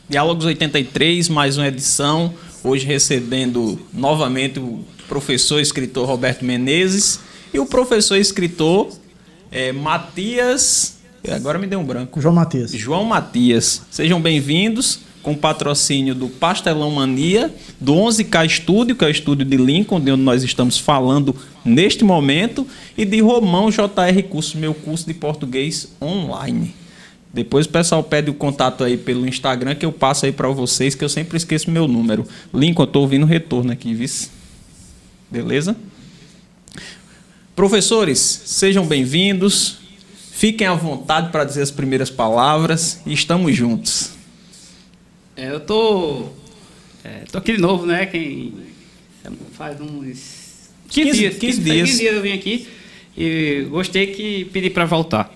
Diálogos 83, mais uma edição. Hoje recebendo novamente o professor e escritor Roberto Menezes e o professor e escritor Matias... Agora me deu um branco. João Matias. João Matias. Sejam bem-vindos, com patrocínio do Pastelão Mania, do 11K Estúdio, que é o estúdio de Lincoln, de onde nós estamos falando neste momento, e de Romão JR Cursos, meu curso de português online. Depois o pessoal pede o contato aí pelo Instagram, que eu passo aí para vocês, que eu sempre esqueço meu número. Lincoln, eu estou ouvindo retorno aqui, vice. Beleza? Professores, sejam bem-vindos. Fiquem à vontade para dizer as primeiras palavras e estamos juntos. Eu tô aqui de novo, né? Faz uns 15 dias. 15 dias eu vim aqui e gostei que pedi para voltar.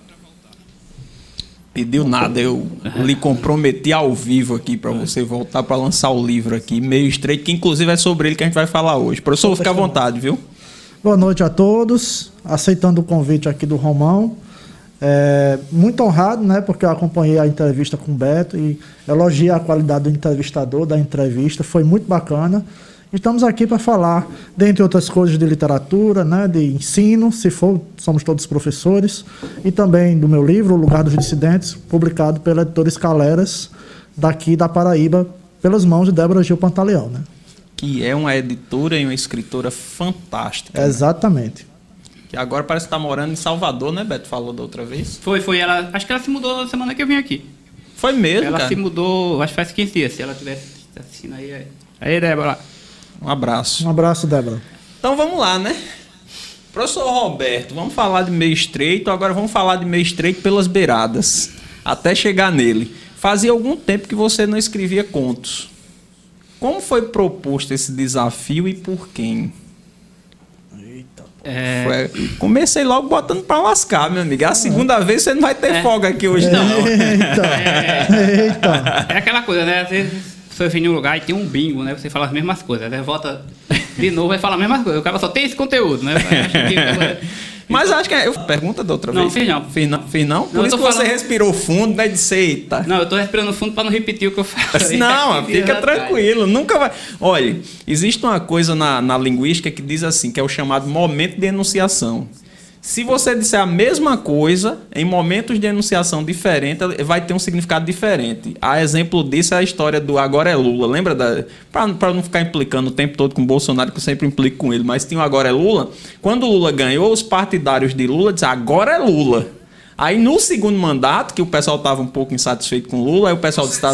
Pediu nada, eu lhe comprometi ao vivo aqui para você voltar para lançar o livro aqui, Meio Estreito, que inclusive é sobre ele que a gente vai falar hoje. Professor, fique à vontade, viu? Boa noite a todos, aceitando o convite aqui do Romão. Muito honrado, né, porque eu acompanhei a entrevista com o Beto e elogiei a qualidade do entrevistador, da entrevista, foi muito bacana. Estamos aqui para falar, dentre outras coisas, de literatura, né, de ensino, se for, somos todos professores, e também do meu livro, O Lugar dos Dissidentes, publicado pela editora Escaleras, daqui da Paraíba, pelas mãos de Débora Gil Pantaleão, né? Que é uma editora e uma escritora fantástica. Exatamente. Né? Que agora parece que está morando em Salvador, né, Beto? Falou da outra vez. Foi. Ela, acho que ela se mudou na semana que eu vim aqui. Foi mesmo, ela cara? Se mudou, acho que faz 15 dias. Se ela tivesse assistindo aí... Aí, Débora. Um abraço. Um abraço, Débora. Então vamos lá, né? Professor Roberto, vamos falar de Meio Estreito. Agora vamos falar de Meio Estreito pelas beiradas, até chegar nele. Fazia algum tempo que você não escrevia contos. Como foi proposto esse desafio e por quem? Comecei logo botando pra lascar, meu amigo. A segunda vez você não vai ter folga aqui hoje, não. Eita. É aquela coisa, né? Às vezes você vem em um lugar e tem um bingo, né? Você fala as mesmas coisas. Aí volta de novo e fala as mesmas coisas. O cara só tem esse conteúdo, né? Mas acho que pergunta da outra vez. Não, fiz não. Fiz não? Por isso que você respirou fundo, né? Disse, eita. Não, eu tô respirando fundo para não repetir o que eu falei. Não, fica tranquilo. Nunca vai... Olha, existe uma coisa na linguística que diz assim, que é o chamado momento de enunciação. Se você disser a mesma coisa, em momentos de enunciação diferentes, vai ter um significado diferente. A exemplo disso é a história do Agora é Lula. Lembra? Para não ficar implicando o tempo todo com o Bolsonaro, que eu sempre implico com ele, mas tinha o Agora é Lula. Quando o Lula ganhou, os partidários de Lula disseram, agora é Lula. Aí no segundo mandato, que o pessoal estava um pouco insatisfeito com o Lula, aí o pessoal disse...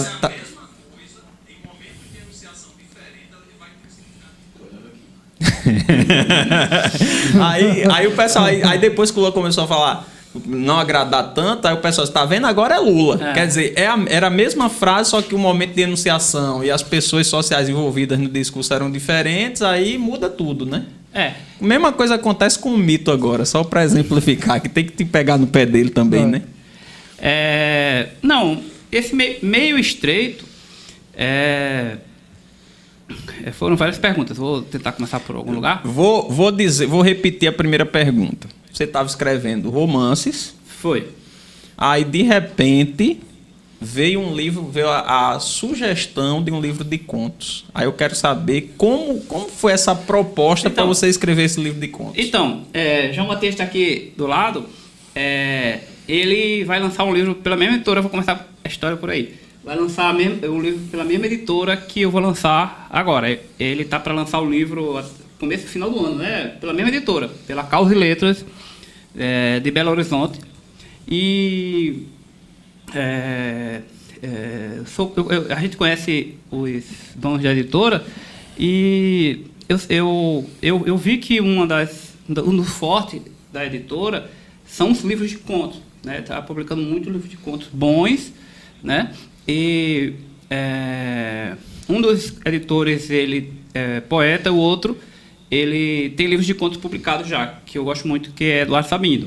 aí o pessoal, aí depois que o Lula começou a falar não agradar tanto, aí o pessoal está vendo, agora é Lula. Quer dizer, era a mesma frase, só que o momento de enunciação e as pessoas sociais envolvidas no discurso eram diferentes, aí muda tudo, né? Mesma coisa acontece com o mito agora, só para exemplificar, que tem que te pegar no pé dele também, né? Não, esse meio estreito foram várias perguntas. Vou tentar começar por algum lugar. Vou repetir a primeira pergunta. Você estava escrevendo romances. Foi. Aí, de repente, veio a sugestão de um livro de contos. Aí eu quero saber como foi essa proposta para você escrever esse livro de contos. Então, João Matias está aqui do lado. Ele vai lançar um livro pela mesma editora. Vou começar a história por aí. Vai lançar um livro pela mesma editora que eu vou lançar agora. Ele está para lançar o livro começo e final do ano, né? Pela mesma editora, pela Caos e Letras de Belo Horizonte. E a gente conhece os donos da editora e eu vi que um dos fortes da editora são os livros de contos, né? Está publicando muito livros de contos bons, né? E um dos editores, ele é poeta, o outro, ele tem livros de contos publicados já, que eu gosto muito, que é Eduardo Sabino.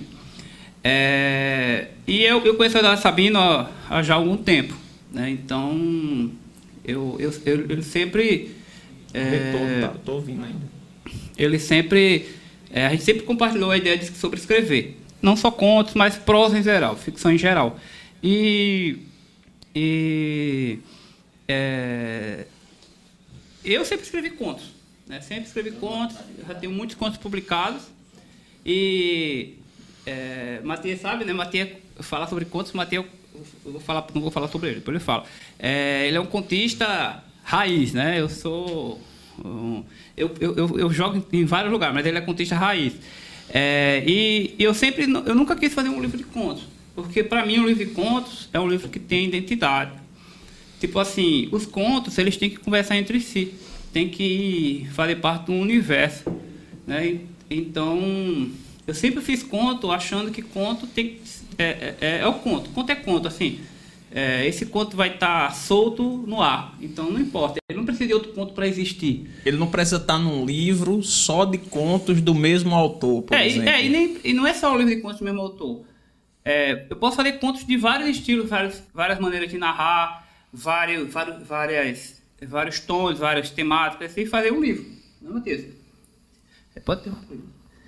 E eu conheço o Eduardo Sabino há já algum tempo, né? Então, ele sempre... Estou ouvindo ainda. Ele sempre... a gente sempre compartilhou a ideia sobre escrever. Não só contos, mas prosa em geral, ficção em geral. eu sempre escrevi contos, né? Sempre escrevi contos, eu já tenho muitos contos publicados. E Matias sabe, né? Matias fala sobre contos, Matias não vou falar sobre ele, depois ele fala. Ele é um contista raiz, né? Eu sou... Eu jogo em vários lugares, mas ele é contista raiz. E eu nunca quis fazer um livro de contos, porque para mim um livro de contos é um livro que tem identidade. Tipo assim, os contos eles têm que conversar entre si, tem que fazer parte de um universo, né? Então eu sempre fiz conto achando que conto tem é o conto. Conto é conto, assim. Esse conto vai estar solto no ar, então não importa. Ele não precisa de outro conto para existir. Ele não precisa estar num livro só de contos do mesmo autor, por exemplo. E não é só o livro de contos do mesmo autor. Eu posso fazer contos de vários estilos, várias maneiras de narrar, vários tons, várias temáticas, assim, fazer um livro. Não, Matheus? Pode ter um livro.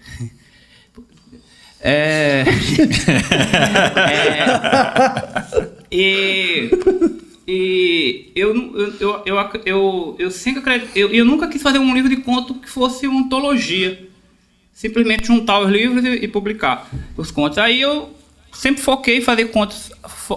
Eu sempre acredito, eu nunca quis fazer um livro de conto que fosse uma antologia, simplesmente juntar os livros e publicar os contos. Aí eu sempre foquei em fazer contos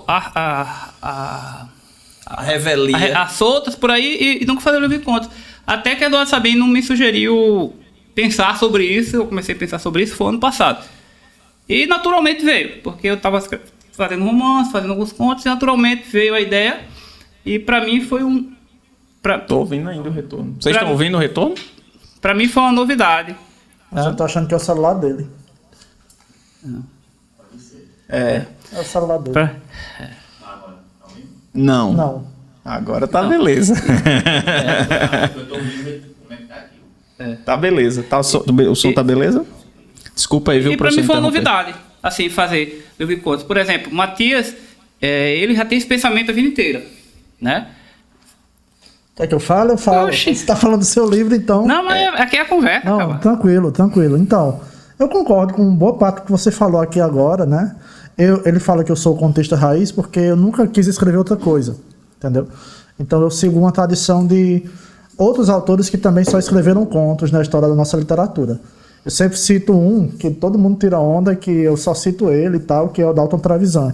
a revelia soltas por aí e nunca fazer um livro de contos. Até que Eduardo Sabino me sugeriu pensar sobre isso. Eu comecei a pensar sobre isso, foi ano passado. E naturalmente veio, porque eu estava fazendo romance, fazendo alguns contos, e naturalmente veio a ideia. E para mim foi Tô ouvindo ainda o retorno. Vocês estão ouvindo o retorno? Para mim foi uma novidade. Mas eu tô achando que é o celular dele. É o celular dele. Não. Não. Agora tá beleza. Tá beleza. O som tá beleza? Desculpa aí, viu, professor? E para mim foi uma novidade, assim, fazer livro de contos. Por exemplo, Matias, ele já tem esse pensamento a vida inteira, né? Quer que eu fale? Eu falo. Oxi. Você tá falando do seu livro, então... Não, mas aqui é a conversa. Não, cara. Tranquilo. Então, eu concordo com boa parte do que você falou aqui agora, né? Ele fala que eu sou contista raiz porque eu nunca quis escrever outra coisa, entendeu? Então eu sigo uma tradição de outros autores que também só escreveram contos na história da nossa literatura. Eu sempre cito um que todo mundo tira onda, que eu só cito ele e tal, que é o Dalton Trevisan,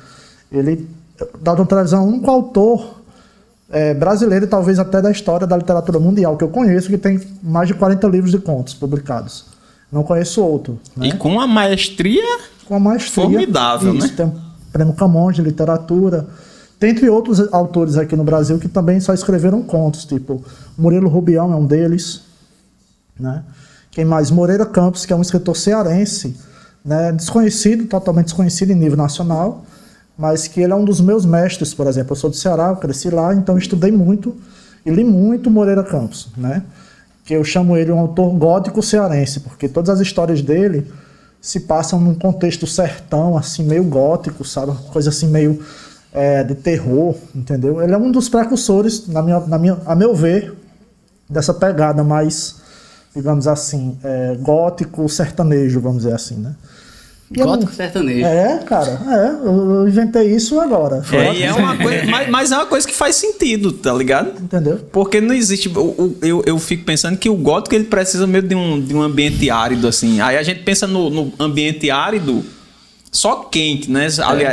Dalton Trevisan é o único autor brasileiro e talvez até da história da literatura mundial que eu conheço, que tem mais de 40 livros de contos publicados. Não conheço outro. Né? E com uma maestria... formidável, isso, né? Tem o Prêmio Camões de literatura. Tem entre outros autores aqui no Brasil que também só escreveram contos, tipo Murilo Rubião é um deles, né? Quem mais? Moreira Campos, que é um escritor cearense, né? Totalmente desconhecido em nível nacional, mas que ele é um dos meus mestres, por exemplo. Eu sou do Ceará, eu cresci lá, então eu estudei muito e li muito Moreira Campos, né? Que eu chamo ele um autor gótico cearense, porque todas as histórias dele se passam num contexto sertão, assim, meio gótico, sabe? Coisa assim, meio de terror, entendeu? Ele é um dos precursores, a meu ver, dessa pegada mais, digamos assim, gótico sertanejo, vamos dizer assim, né? Gótico sertanejo. Cara, eu inventei isso agora. Mas é uma coisa que faz sentido, tá ligado? Entendeu? Porque não existe... Eu fico pensando que o gótico ele precisa meio de um ambiente árido, assim. Aí a gente pensa no ambiente árido só quente, né?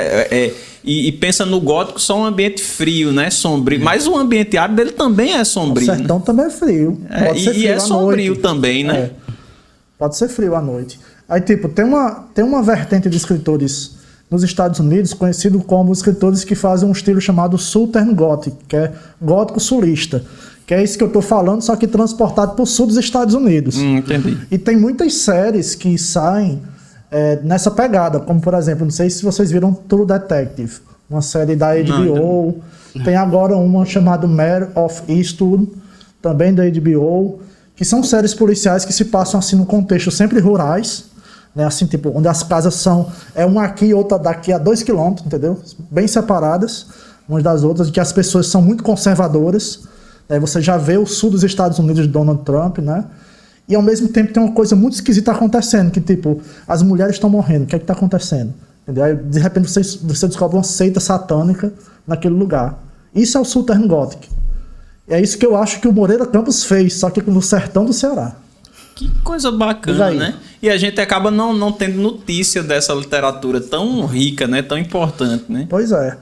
E pensa no gótico só um ambiente frio, né? Sombrio. Mas o ambiente árido ele também é sombrio. O sertão também é frio. Pode ser frio é sombrio também, né? Pode ser frio à noite. Aí, tipo, tem uma vertente de escritores nos Estados Unidos conhecido como escritores que fazem um estilo chamado Southern Gothic, que é gótico sulista, que é isso que eu tô falando, só que transportado pro sul dos Estados Unidos. Entendi. E tem muitas séries que saem nessa pegada, como, por exemplo, não sei se vocês viram True Detective, uma série da HBO. Não. Tem agora uma chamada Mare of Eastwood, também da HBO, que são séries policiais que se passam assim no contexto sempre rurais, né, assim, tipo, onde as casas são uma aqui e outra daqui a 2 quilômetros, entendeu? Bem separadas umas das outras, e que as pessoas são muito conservadoras. Né? Você já vê o sul dos Estados Unidos de Donald Trump, né? E ao mesmo tempo tem uma coisa muito esquisita acontecendo, que tipo, as mulheres estão morrendo, o que é que está acontecendo? Entendeu? Aí, de repente você descobre uma seita satânica naquele lugar. Isso é o Southern Gothic. É isso que eu acho que o Moreira Campos fez, só que no sertão do Ceará. Que coisa bacana, né? E a gente acaba não tendo notícia dessa literatura tão rica, né? Tão importante, né? Pois é.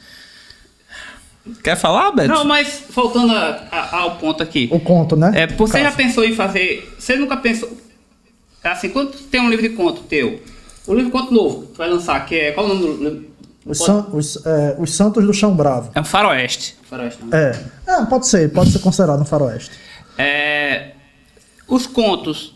Quer falar, Beto? Não, mas voltando ao ponto aqui. O conto, né? Você já pensou em fazer... Você nunca pensou... Assim, quando tem um livro de conto teu, o livro de conto novo que vai lançar, que é... Qual o nome do livro? Os Santos do Chão Bravo. É um faroeste. Pode ser considerado um faroeste. Os contos,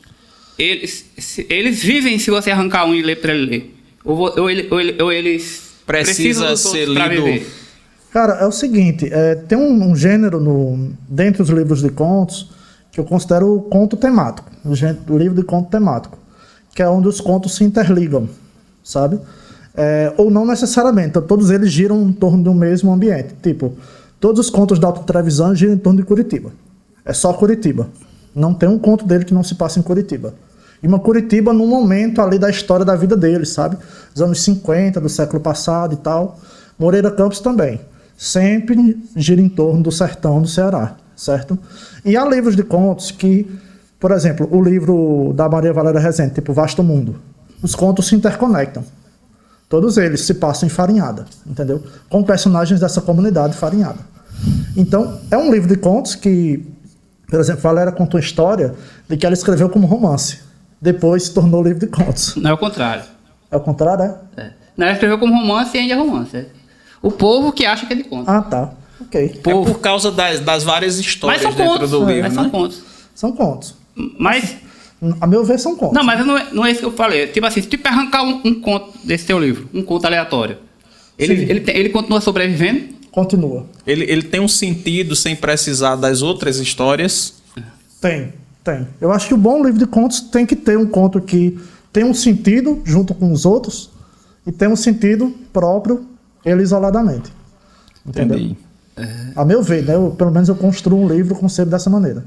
eles vivem se você arrancar um e ler para ele ler. Ou eles precisa ser lido. Cara, é o seguinte, tem um gênero dentro dos livros de contos que eu considero o conto temático, o livro de conto temático, que é onde os contos se interligam, sabe? Ou não necessariamente, todos eles giram em torno do mesmo ambiente. Tipo, todos os contos da Alta Trevisan giram em torno de Curitiba. É só Curitiba. Não tem um conto dele que não se passa em Curitiba. E uma Curitiba num momento ali da história da vida dele, sabe? Dos anos 50, do século passado e tal. Moreira Campos também. Sempre gira em torno do sertão do Ceará, certo? E há livros de contos que, por exemplo, o livro da Maria Valéria Rezende, tipo Vasto Mundo. Os contos se interconectam. Todos eles se passam em Farinhada, entendeu? Com personagens dessa comunidade farinhada. Então, é um livro de contos que, por exemplo, Valéria contou a história de que ela escreveu como romance. Depois se tornou livro de contos. Não é o contrário. É o contrário, Não, ela escreveu como romance e ainda é romance. O povo que acha que é de conto. Ah, tá. Ok. É por causa das várias histórias dentro contos, do livro, mas né? são contos. São contos. Mas... A meu ver, são contos. Não, mas não é isso que eu falei. Tipo assim, se tu arrancar um conto desse teu livro, um conto aleatório, ele continua sobrevivendo? Continua. Ele tem um sentido sem precisar das outras histórias? Tem. Eu acho que o bom livro de contos tem que ter um conto que tem um sentido junto com os outros e tem um sentido próprio, ele isoladamente. Entendeu? Entendi. A meu ver, né? Pelo menos eu construo um livro com sempre dessa maneira.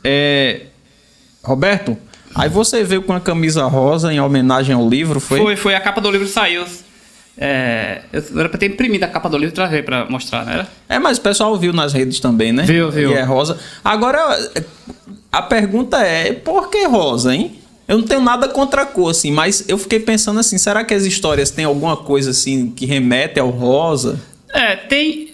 Roberto, aí você veio com a camisa rosa em homenagem ao livro, foi? Foi, a capa do livro saiu. Eu era pra ter imprimido a capa do livro e trazer pra mostrar, né? Mas o pessoal viu nas redes também, né? Viu. E é rosa. Agora, a pergunta é, por que rosa, hein? Eu não tenho nada contra a cor, assim, mas eu fiquei pensando assim, será que as histórias têm alguma coisa, assim, que remete ao rosa? Tem...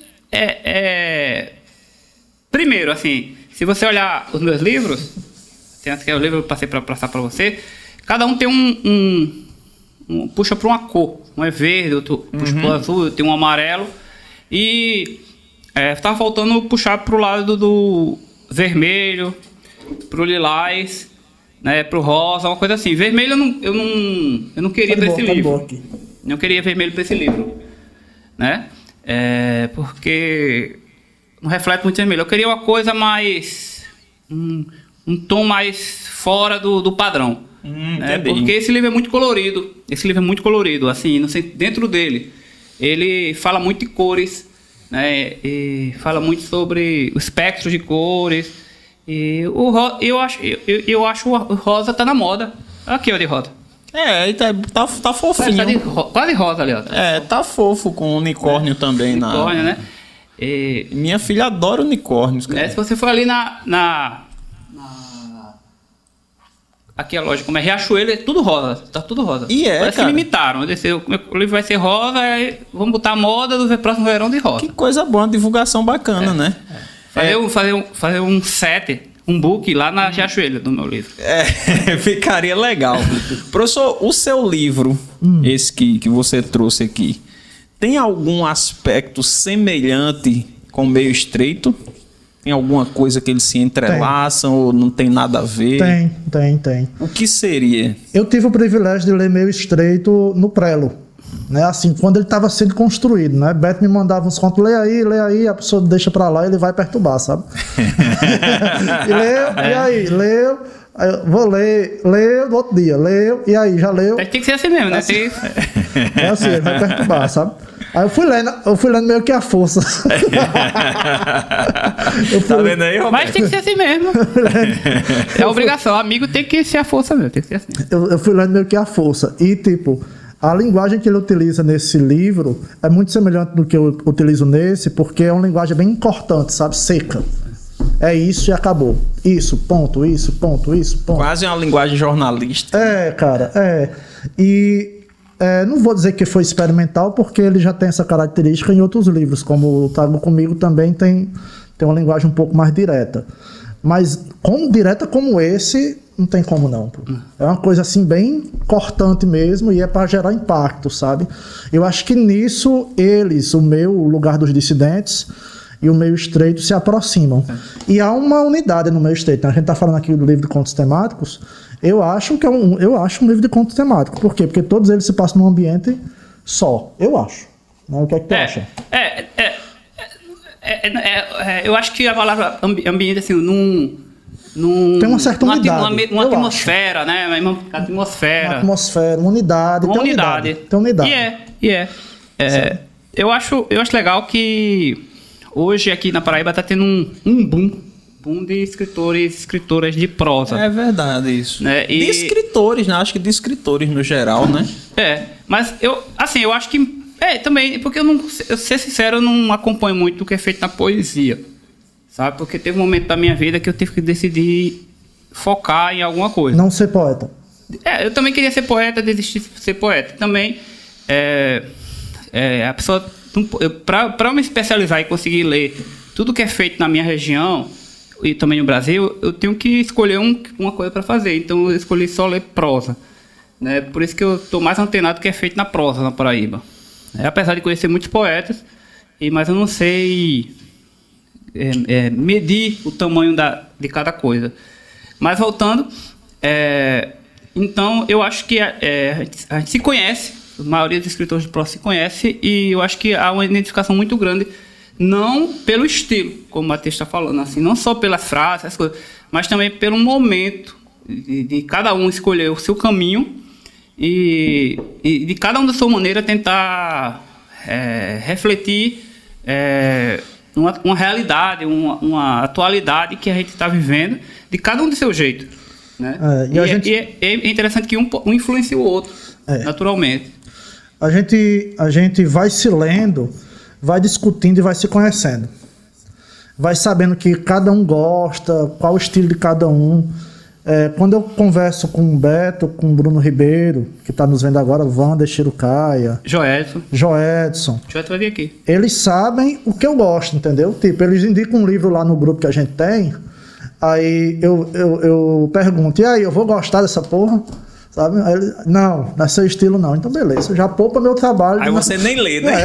Primeiro, assim, se você olhar os meus livros, tem que é o livro que eu passei para passar para você, cada um tem puxa para uma cor. Um é verde, outro puxa para o azul, tem um amarelo. E estava faltando puxar para o lado do vermelho, para o lilás, né, para o rosa, uma coisa assim. Vermelho eu não queria para esse livro. Não queria vermelho para esse livro, né? Porque não reflete muito vermelho. Eu queria uma coisa mais... um tom mais fora do padrão. Né? Porque esse livro é muito colorido. Assim, dentro dele, ele fala muito de cores, né? E fala muito sobre o espectro de cores. E eu acho o rosa tá na moda. Aqui, ó, de rosa. Tá fofinho. Quase rosa ali, ó. Tá fofo com unicórnio também. Unicórnio, né? Minha filha adora unicórnios, cara. Se você for ali aqui a loja, como é Riachuelo, é tudo rosa. Tá tudo rosa. Parece que me imitaram. O livro vai ser rosa, aí vamos botar a moda do próximo verão de rosa. Que coisa boa, uma divulgação bacana, né? Fazer um set, um book lá na Riachuelo do meu livro. Ficaria legal. Professor, o seu livro, esse que você trouxe aqui, tem algum aspecto semelhante com o Meio Estreito? Tem alguma coisa que eles se entrelaçam ou não tem nada a ver? Tem. O que seria? Eu tive o privilégio de ler Meio Estreito no prelo, né? Assim, quando ele estava sendo construído, né? Beto me mandava uns contos, lê aí, a pessoa deixa pra lá e ele vai perturbar, sabe? Leu, aí eu vou ler no outro dia, leu, e aí, já leu? Tem que ser assim mesmo, né? É assim, ele vai perturbar, sabe? Aí eu fui lendo meio que a força. Tá vendo aí, Roberto? Mas tem que ser assim mesmo. É obrigação. Amigo tem que ser a força mesmo. Tem que ser assim. Eu fui lendo meio que a força. E, tipo, A linguagem que ele utiliza nesse livro é muito semelhante do que eu utilizo nesse, porque é uma linguagem bem cortante, sabe? Seca. É isso e acabou. Isso, ponto, isso, ponto, isso, ponto. Quase uma linguagem jornalística. Cara, E não vou dizer que foi experimental, porque ele já tem essa característica em outros livros, como o Trago Comigo também tem uma linguagem um pouco mais direta. Mas direta como esse, não tem como não. Pô. É uma coisa assim bem cortante mesmo, e é para gerar impacto, sabe? Eu acho que nisso o meu Lugar dos Dissidentes e o Meio Estreito se aproximam. E há uma unidade no Meio Estreito. A gente está falando aqui do livro de contos temáticos. Eu acho que eu acho um livro de contos temáticos. Por quê? Porque todos eles se passam num ambiente só. Eu acho. O que é que tu acha? Eu acho que a palavra ambiente, assim, tem uma certa unidade. Uma atmosfera, né? Uma atmosfera, uma unidade. Uma unidade. Tem unidade. Eu acho legal que hoje aqui na Paraíba está tendo um boom de escritores e escritoras de prosa. É verdade isso. Né? De escritores, né? Acho que de escritores no geral, né? Mas eu acho que também, porque eu ser sincero, eu não acompanho muito o que é feito na poesia, sabe? Porque teve um momento da minha vida que eu tive que decidir focar em alguma coisa. Não ser poeta. Eu também queria ser poeta, desisti de ser poeta. Também, a pessoa, para eu me especializar e conseguir ler tudo que é feito na minha região e também no Brasil, eu tenho que escolher uma coisa para fazer. Então, eu escolhi só ler prosa, né? Por isso que eu estou mais antenado do que é feito na prosa na Paraíba. Apesar de conhecer muitos poetas, mas eu não sei medir o tamanho de cada coisa. Mas voltando, então eu acho que a gente se conhece, a maioria dos escritores de prosa se conhece, e eu acho que há uma identificação muito grande, não pelo estilo, como o Matheus está falando, assim, não só pelas frases, essas coisas, mas também pelo momento de cada um escolher o seu caminho, e de cada um da sua maneira tentar refletir uma realidade, uma atualidade que a gente está vivendo, de cada um do seu jeito, né? É interessante que um influencia o outro, naturalmente. A gente vai se lendo, vai discutindo e vai se conhecendo. Vai sabendo que cada um gosta, qual o estilo de cada um. Quando eu converso com o Beto, com o Bruno Ribeiro, que está nos vendo agora, o Wander Chirucaia, Joedson, vai vir aqui. Eles sabem o que eu gosto, entendeu? Tipo, eles indicam um livro lá no grupo que a gente tem, aí eu pergunto, e aí, eu vou gostar dessa porra? Sabe? Aí ele, não é seu estilo não. Então beleza, já poupa meu trabalho. Aí você nem lê, né?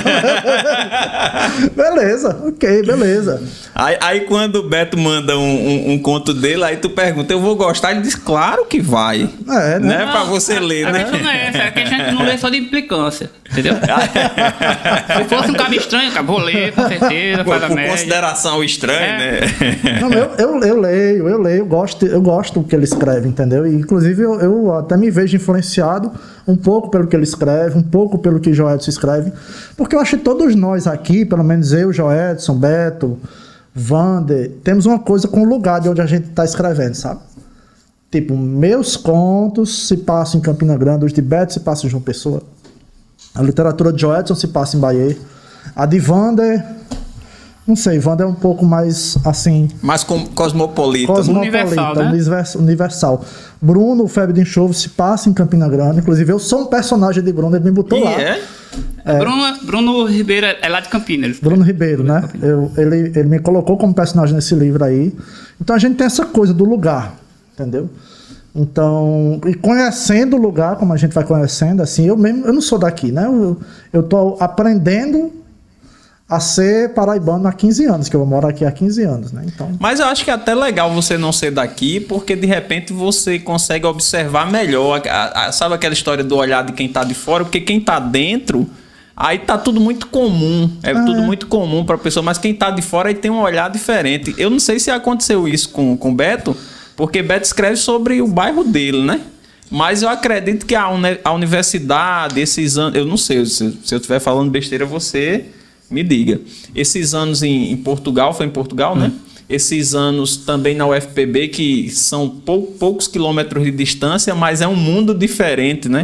Beleza, ok, beleza. Aí quando o Beto manda um conto dele, aí tu pergunta, eu vou gostar? Ele diz, claro que vai. Né? Pra você ler, né? A questão não é essa, que a gente não lê só de implicância, entendeu? Se fosse um cara estranho, cara, vou ler, com certeza, faz a média. Com consideração ao estranho, né? Não, eu leio, eu gosto do que ele escreve, entendeu? E, inclusive, eu até me vejo influenciado um pouco pelo que ele escreve, um pouco pelo que Joedson escreve, porque eu acho que todos nós aqui, pelo menos eu, Joedson, Beto, Wander, temos uma coisa com o lugar de onde a gente está escrevendo, sabe? Tipo, meus contos se passam em Campina Grande, os de Beto se passam em João Pessoa, a literatura de Joedson se passa em Bahia, a de Wander... Não sei, Wander é um pouco mais, assim... Mais cosmopolita. Universal. Bruno, o Febre de Enxovo, se passa em Campina Grande. Inclusive, eu sou um personagem de Bruno, ele me botou lá. Bruno Ribeiro é lá de Campinas. Bruno Ribeiro, né? Ele me colocou como personagem nesse livro aí. Então, a gente tem essa coisa do lugar, entendeu? Então, e conhecendo o lugar, como a gente vai conhecendo, assim, eu não sou daqui, né? Eu tô aprendendo a ser paraibano há 15 anos, que eu moro aqui há 15 anos, né? Então... Mas eu acho que é até legal você não ser daqui, porque de repente você consegue observar melhor, sabe aquela história do olhar de quem tá de fora? Porque quem tá dentro, aí tá tudo muito comum, tudo muito comum pra pessoa, mas quem tá de fora aí tem um olhar diferente. Eu não sei se aconteceu isso com o Beto, porque Beto escreve sobre o bairro dele, né? Mas eu acredito que a universidade, esses anos, eu não sei, se eu estiver falando besteira, você... me diga. Esses anos em Portugal, foi em Portugal, né? Esses anos também na UFPB, que são poucos quilômetros de distância, mas é um mundo diferente, né?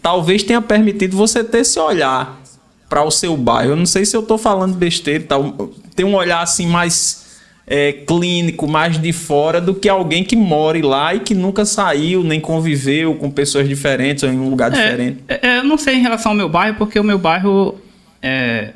talvez tenha permitido você ter esse olhar para o seu bairro. Eu não sei se eu estou falando besteira, tal. Tem um olhar assim mais clínico, mais de fora do que alguém que more lá e que nunca saiu, nem conviveu com pessoas diferentes ou em um lugar diferente. Eu não sei em relação ao meu bairro, porque o meu bairro é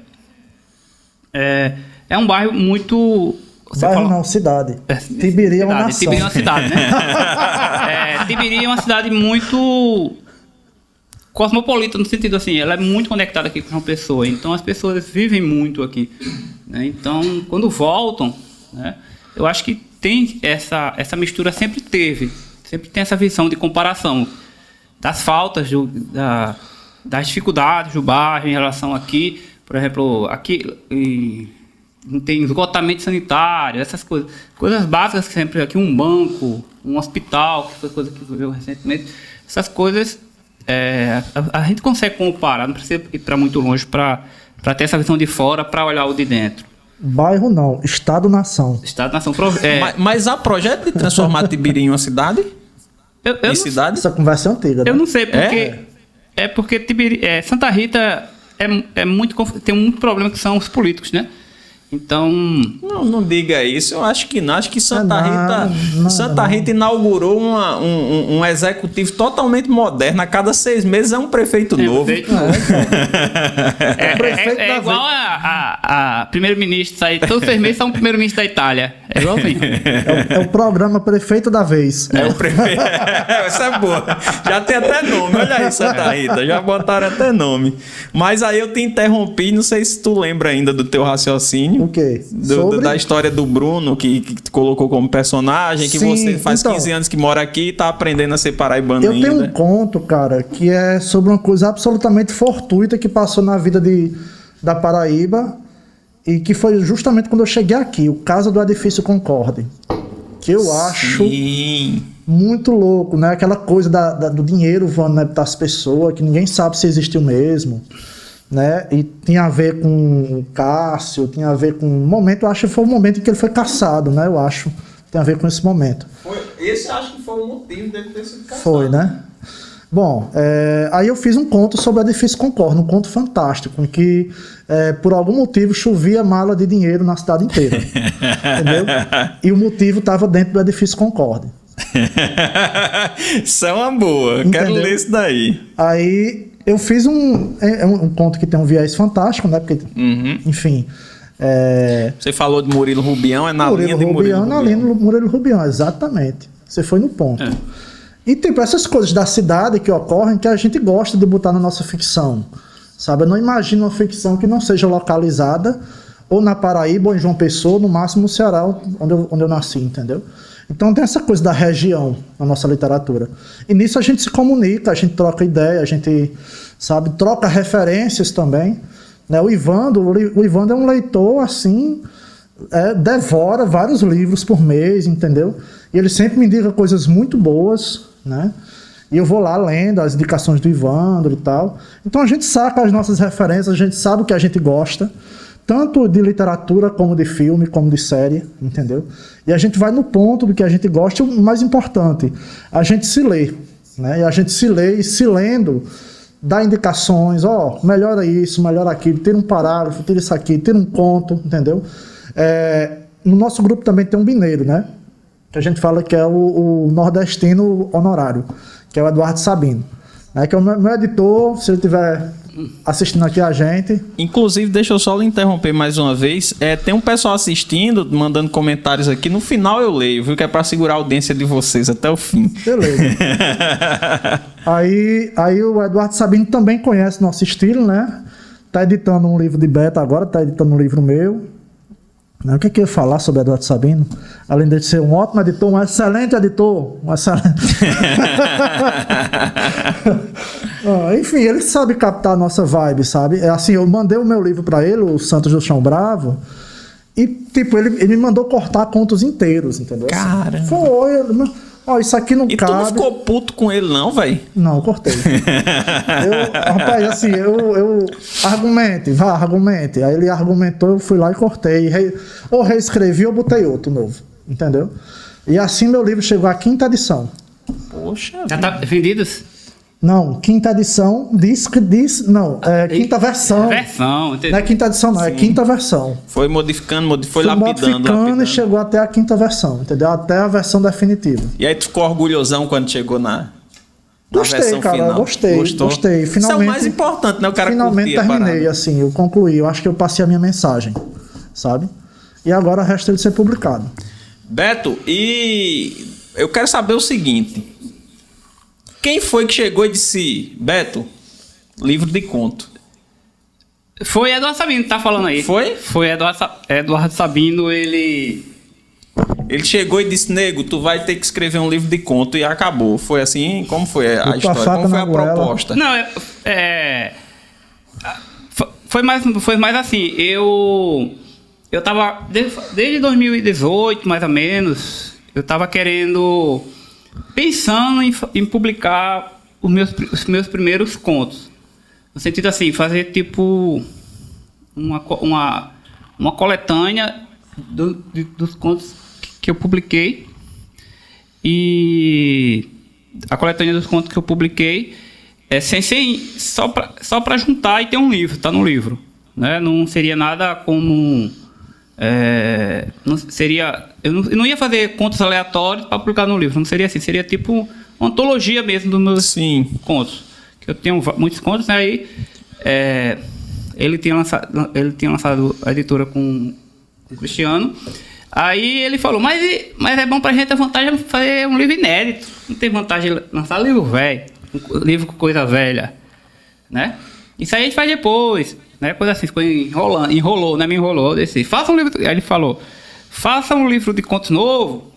um bairro muito... Bairro não, cidade. Tibiri é uma nação. Tibiri é uma cidade, né? Tibiri é uma cidade muito cosmopolita, no sentido assim, ela é muito conectada aqui com João Pessoa, então as pessoas vivem muito aqui, né? Então, quando voltam, né, eu acho que tem essa mistura, sempre tem essa visão de comparação das faltas, das dificuldades do bairro em relação aqui, por exemplo, aqui não tem esgotamento sanitário, essas coisas básicas, sempre aqui um banco, um hospital, que foi coisa que veio recentemente, essas coisas a gente consegue comparar, não precisa ir para muito longe para ter essa visão de fora, para olhar o de dentro. Bairro não, Estado-nação. Estado-nação. Mas há projeto de transformar Tibiri em uma cidade? Em cidade? Essa conversa é antiga, né? Eu não sei, porque... porque Tibiri, Santa Rita tem muito problema que são os políticos, né? Então... Não diga isso, eu acho que não. Acho que Santa Rita inaugurou um executivo totalmente moderno. A cada 6 meses é um prefeito novo. É igual a primeiro-ministro sair. Todos os 6 meses sai um primeiro-ministro da Itália. É igualzinho. É o programa Prefeito da Vez. É o prefeito. Essa é boa. Já tem até nome. Olha aí, Santa Rita. Já botaram até nome. Mas aí eu te interrompi. Não sei se tu lembra ainda do teu raciocínio. O quê? Da história do Bruno, que te colocou como personagem, que você faz 15 anos que mora aqui e tá aprendendo a ser paraibano ainda. Eu tenho um conto, cara, que é sobre uma coisa absolutamente fortuita que passou na vida da Paraíba e que foi justamente quando eu cheguei aqui, o caso do Edifício Concorde, que eu acho muito louco, né? Aquela coisa do dinheiro voando, né, das pessoas, que ninguém sabe se existiu mesmo, né? E tinha a ver com o Cássio, tinha a ver com um momento, eu acho que foi o momento em que ele foi caçado, né? Eu acho, tem a ver com esse momento. Esse acho que foi o motivo dele ter sido caçado. Foi, né? Bom, aí eu fiz um conto sobre o Edifício Concorde, um conto fantástico, em que por algum motivo chovia mala de dinheiro na cidade inteira, entendeu? E o motivo estava dentro do Edifício Concorde. Isso é uma boa, entendeu? Quero ler isso daí. Aí eu fiz um conto que tem um viés fantástico, né? Porque, enfim... Você falou de Murilo Rubião, na linha de Murilo Rubião. Na linha de Murilo Rubião, exatamente. Você foi no ponto. E tipo, essas coisas da cidade que ocorrem que a gente gosta de botar na nossa ficção, sabe? Eu não imagino uma ficção que não seja localizada ou na Paraíba ou em João Pessoa, no máximo no Ceará, onde eu nasci, entendeu? Então tem essa coisa da região na nossa literatura. E nisso a gente se comunica, a gente troca ideia, a gente, sabe, troca referências também. Né? O Ivandro é um leitor, assim, devora vários livros por mês, entendeu? E ele sempre me indica coisas muito boas, né? E eu vou lá lendo as indicações do Ivandro e tal. Então a gente saca as nossas referências, a gente sabe o que a gente gosta, tanto de literatura como de filme, como de série, entendeu? E a gente vai no ponto do que a gente gosta, e o mais importante, a gente se lê, né? E a gente se lê e se lendo, dá indicações, melhora isso, melhora aquilo, tira um parágrafo, tira isso aqui, tira um conto, entendeu? No nosso grupo também tem um mineiro, né? Que a gente fala que é o nordestino honorário, que é o Eduardo Sabino, né? Que é o meu editor, se ele estiver assistindo aqui a gente. Inclusive, deixa eu só lhe interromper mais uma vez. Tem um pessoal assistindo, mandando comentários aqui. No final eu leio, viu? Que é para segurar a audiência de vocês até o fim. Beleza. Aí o Eduardo Sabino também conhece nosso estilo, né? Tá editando um livro de Beta agora, tá editando um livro meu. O que eu ia falar sobre Eduardo Sabino? Além de ser um ótimo editor, um excelente editor. Enfim, ele sabe captar a nossa vibe, sabe? Assim, eu mandei o meu livro para ele, o Santos do Chão Bravo, e tipo, ele me mandou cortar contos inteiros, entendeu? Cara. Foi, isso aqui não cabe. E tu não ficou puto com ele não, velho? Não, eu cortei. Rapaz, assim, eu argumente. Aí ele argumentou, eu fui lá e cortei. Ou reescrevi ou botei outro novo, entendeu? E assim meu livro chegou à 5ª edição. Poxa. Já tá vendidos? Não, quinta edição quinta versão. Versão, entendeu? Não é quinta edição, não, é quinta versão. Foi modificando, foi modificando lapidando. E chegou até a quinta versão, entendeu? Até a versão definitiva. E aí tu ficou orgulhosão quando chegou na Gostei, versão cara, final? gostei. Finalmente, isso é o mais importante, né? O cara finalmente curtir a terminei, parada. assim, eu concluí. Eu acho que eu passei a minha mensagem, sabe? E agora resta ele ser publicado. Beto, e eu quero saber o seguinte. Quem foi que chegou e disse, Beto, livro de conto? Foi Eduardo Sabino que tá falando aí. Foi? Foi Eduardo Sabino, ele chegou e disse, nego, tu vai ter que escrever um livro de conto e acabou. Foi assim? Como foi a Botou a história? faca Como foi na a goela. proposta? Não, foi mais assim, eu tava, desde 2018, mais ou menos, eu tava pensando em publicar os meus primeiros contos. No sentido assim, fazer tipo uma coletânea dos contos que eu publiquei. E a coletânea dos contos que eu publiquei só para juntar e ter um livro, tá no livro, né? Não seria nada como eu não ia fazer contos aleatórios para publicar no livro, não seria assim, seria tipo uma antologia mesmo dos meus contos, que eu tenho muitos contos, né? Aí ele tinha lançado a editora com o Cristiano. Aí ele falou, mas é bom pra gente, a vantagem é fazer um livro inédito. Não tem vantagem de lançar livro velho, livro com coisa velha, né? Isso aí a gente faz depois, né? Coisa assim, ficou enrolou, né? Me enrolou, eu disse, faça um livro. Aí ele falou, faça um livro de contos novo.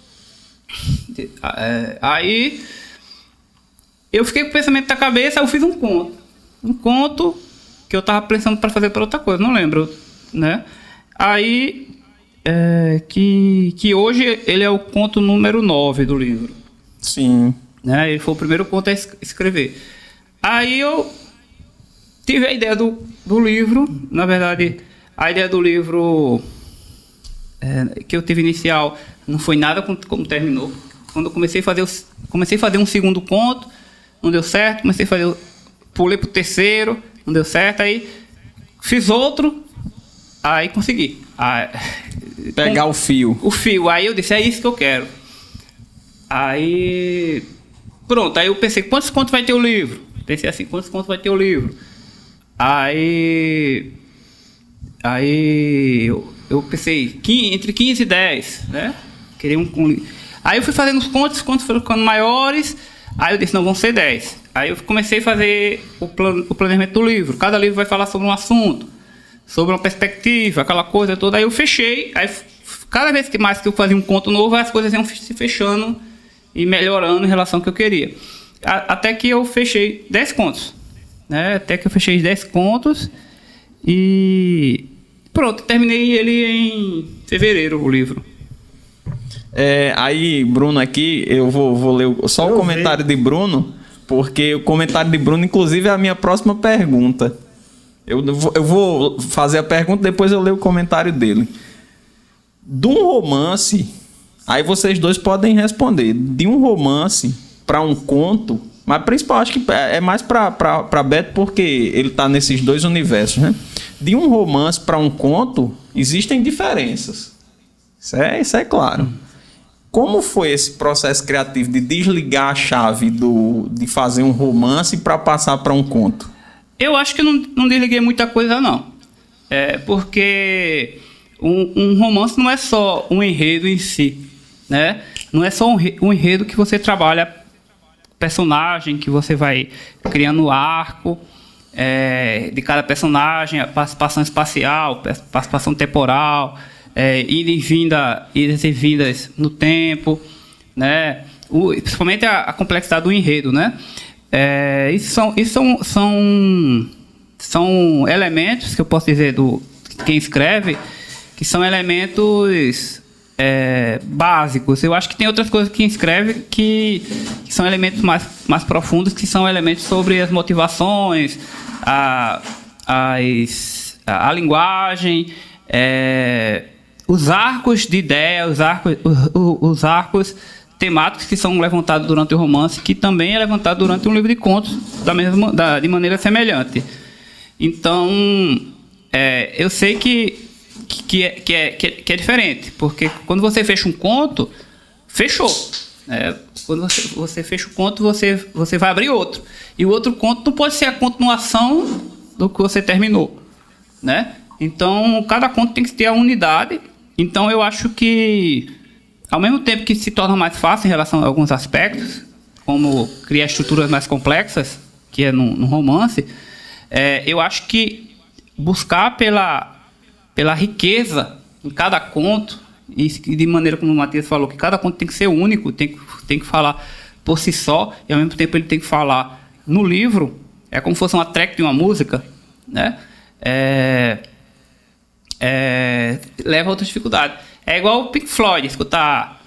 Aí eu fiquei com o pensamento na cabeça, eu fiz um conto que eu tava pensando para fazer para outra coisa, não lembro, né? Aí que hoje ele é o conto número 9 do livro. Sim. Né? Ele foi o primeiro conto a escrever. Aí eu tive a ideia do livro. Na verdade, a ideia do livro que eu tive inicial não foi nada como terminou. Quando eu comecei a fazer um segundo conto, não deu certo. Pulei pro terceiro, não deu certo. Aí fiz outro, aí consegui. Pegar o fio. Aí eu disse, é isso que eu quero. Aí pronto, aí eu pensei, quantos contos vai ter o livro? Pensei assim, quantos contos vai ter o livro? Aí eu pensei, entre 15 e 10, né? Queria Aí eu fui fazendo os contos foram ficando maiores. Aí eu disse, não, vão ser 10. Aí eu comecei a fazer o planejamento do livro. Cada livro vai falar sobre um assunto, sobre uma perspectiva, aquela coisa toda. Aí eu fechei. Aí cada vez que eu fazia um conto novo, as coisas iam se fechando e melhorando em relação ao que eu queria. Até que eu fechei 10 contos. Né? Até que eu fechei 10 contos. E pronto, terminei ele em fevereiro, o livro. Aí, Bruno, aqui, eu vou ler só o comentário de Bruno, porque o comentário de Bruno, inclusive, é a minha próxima pergunta. Eu vou fazer a pergunta, depois eu leio o comentário dele. De um romance, aí vocês dois podem responder. De um romance para um conto, mas principal, acho que é mais para Beto, porque ele está nesses dois universos, né? De um romance para um conto, existem diferenças. Isso é claro. Como foi esse processo criativo de desligar a chave de fazer um romance para passar para um conto? Eu acho que não desliguei muita coisa, não. Porque um romance não é só um enredo em si, né? Não é só um enredo que você trabalha personagem, que você vai criando o arco de cada personagem, a participação espacial, participação temporal, idas e vindas no tempo, né? Principalmente a complexidade do enredo, né? Isso são elementos que eu posso dizer de quem escreve, que são elementos básicos. Eu acho que tem outras coisas que quem escreve que são elementos mais profundos, que são elementos sobre as motivações, a linguagem, os arcos de ideia, os arcos temáticos que são levantados durante o romance, que também é levantado durante um livro de contos de maneira semelhante. Então, eu sei que é diferente, porque quando você fecha um conto, fechou. Quando você fecha o conto, você vai abrir outro. E o outro conto não pode ser a continuação do que você terminou, né? Então, cada conto tem que ter a unidade. Então, eu acho que, ao mesmo tempo que se torna mais fácil em relação a alguns aspectos, como criar estruturas mais complexas, que é no romance, eu acho que buscar pela riqueza em cada conto, e de maneira como o Matias falou, que cada conto tem que ser único, tem que falar por si só, e ao mesmo tempo ele tem que falar no livro, é como se fosse uma track de uma música, né? Leva a outra dificuldade. É igual o Pink Floyd, escutar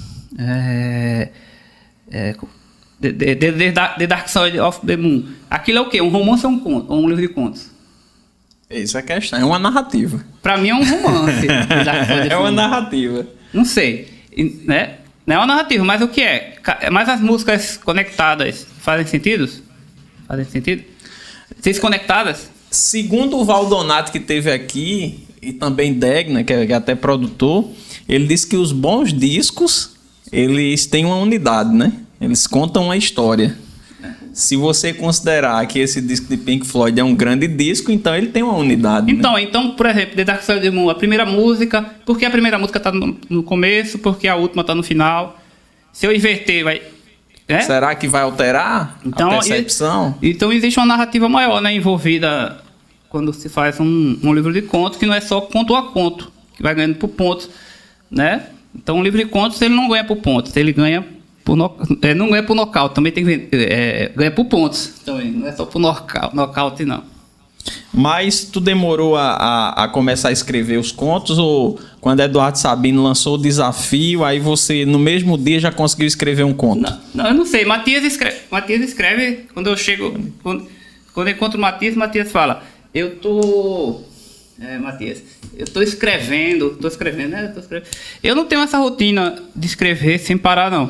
The Dark Side of the Moon. Aquilo é o quê? Um romance ou um conto? Ou um livro de contos? Isso é a questão, é uma narrativa. Pra mim é um romance. É uma narrativa. Não sei, né? Não é uma narrativa, mas o que é? Mas as músicas conectadas fazem sentido? Fazem sentido? Vocês conectadas? Segundo o Valdonato, que teve aqui, e também Degna, que é até produtor, ele disse que os bons discos, eles têm uma unidade, né? Eles contam uma história. Se você considerar que esse disco de Pink Floyd é um grande disco, então ele tem uma unidade. Então, por exemplo, The Dark Side of the Moon, a primeira música, por que a primeira música está no começo, por que a última está no final? Se eu inverter, vai... Será que vai alterar a percepção? Então existe uma narrativa maior, né, envolvida quando se faz um livro de contos, que não é só conto a conto, que vai ganhando por pontos, né? Então um livro de contos ele não ganha por pontos, ele ganha não ganha por nocaute, também tem que ganha por pontos também, não é só por nocaute não. Mas tu demorou a começar a escrever os contos, ou quando Eduardo Sabino lançou o desafio, aí você no mesmo dia já conseguiu escrever um conto? Não, eu não sei. Matias escreve quando eu chego, quando eu encontro o Matias fala, Matias, eu tô escrevendo. Eu não tenho essa rotina de escrever sem parar, não.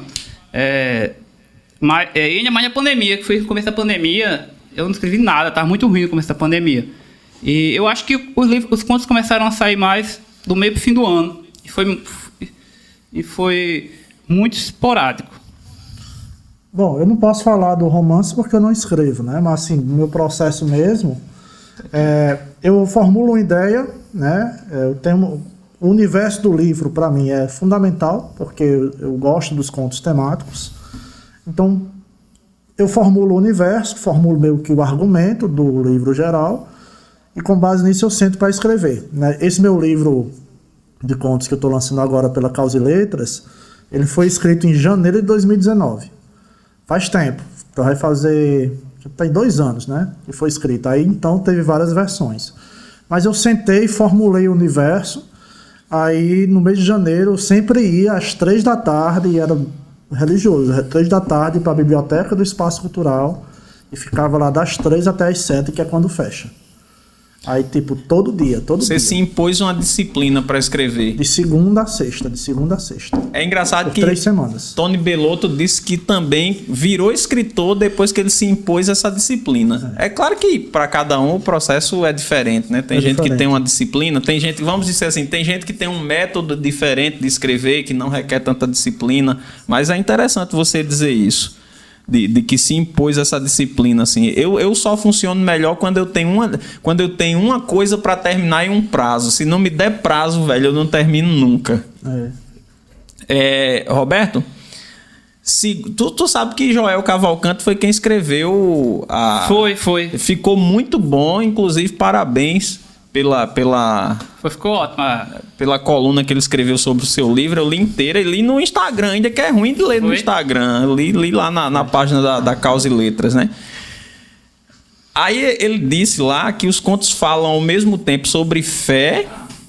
Mas ainda mais na pandemia, que foi no começo da pandemia, eu não escrevi nada, estava muito ruim no começo da pandemia. E eu acho que os contos começaram a sair mais do meio para o fim do ano. E foi muito esporádico. Bom, eu não posso falar do romance porque eu não escrevo, né? Mas assim, meu processo mesmo, eu formulo uma ideia, né? O universo do livro, para mim, é fundamental, porque eu gosto dos contos temáticos. Então, eu formulo o universo, formulo meio que o argumento do livro geral, e com base nisso eu sento para escrever, né? Esse meu livro de contos que eu estou lançando agora pela Causa e Letras, ele foi escrito em janeiro de 2019. Faz tempo, então vai fazer... já tem 2 anos, né? Que foi escrito. Aí, então, teve várias versões. Mas eu sentei, formulei o universo. Aí, no mês de janeiro, eu sempre ia às 3 da tarde, e era religioso, 3 da tarde para a biblioteca do Espaço Cultural, e ficava lá das 3 até as 7, que é quando fecha. Aí, tipo, todo dia. Você se impôs uma disciplina para escrever? De segunda a sexta. É engraçado que 3 semanas. Tony Bellotto disse que também virou escritor depois que ele se impôs essa disciplina. É claro que para cada um o processo é diferente, né? Tem gente que tem uma disciplina, tem gente, vamos dizer assim, tem gente que tem um método diferente de escrever, que não requer tanta disciplina, mas é interessante você dizer isso. De que se impôs essa disciplina, assim. Eu só funciono melhor quando eu tenho uma coisa para terminar em um prazo. Se não me der prazo, velho, eu não termino nunca. Roberto, tu sabe que Joel Cavalcante foi quem escreveu Foi. Ficou muito bom, inclusive parabéns ficou ótimo. Pela coluna que ele escreveu sobre o seu livro. Eu li inteira e li no Instagram, ainda que é ruim de ler no Instagram. Eu li lá na página da Causa e Letras, né? Aí ele disse lá que os contos falam ao mesmo tempo sobre fé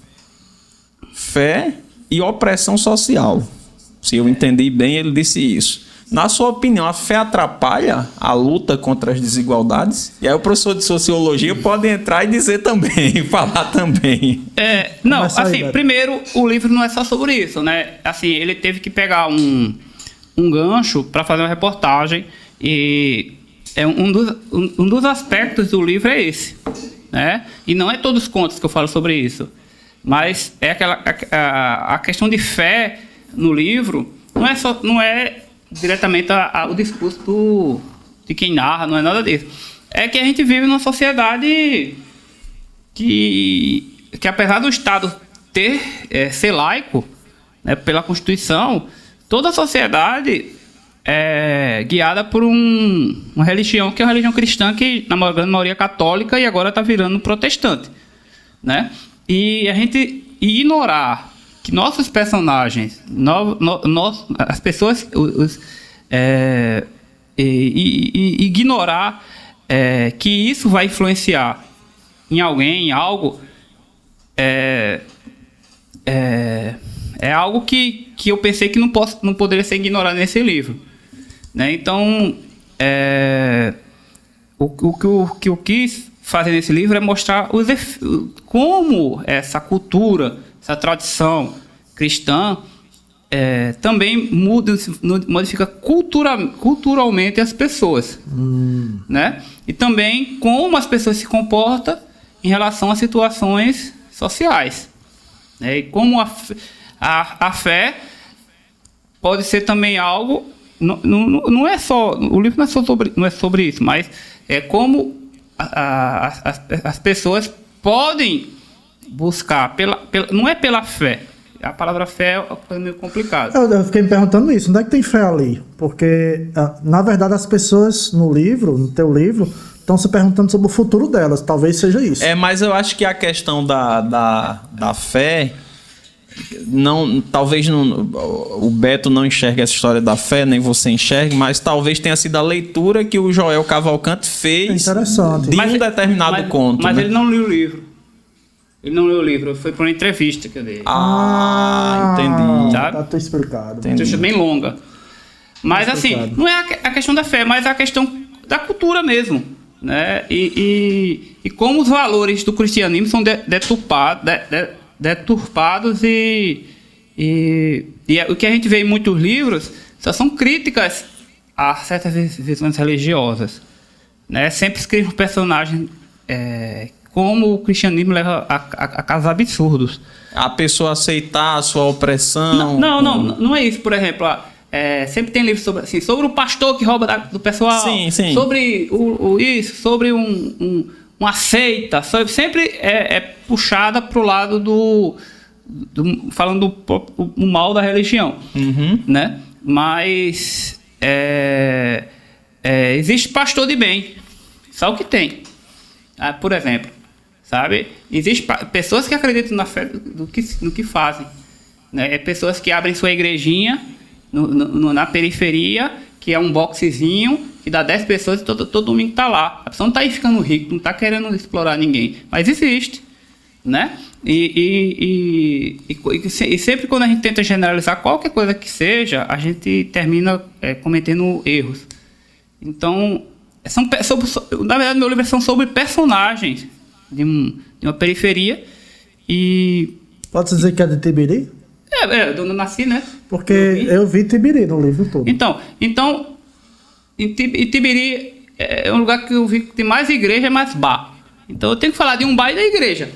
e opressão social. Se eu entendi bem, ele disse isso. Na sua opinião, a fé atrapalha a luta contra as desigualdades? E aí o professor de sociologia pode entrar e dizer também, falar também. Não, assim, primeiro, o livro não é só sobre isso, né? Assim, ele teve que pegar um gancho para fazer uma reportagem, e um dos aspectos do livro é esse, né? E não é todos os contos que eu falo sobre isso, mas é a questão de fé no livro não é diretamente o discurso de quem narra, não é nada disso. É que a gente vive numa sociedade que apesar do Estado ser laico, né, pela Constituição, toda a sociedade é guiada por uma religião que é uma religião cristã, que na grande maioria é católica e agora está virando protestante, né? E a gente ignorar que nossos personagens, as pessoas, ignorar que isso vai influenciar em alguém, em algo, é algo que eu pensei que não poderia ser ignorado nesse livro, né? Então, o que eu quis fazer nesse livro é mostrar como essa cultura, essa tradição cristã também modifica culturalmente as pessoas, né? E também como as pessoas se comportam em relação a situações sociais, né? E como a fé pode ser também algo, não é só, o livro não é sobre isso, mas é como as pessoas podem buscar não é pela fé. A palavra fé é meio complicado. Eu fiquei me perguntando isso, onde é que tem fé ali? Porque, na verdade, as pessoas no teu livro, estão se perguntando sobre o futuro delas. Talvez seja isso. Mas eu acho que a questão da fé, talvez o Beto não enxergue essa história da fé, nem você enxergue, mas talvez tenha sido a leitura que o Joel Cavalcante fez de um determinado conto. Mas né? Ele não leu o livro. Ele não leu o livro, foi para uma entrevista que eu dei. Entendi. Tá tudo explicado. Uma entrevista bem longa. Mas assim, não é a questão da fé, mas a questão da cultura mesmo, né? E como os valores do cristianismo são deturpados e o que a gente vê em muitos livros são críticas a certas visões religiosas, né? Sempre escreve um personagem como o cristianismo leva a casos absurdos. A pessoa aceitar a sua opressão. Não é isso. Por exemplo, sempre tem livros sobre o pastor que rouba do pessoal. Sim. Sobre isso, sobre uma seita. Sempre é puxada para o lado falando do mal da religião. Né? Mas existe pastor de bem. Só o que tem. Por exemplo, sabe? Existem pessoas que acreditam na fé no que fazem, né? Pessoas que abrem sua igrejinha na periferia, que é um boxezinho que dá 10 pessoas e todo domingo tá lá. A pessoa não tá aí ficando rico, não tá querendo explorar ninguém, mas existe, né? E sempre quando a gente tenta generalizar qualquer coisa que seja, a gente termina cometendo erros. Então, na verdade, meu livro são sobre personagens de uma periferia e... Pode dizer que é de Tibiri? De onde eu nasci, né? Porque eu vi Tibiri no livro todo. Então em Tibiri é um lugar que eu vi que tem mais igreja e mais bar. Então eu tenho que falar de um bar e da igreja.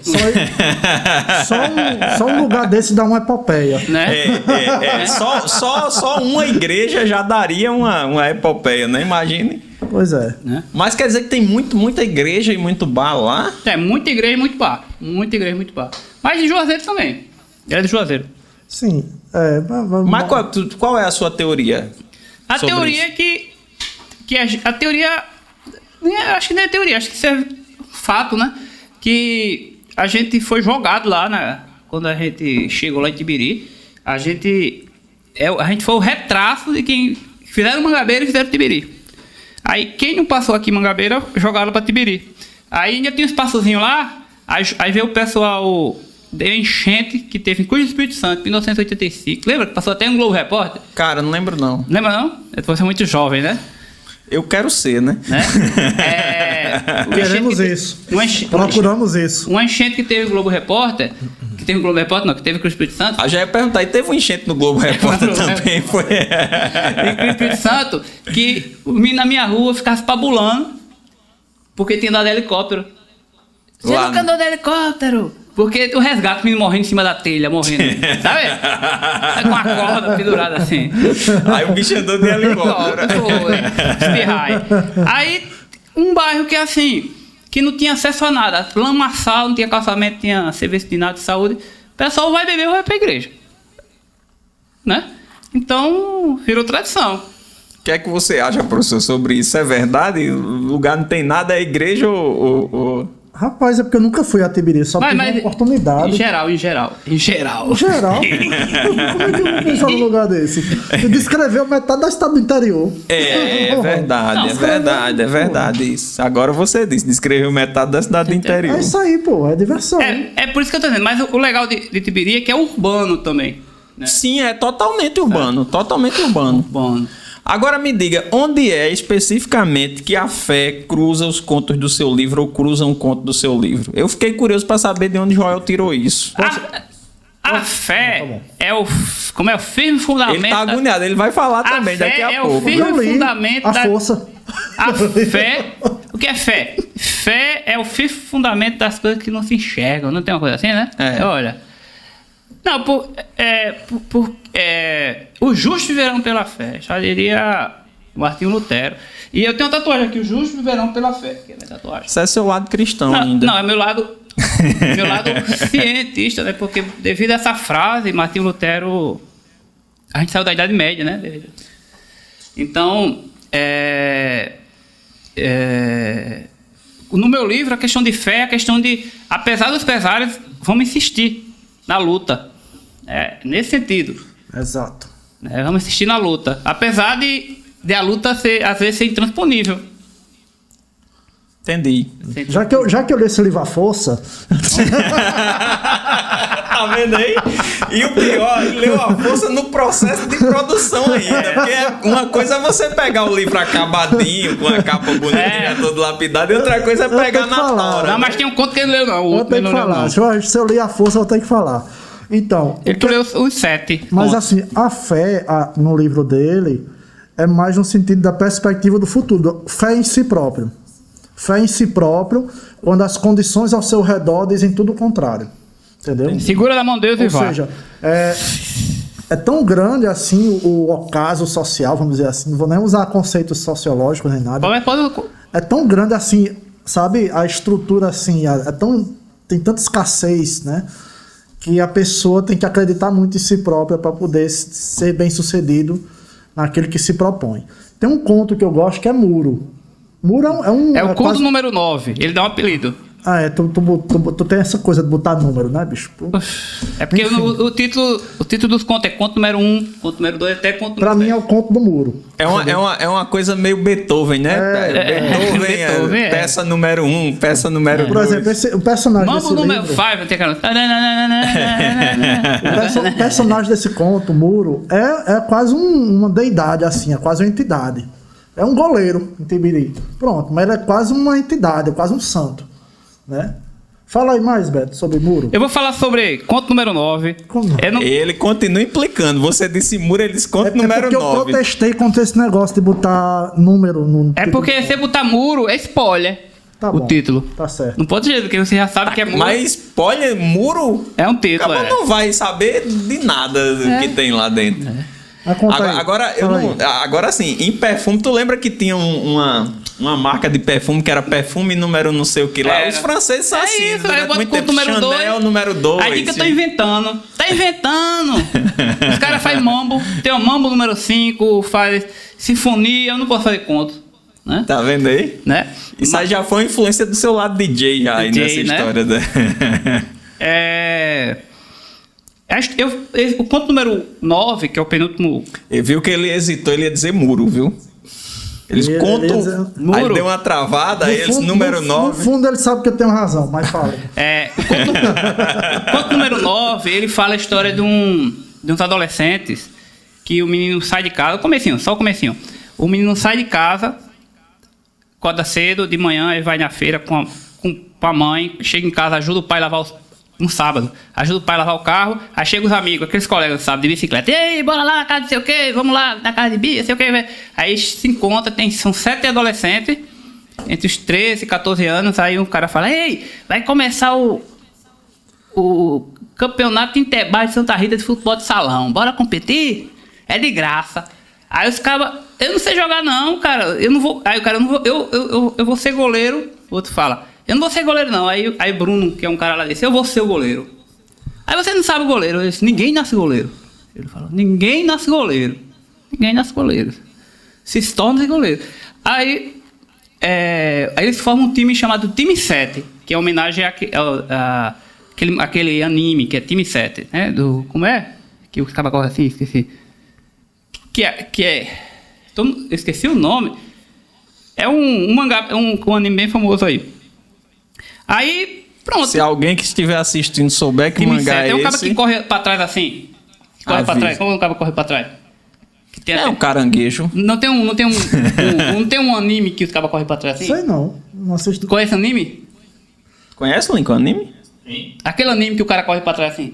Só um lugar desse dá uma epopeia. Né? Só uma igreja já daria uma epopeia, né? Imagine. Pois é. Mas quer dizer que tem muita igreja e muito bar lá? Muita igreja e muito bar. Muita igreja e muito bar. Mas de Juazeiro também. É de Juazeiro. Sim. Mas qual é a sua teoria? A teoria é que a teoria... Acho que não é teoria, acho que isso é fato, né? Que a gente foi jogado lá, quando a gente chegou lá em Tibiri. A gente foi o retrato de quem fizeram Mangabeira e fizeram Tibiri. Aí quem não passou aqui em Mangabeira, jogaram para Tibiri. Aí ainda tinha um espaçozinho lá, aí veio o pessoal, deu enchente que teve em Cruz do Espírito Santo, em 1985. Lembra que passou até um Globo Repórter? Cara, não lembro não. Lembra não? Você é muito jovem, né? Eu quero ser, né? Queremos isso. Procuramos isso. Uma enchente que teve o Globo Repórter, que teve o Espírito Santo. Já ia perguntar, e teve um enchente no Globo Repórter também, foi. E o Espírito Santo, que o menino na minha rua ficava pabulando, porque tinha dado helicóptero. Você nunca andou de helicóptero? Porque o resgate, o menino morrendo em cima da telha, morrendo, sabe? Com a corda pendurada assim. Aí o bicho andou de helicóptero. Aí, um bairro que assim, que não tinha acesso a nada, lamaçal, não tinha calçamento, tinha serviço de nada de saúde. O pessoal vai beber ou vai pra igreja. Né? Então, virou tradição. O que é que você acha, professor, sobre isso? É verdade? O lugar não tem nada, é igreja ou... Rapaz, é porque eu nunca fui a Tibiri, só tive uma oportunidade. Em geral. Como é que eu vou pensar num lugar desse? Tu descreveu metade da cidade do interior. É verdade isso. Agora você disse, descreveu metade da cidade do interior. É isso aí, pô, é diversão. É por isso que eu tô dizendo, mas o legal de Tibiri é que é urbano também. Né? Sim, é totalmente urbano, urbano. Agora me diga, onde é especificamente que a fé cruza os contos do seu livro ou cruza um conto do seu livro? Eu fiquei curioso para saber de onde Joel tirou isso. A fé é o firme fundamento... Ele tá agoniado, ele vai falar também daqui a pouco. A fé é o firme fundamento da... força. A fé... O que é fé? Fé é o firme fundamento das coisas que não se enxergam. Não tem uma coisa assim, né? Olha... Não, os justos viverão pela fé. Já diria Martinho Lutero. E eu tenho uma tatuagem aqui, os justos viverão pela fé. Que é minha tatuagem. Isso é seu lado cristão ainda. Não, é meu lado cientista, né? Porque devido a essa frase, Martinho Lutero... A gente saiu da Idade Média, né? Então, no meu livro, a questão de fé é a questão de... Apesar dos pesares, vamos insistir na luta. Nesse sentido. Exato. Vamos insistir na luta. Apesar de a luta às vezes ser intransponível. Entendi. Já que eu li esse livro à força... Tá vendo aí? E o pior, ele leu a força no processo de produção ainda. Porque uma coisa é você pegar o livro acabadinho, com a capa bonitinha, todo lapidado, e outra coisa é pegar na hora. Não, mas tem um conto que ele leu, não. Eu tenho que falar. Se eu li a força, eu tenho que falar. Então... Ele leu os 7. Mas assim, a fé no livro dele é mais no sentido da perspectiva do futuro. Fé em si próprio. Fé em si próprio, quando as condições ao seu redor dizem tudo o contrário. Entendeu? Segura na mão de Deus e vai. Ou seja, é tão grande assim o ocaso social, vamos dizer assim, não vou nem usar conceitos sociológicos nem nada. É tão grande assim, sabe, a estrutura assim, tem tanta escassez, né, que a pessoa tem que acreditar muito em si própria para poder ser bem sucedido naquilo que se propõe. Tem um conto que eu gosto que é Muro. Muro é o conto número 9, ele dá um apelido. Tu tem essa coisa de botar número, né, bicho? É porque o título dos contos é conto número 1, conto número 2, até conto número 3. Pra mim é o conto do Muro. É uma coisa meio Beethoven, né? Beethoven, peça número 1, peça número 2. Por exemplo, o personagem desse número 5, o personagem desse conto, o Muro, é quase uma deidade, assim, é quase uma entidade. É um goleiro em Tibiri. Pronto, mas ele é quase uma entidade, é quase um santo. Né? Fala aí mais, Beto, sobre Muro. Eu vou falar sobre conto número 9. Ele continua implicando. Você disse Muro, ele disse conto número 9. Eu protestei contra esse negócio de botar número no título. Porque se botar Muro, é spoiler. Tá o bom, título. Tá certo. Não pode ser, porque você já sabe que é Muro. Mas spoiler, Muro? É um título. Acaba não vai saber de nada que tem lá dentro. Agora sim, em perfume, tu lembra que tinha uma marca de perfume que era perfume número não sei o que lá? Os franceses são assim. Isso, eu boto muito número Chanel 2. número 2. Aí que eu tô inventando. Tá inventando. Os caras fazem mambo. Tem o mambo número 5, faz sinfonia. Eu não posso fazer conto. Né? Tá vendo aí? Né? Isso aí já foi uma influência do seu lado DJ já aí nessa história. O ponto número 9, que é o penúltimo... Ele viu que ele hesitou, ele ia dizer Muro, viu? Eles contam... Muro. Aí deu uma travada, aí eles número 9... No fundo ele sabe que eu tenho razão, mas fala. O conto número 9, ele fala a história de uns adolescentes que o menino sai de casa... Só o comecinho. O menino sai de casa acorda cedo, de manhã, ele vai na feira com a mãe, chega em casa, ajuda o pai a lavar um sábado, ajuda o pai a lavar o carro, aí chega os amigos, aqueles colegas, sabe, de bicicleta, ei, bora lá na casa de sei o quê, vamos lá na casa de Bia, sei o quê, aí se encontra, são 7 adolescentes, entre os 13 e 14 anos, aí um cara fala, ei, vai começar o campeonato Interbar de Santa Rita de futebol de salão, bora competir? É de graça. Aí os caras, eu não sei jogar não, cara, eu não vou, aí o cara, eu vou ser goleiro, o outro fala, eu não vou ser goleiro não, aí Bruno, que é um cara lá, disse, eu vou ser o goleiro. Aí você não sabe o goleiro, eu disse, ninguém nasce goleiro. Ele falou, ninguém nasce goleiro, se torna goleiro. Aí eles formam um time chamado Time 7, que é homenagem àquele anime, que é Time 7, né, como é? Que os caras correm assim, esqueci. Esqueci o nome. É um mangá, um anime bem famoso aí. Aí, pronto. Se alguém que estiver assistindo souber que mangá é esse... Tem um cara que corre pra trás assim. Corre pra trás. Como o cara corre pra trás? Um caranguejo. Não tem um anime que os caras correm pra trás assim? Sei não. Não assisto. Conhece anime? Conhece, Lincoln, anime? Sim. Aquele anime que o cara corre pra trás assim.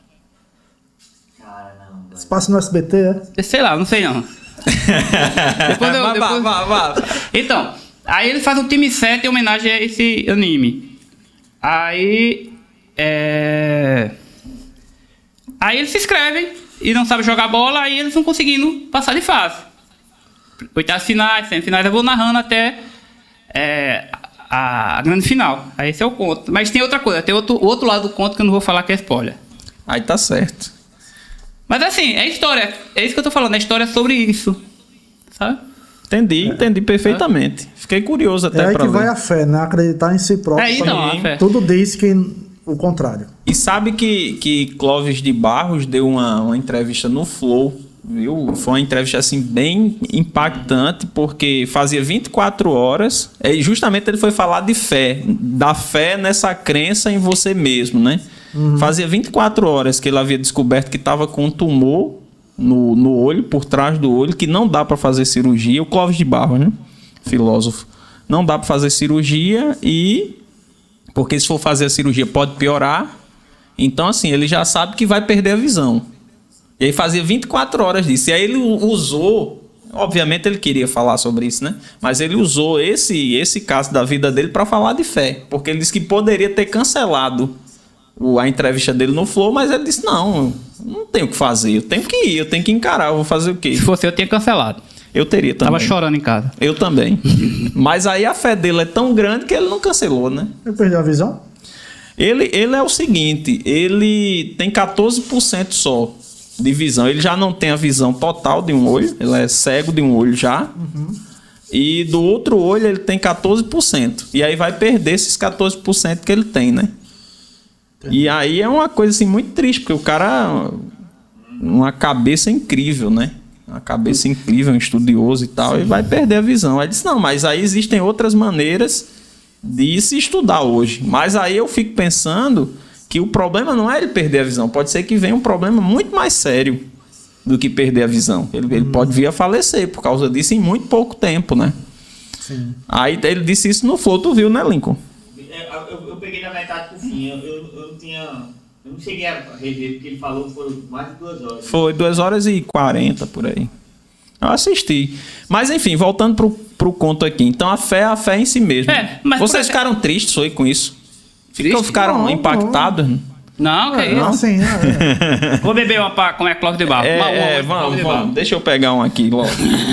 Se passa no SBT, é? Sei lá, não sei não. Então, aí ele faz um Time 7 em homenagem a esse anime. Aí eles se inscrevem e não sabem jogar bola, aí eles vão conseguindo passar de fase. Oitavas finais, semifinais, eu vou narrando até a grande final. Aí esse é o conto. Mas tem outra coisa, tem o outro lado do conto que eu não vou falar, que é spoiler. Aí tá certo. Mas assim, é história. É isso que eu tô falando, é história sobre isso. Sabe? Entendi perfeitamente. Fiquei curioso até pra ver. É aí que ver. vai a fé, né? Acreditar em si próprio. Então, a fé. Tudo diz que o contrário. E sabe que Clóvis de Barros deu uma entrevista no Flow, viu? Foi uma entrevista assim bem impactante, porque fazia 24 horas, e justamente ele foi falar de fé, da fé nessa crença em você mesmo, né? Fazia 24 horas que ele havia descoberto que estava com um tumor no olho, por trás do olho, que não dá para fazer cirurgia. O Clóvis de Barros, né? Filósofo. Não dá para fazer cirurgia porque se for fazer a cirurgia pode piorar. Então, assim, ele já sabe que vai perder a visão. E aí fazia 24 horas disso. E aí ele usou... Obviamente ele queria falar sobre isso, né? Mas ele usou esse caso da vida dele para falar de fé. Porque ele disse que poderia ter cancelado a entrevista dele no Flow, mas ele disse, não tenho o que fazer, eu tenho que ir, eu tenho que encarar, eu vou fazer o quê? Se fosse eu tinha cancelado. Eu teria também. Tava chorando em casa. Eu também. Mas aí a fé dele é tão grande que ele não cancelou, né? Ele perdeu a visão? Ele é o seguinte, ele tem 14% só de visão, ele já não tem a visão total de um olho, ele é cego de um olho já, e do outro olho ele tem 14%, e aí vai perder esses 14% que ele tem, né? E aí é uma coisa assim muito triste, porque o cara, uma cabeça incrível, né? Uma cabeça incrível, um estudioso e tal, e vai perder a visão. Aí disse, não, mas aí existem outras maneiras de se estudar hoje. Mas aí eu fico pensando que o problema não é ele perder a visão, pode ser que venha um problema muito mais sério do que perder a visão. Ele pode vir a falecer por causa disso em muito pouco tempo, né? Sim. Aí ele disse isso no Flow, tu viu, né, Lincoln? Eu peguei da metade pro fim, eu não cheguei a rever, porque ele falou que foram mais de 2 horas. Foi 2h40 por aí. Eu assisti. Mas enfim, voltando pro conto aqui. Então a fé em si mesmo. Mas vocês ficaram tristes foi com isso? Ficaram impactados? Não, que isso? Não, sim. Vou beber uma pá, como é Clóvis de Barros. Vamos. Deixa eu pegar um aqui logo.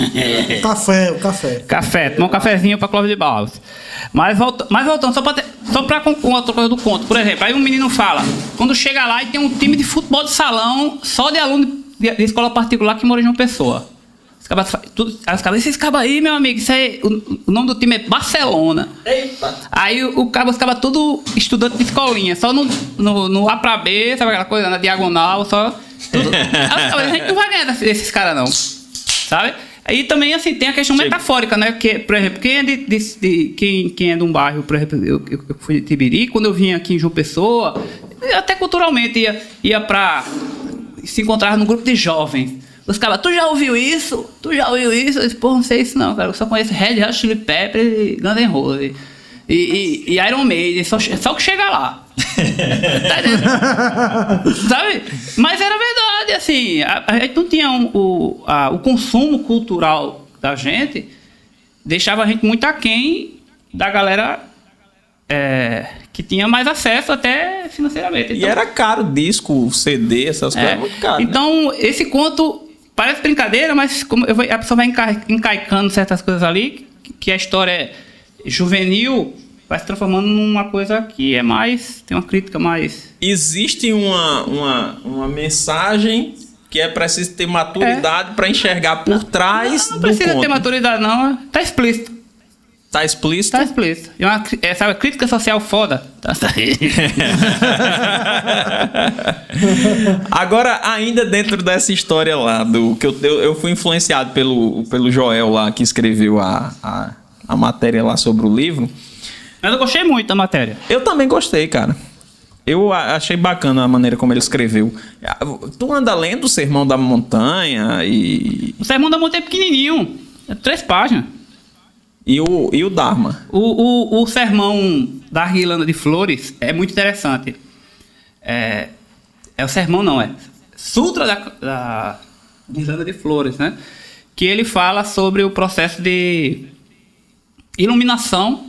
O café. Café, toma um cafezinho pra Clóvis de Barros. Mas voltando, só pra concluir outra coisa do conto. Por exemplo, aí um menino fala, quando chega lá e tem um time de futebol de salão só de aluno de escola particular que mora em João Pessoa. Esses cabas aí, meu amigo, isso aí, o nome do time é Barcelona. Eita. Aí os cabas tudo estudante de escolinha, só no A pra B, sabe aquela coisa, na diagonal, só. Tudo. A gente não vai ganhar desses caras, não. Sabe? Aí também, assim, tem a questão metafórica, né? Que, por exemplo, quem é de um bairro, por exemplo, eu fui de Tibiri, quando eu vim aqui em João Pessoa, até culturalmente ia pra se encontrar num grupo de jovens. Os caras, tu já ouviu isso? Tu já ouviu isso? Eu disse, pô, não sei isso não, cara. Eu só conheço Red Hot Chili Peppers e Guns N' Roses. E Iron Maiden, só que chega lá. Tá entendendo? Sabe? Mas era verdade, assim, a gente não tinha o consumo cultural da gente, deixava a gente muito aquém da galera que tinha mais acesso até financeiramente. Então, e era caro disco, CD, essas coisas, muito caro. Então, né? Esse conto parece brincadeira, mas a pessoa vai encaicando certas coisas ali, que a história é juvenil, vai se transformando numa coisa que tem uma crítica mais... Existe uma mensagem que é preciso ter maturidade para enchergar por trás do conto. Não precisa ter maturidade, não. Tá explícito. Tá explícito? Tá explícito. Sabe, crítica social foda. Tá aí. Agora, ainda dentro dessa história lá, que eu fui influenciado pelo Joel lá, que escreveu a matéria lá sobre o livro. Mas eu gostei muito da matéria. Eu também gostei, cara. Eu achei bacana a maneira como ele escreveu. Tu anda lendo o Sermão da Montanha e... O Sermão da Montanha é pequenininho. É 3 páginas. E o Dharma? O sermão da Guirlanda de Flores é muito interessante. É o sermão, não, é Sutra da Guirlanda de Flores, né? Que ele fala sobre o processo de iluminação.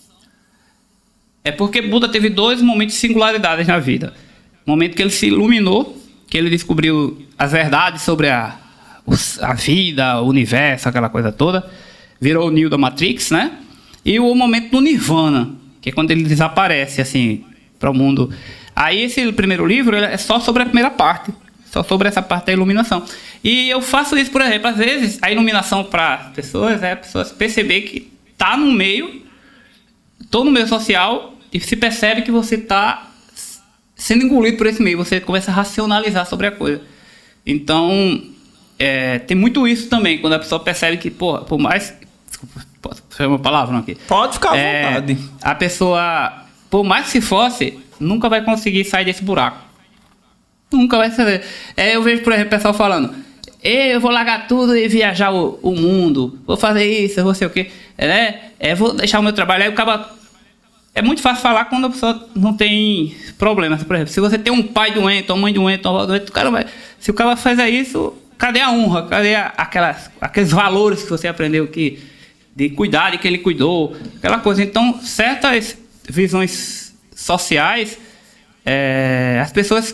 É porque Buda teve 2 momentos de singularidades na vida. O momento que ele se iluminou, que ele descobriu as verdades sobre a vida, o universo, aquela coisa toda. Virou o Neo da Matrix, né? E o momento do Nirvana, que é quando ele desaparece, assim, para o mundo. Aí esse primeiro livro é só sobre a primeira parte. Só sobre essa parte da iluminação. E eu faço isso, por exemplo, às vezes, a iluminação para pessoas é a pessoa perceber que tá no meio, tô no meio social, e se percebe que você tá sendo engolido por esse meio. Você começa a racionalizar sobre a coisa. Então, tem muito isso também, quando a pessoa percebe que, porra, por mais... Desculpa, pode fazer uma palavra não aqui? Pode ficar à vontade. A pessoa, por mais que se fosse, nunca vai conseguir sair desse buraco. Nunca vai saber. Eu vejo, por exemplo, o pessoal falando, eu vou largar tudo e viajar o mundo, vou fazer isso, vou sei o quê, vou deixar o meu trabalho. Aí o cara... É muito fácil falar quando a pessoa não tem problemas. Por exemplo, se você tem um pai doente, uma mãe doente, uma avó doente, o cara vai... Se o cara fazer isso, cadê a honra? Cadê aqueles valores que você aprendeu de cuidar de que ele cuidou? Aquela coisa. Então, certas visões sociais, as pessoas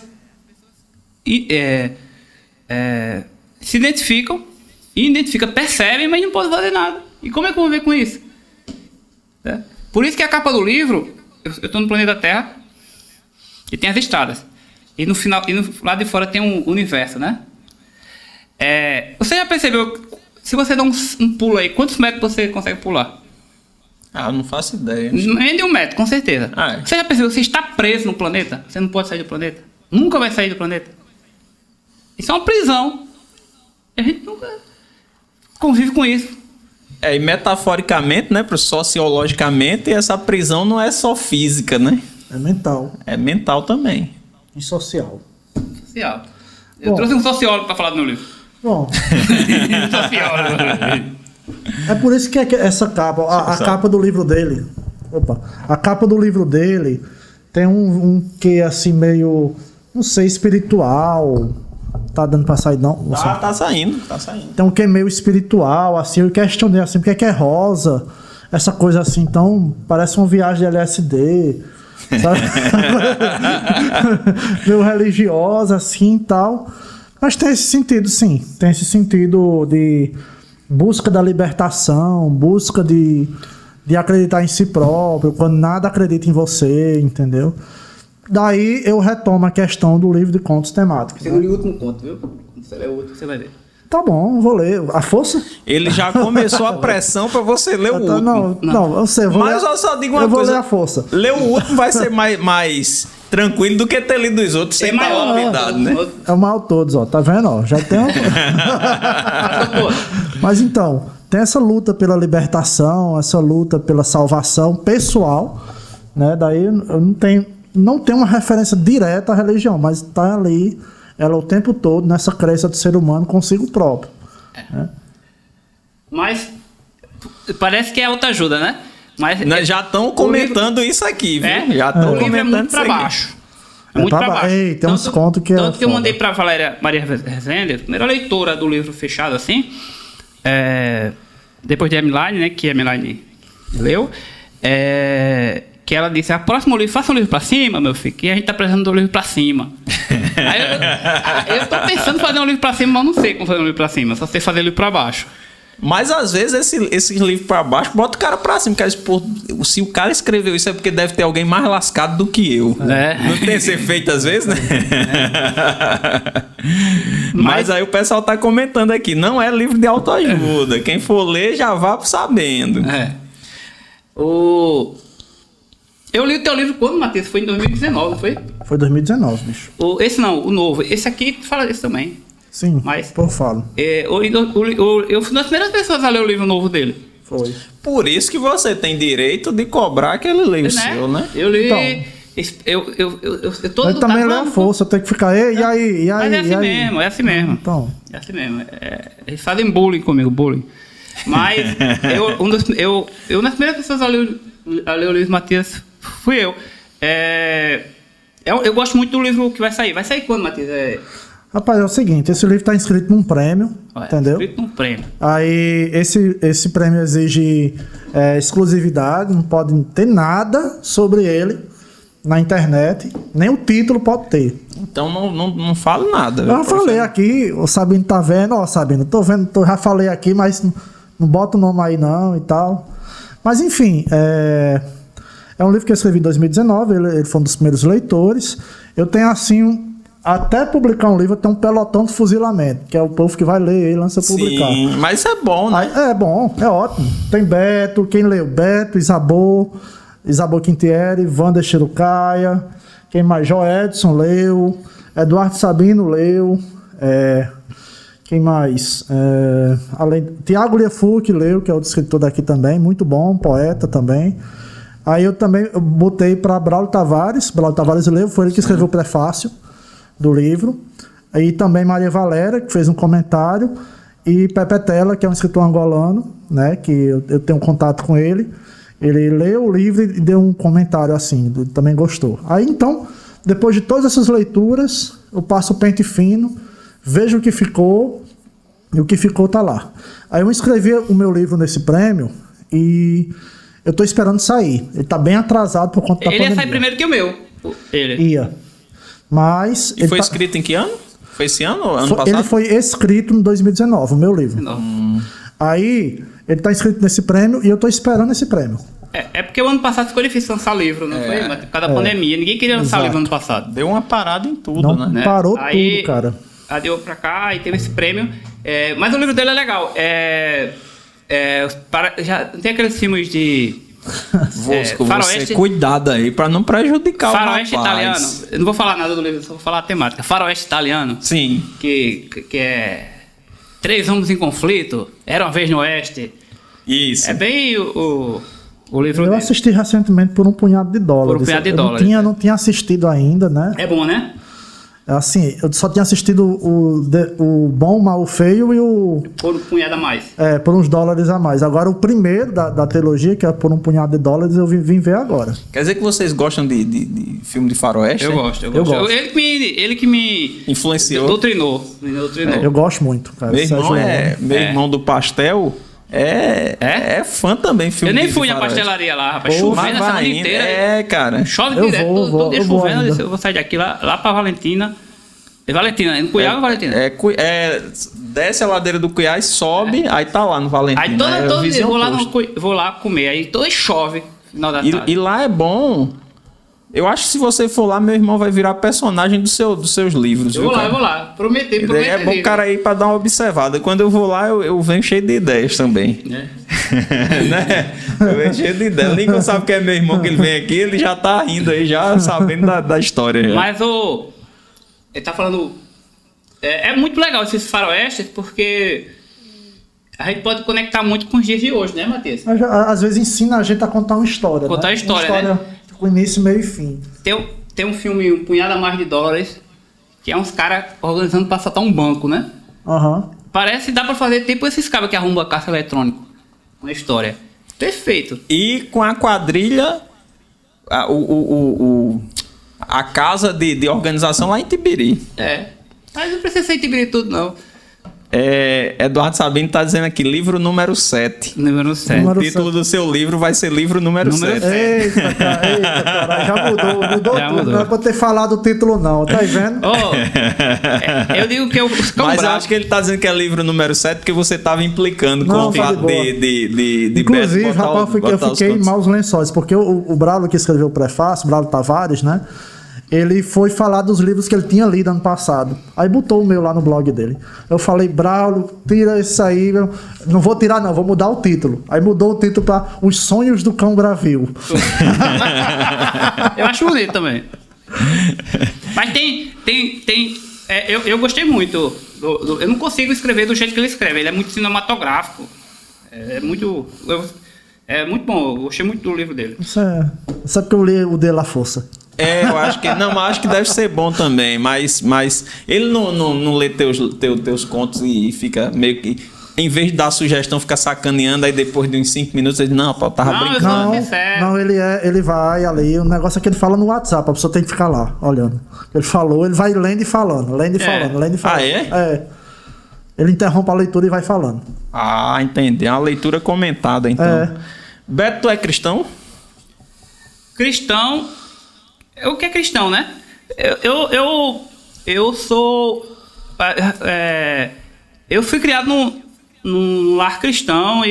se identificam, percebem, mas não podem fazer nada. E como é que eu vou ver com isso? Por isso que a capa do livro, eu estou no planeta Terra, e tem as estradas. E no final, lado de fora tem um universo, né? Você já percebeu, se você dá um pulo aí, quantos metros você consegue pular? Eu não faço ideia. Nem de 1 metro, com certeza. Você já percebeu, você está preso no planeta? Você não pode sair do planeta? Nunca vai sair do planeta. Isso é uma prisão. E a gente nunca convive com isso. E metaforicamente, né, sociologicamente, essa prisão não é só física, né? É mental. É mental também. E social. Social. Eu trouxe um sociólogo para falar do meu livro. Bom. Sociólogo. É por isso que essa capa, a capa do livro dele. A capa do livro dele tem um que assim meio, não sei, espiritual. Tá dando pra sair, não? Tá saindo. Tem um que é meio espiritual, assim. Eu questionei assim, porque é rosa? Essa coisa assim, então, parece uma viagem de LSD, sabe? Meio religiosa, assim, e tal. Mas tem esse sentido, sim. Tem esse sentido de busca da libertação, busca de acreditar em si próprio, quando nada acredita em você, entendeu? Daí eu retomo a questão do livro de contos temáticos. Segundo e último conto, viu? Você lê o outro, você vai ver. Tá bom, vou ler. A força? Ele já começou a pressão pra você ler o último. Não, eu sei. Mas eu só digo uma coisa. Eu vou ler a força. Ler o último vai ser mais tranquilo do que ter lido os outros sem palavridade, né? É o mal todos, ó. Tá vendo? Ó, já tem Mas então, tem essa luta pela libertação, essa luta pela salvação pessoal, né? Daí eu não tenho uma referência direta à religião, mas tá ali ela o tempo todo nessa crença do ser humano consigo próprio. Né? Mas parece que é autoajuda, né? Mas já estão comentando isso aqui, viu? É? Já estão O livro é comentando muito para isso aqui. baixo. É muito para baixo. Ei, tem uns contos que tanto que eu foda. mandei para Valéria Maria Rezende, a primeira leitora do livro fechado assim, depois de Emiline, né, que a Emiline leu, que ela disse: próximo livro, faça um livro para cima, meu filho, que a gente tá precisando do livro para cima. Aí eu tô pensando em fazer um livro para cima, mas não sei como fazer um livro para cima, só sei fazer livro para baixo. Mas às vezes esse livro pra baixo bota o cara pra cima. Porque, pô, se o cara escreveu isso é porque deve ter alguém mais lascado do que eu. Não tem que ser feito às vezes, né? Mas aí o pessoal tá comentando aqui: não é livro de autoajuda. Quem for ler já vá sabendo. Eu li o teu livro quando, Matheus? Foi em 2019, não foi? Foi 2019, bicho. Esse não, o novo. Esse aqui fala disso também. Sim, Mas, por falo. Eu fui das primeiras pessoas a ler o livro novo dele. Foi. Por isso que você tem direito de cobrar aquele livro seu, né? Eu li... Então. Eu tô Mas também lê a força, tem que ficar, e aí? Mas é assim mesmo, é assim mesmo. Então. É assim mesmo. Eles fazem bullying comigo, bullying. Mas eu nas primeiras pessoas a ler o livro Matheus fui eu. Eu gosto muito do livro que vai sair. Vai sair quando, Matheus? Rapaz, é o seguinte, esse livro está inscrito num prêmio, entendeu? Inscrito num prêmio. Aí esse prêmio exige exclusividade, não pode ter nada sobre ele na internet, nem o título pode ter. Então não falo nada. Eu já falei aqui, o Sabino tá vendo, Sabino, tô vendo, já falei aqui, mas não bota o nome aí não e tal. Mas enfim, é um livro que eu escrevi em 2019, ele foi um dos primeiros leitores. Eu tenho assim... Até publicar um livro, tem um pelotão de fuzilamento, que é o povo que vai ler e lança publicar. Sim, mas isso é bom, né? Aí, é bom, é ótimo. Tem Beto, quem leu? Beto, Isabô Quintieri, Wander Chirucaia, quem mais? Joedson leu, Eduardo Sabino leu, quem mais? Tiago Liefurque leu, que é o escritor daqui também, muito bom, poeta também. Aí eu também botei para Braulio Tavares leu, foi ele que escreveu o prefácio do livro, aí também Maria Valéria, que fez um comentário, e Pepe Tela, que é um escritor angolano, né, que eu tenho contato com ele leu o livro e deu um comentário assim, também gostou. Aí então, depois de todas essas leituras, eu passo o pente fino, vejo o que ficou, e o que ficou tá lá. Aí eu inscrevi o meu livro nesse prêmio, e eu tô esperando sair, ele tá bem atrasado por conta da pandemia. Ele ia sair primeiro que o meu, Ia. Mas... E foi escrito em que ano? Foi esse ano ou ano passado? Ele foi escrito em 2019, o meu livro. Aí, ele está inscrito nesse prêmio e eu estou esperando esse prêmio. É porque o ano passado ficou difícil lançar livro, não foi? Por causa da pandemia. Ninguém queria lançar livro no ano passado. Deu uma parada em tudo, Não, né? Parou aí, tudo, cara. Adiou pra cá e teve esse prêmio. Mas o livro dele é legal. Já tem aqueles filmes de... Faroeste, cuidado aí pra não prejudicar o rapaz. Faroeste italiano. Eu não vou falar nada do livro, só vou falar a temática. Faroeste italiano. Sim. Que é 3 homens em conflito. Era uma vez no Oeste. Isso. É bem o livro Eu dele. assisti recentemente por $1 Por $1 Eu não tinha assistido ainda, né? É bom, né? Assim, eu só tinha assistido o Bom, Mal, Feio e o... Por um punhado a mais. Por uns $. A mais. Agora, o primeiro da trilogia, que é por $1, eu vim ver agora. Quer dizer que vocês gostam de filme de faroeste? Eu gosto. Ele que me influenciou. Doutrinou. Eu gosto muito, cara. Meu irmão do pastel é fã também. Filme eu nem de fui na faroeste. pastelaria lá, rapaz. Chovendo a semana inteira. Cara. Chove Eu direto, vou, todo dia eu vou chovendo. ainda. Eu vou sair daqui lá pra Valentina. Valentina, no Cuiabá ou Valentina? Desce a ladeira do Cuiabá e sobe, aí tá lá no Valentina. Aí todo dia vou lá comer, aí todo chove no final da tarde. E lá é bom. Eu acho que se você for lá, meu irmão vai virar personagem dos seus livros. Eu vou lá. Prometi. É bom o cara ir pra dar uma observada. Quando eu vou lá, eu venho cheio de ideias também. Né? Eu venho cheio de ideias. Ninguém sabe que é meu irmão que ele vem aqui, ele já tá rindo aí, já sabendo da história. Já. Mas ele tá falando... É muito legal esses faroestes, porque a gente pode conectar muito com os dias de hoje, né, Matheus? Às vezes ensina a gente a contar uma história. Contar uma história, né? Com início, meio e fim. Tem um filme, Um Punhado a Mais de Dólares, que é uns caras organizando para assaltar um banco, né? Parece, dá para fazer tipo esses cabos que arrombam a caixa eletrônica. Uma história. Perfeito. E com a quadrilha, a casa de organização lá em Tibiri. Mas não precisa ser em Tibiri tudo, não. Eduardo Sabino está dizendo aqui, livro número 7. Número 7. O título do seu livro vai ser livro número 7. Eita, cara, já mudou Já tudo. mudou. Não é pra ter falado o título, não, tá vendo? Eu digo que Mas eu acho que ele está dizendo que é livro número 7 porque você estava implicando com Não, o tá de fato boa. de Inclusive, Beto botar rapaz, eu botar os fiquei em contos. maus lençóis, porque o Braulio que escreveu o prefácio, Braulio Tavares, né? Ele foi falar dos livros que ele tinha lido ano passado. Aí botou o meu lá no blog dele. Eu falei, Braulio, tira isso aí. Não vou tirar, não, vou mudar o título. Aí mudou o título para Os Sonhos do Cão Bravio. Eu acho bonito também. Mas eu gostei muito. Eu não consigo escrever do jeito que ele escreve. Ele é muito cinematográfico. É muito bom. Eu gostei muito do livro dele. Isso é porque eu li o De La Força. Eu acho que. Não, mas acho que deve ser bom também. Mas ele não lê teus contos e fica meio que. Em vez de dar sugestão, fica sacaneando, aí depois de uns 5 minutos ele diz, não, pô, eu tava brincando. Não, ele vai ali. O negócio é que ele fala no WhatsApp, a pessoa tem que ficar lá, olhando. Ele falou, ele vai lendo e falando, lendo e falando, lendo e falando. Ah, é? Ele interrompe a leitura e vai falando. Ah, entendi. É uma leitura comentada, então. Beto, tu é cristão? Cristão. O que é cristão, né? Eu sou. Eu fui criado num lar cristão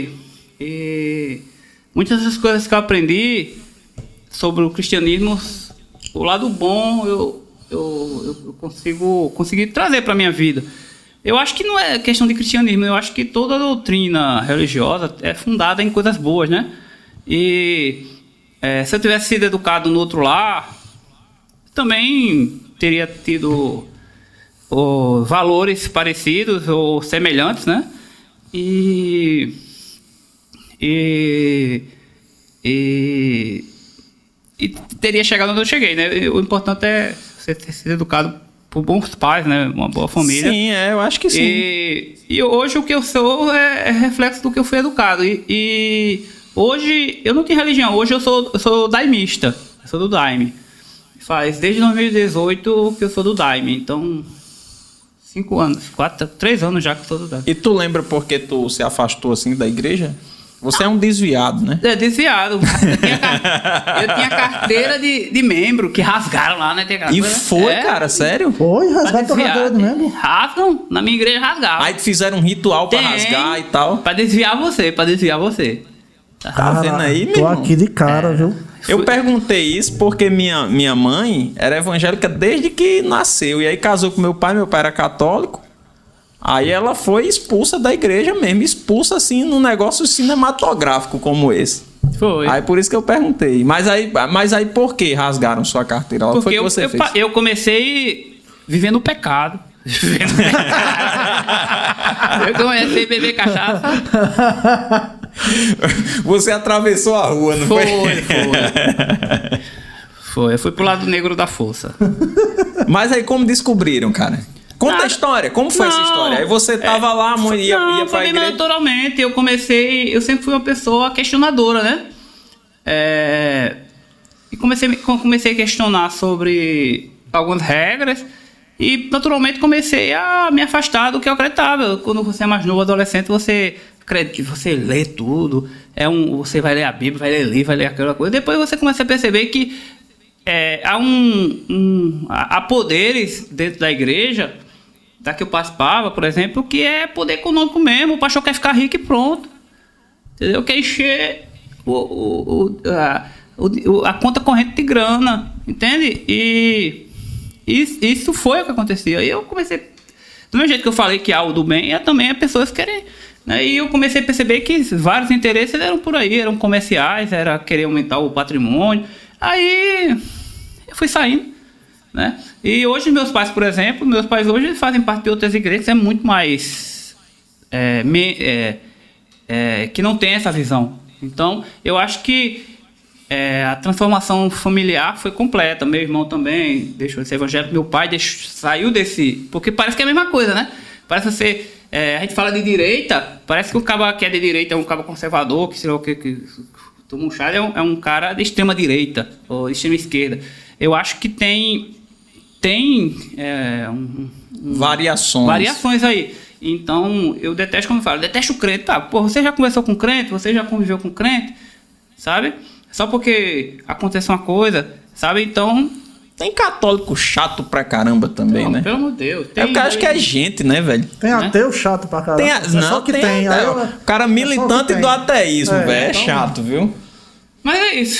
e muitas das coisas que eu aprendi sobre o cristianismo, o lado bom eu consegui trazer para minha vida. Eu acho que não é questão de cristianismo, eu acho que toda a doutrina religiosa é fundada em coisas boas, né? E se eu tivesse sido educado no outro lar, também teria tido valores parecidos ou semelhantes, né? E teria chegado onde eu cheguei, né? O importante é você ter sido educado por bons pais, né? Uma boa família. Sim, eu acho que sim. E hoje o que eu sou é reflexo do que eu fui educado. E hoje eu não tenho religião. Hoje eu sou daimista. Eu sou do Daime. Faz desde 2018 que eu sou do Daime. Então, 5 anos, 3 anos já que eu sou do Daime. E tu lembra por que tu se afastou assim da igreja? Você é um desviado, né? Desviado. Eu tinha carteira de membro que rasgaram lá, né? E foi, cara, sério? Foi, rasgaram tua carteira de membro? Rasgam, na minha igreja rasgaram. Aí fizeram um ritual pra rasgar e tal. Pra desviar você. Tá vendo aí, meu tô irmão? aqui de cara, viu? Eu perguntei isso porque minha mãe era evangélica desde que nasceu. E aí casou com meu pai era católico. Aí ela foi expulsa da igreja mesmo. Expulsa assim num negócio cinematográfico como esse. Foi. Aí por isso que eu perguntei. Mas aí por que rasgaram sua carteira? Porque foi que você fez? Eu comecei vivendo o pecado. Eu comecei a beber cachaça. Você atravessou a rua, não foi? Foi. Eu fui pro lado negro da força. Mas aí como descobriram, cara? Conta a história. Como foi essa história? Aí você tava lá, ia pra igreja? Naturalmente, eu sempre fui uma pessoa questionadora, né? E comecei a questionar sobre algumas regras. E, naturalmente, comecei a me afastar do que eu acreditava. Quando você é mais novo, adolescente, você lê tudo. Você vai ler a Bíblia, vai ler livro, vai ler aquela coisa. Depois você começa a perceber que há poderes dentro da igreja, da que eu participava, por exemplo, que é poder econômico mesmo. O pastor quer ficar rico e pronto. Entendeu? Quer encher a conta corrente de grana. Entende? E isso foi o que acontecia. E eu comecei... Do mesmo jeito que eu falei que há o do bem, também as pessoas querem... Né? E eu comecei a perceber que vários interesses eram por aí, eram comerciais, era querer aumentar o patrimônio. Aí eu fui saindo, né? E hoje meus pais, por exemplo, hoje fazem parte de outras igrejas, é muito mais... que não tem essa visão. Então, eu acho que a transformação familiar foi completa. Meu irmão também deixou de ser evangélico, meu pai saiu desse... Porque parece que é a mesma coisa, né? Parece você... a gente fala de direita, parece que o cara que é de direita é um cara conservador, que sei lá o que toma um chá, é um cara de extrema direita ou de extrema esquerda. Eu acho que tem variações aí. Então, eu detesto, como eu falo, detesto o crente. Tá, pô, você já conversou com crente? Você já conviveu com crente? Sabe? Só porque acontece uma coisa, sabe? Então... Tem católico chato pra caramba também, não, né? Pelo amor de Deus. É porque eu acho que é gente, né, velho? Tem ateu chato pra caramba. Só que tem. O cara militante do ateísmo, velho. É então... chato, viu? Mas é isso.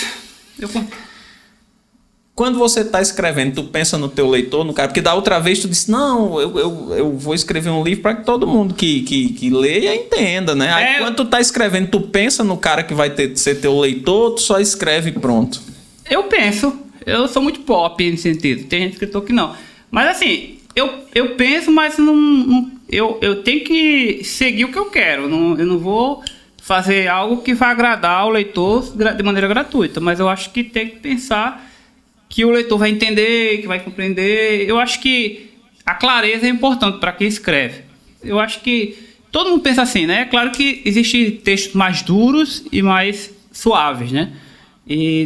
Quando você tá escrevendo, tu pensa no teu leitor, no cara... Porque da outra vez tu disse, não, eu vou escrever um livro para que todo mundo que leia entenda, né? Aí quando tu tá escrevendo, tu pensa no cara que vai ser teu leitor, tu só escreve e pronto. Eu penso. Eu sou muito pop nesse sentido. Tem gente escritor que não. Mas assim, eu penso, mas não eu tenho que seguir o que eu quero. Eu não vou fazer algo que vai agradar o leitor de maneira gratuita. Mas eu acho que tem que pensar que o leitor vai entender, que vai compreender. Eu acho que a clareza é importante para quem escreve. Eu acho que todo mundo pensa assim, né? É claro que existem textos mais duros e mais suaves, né? E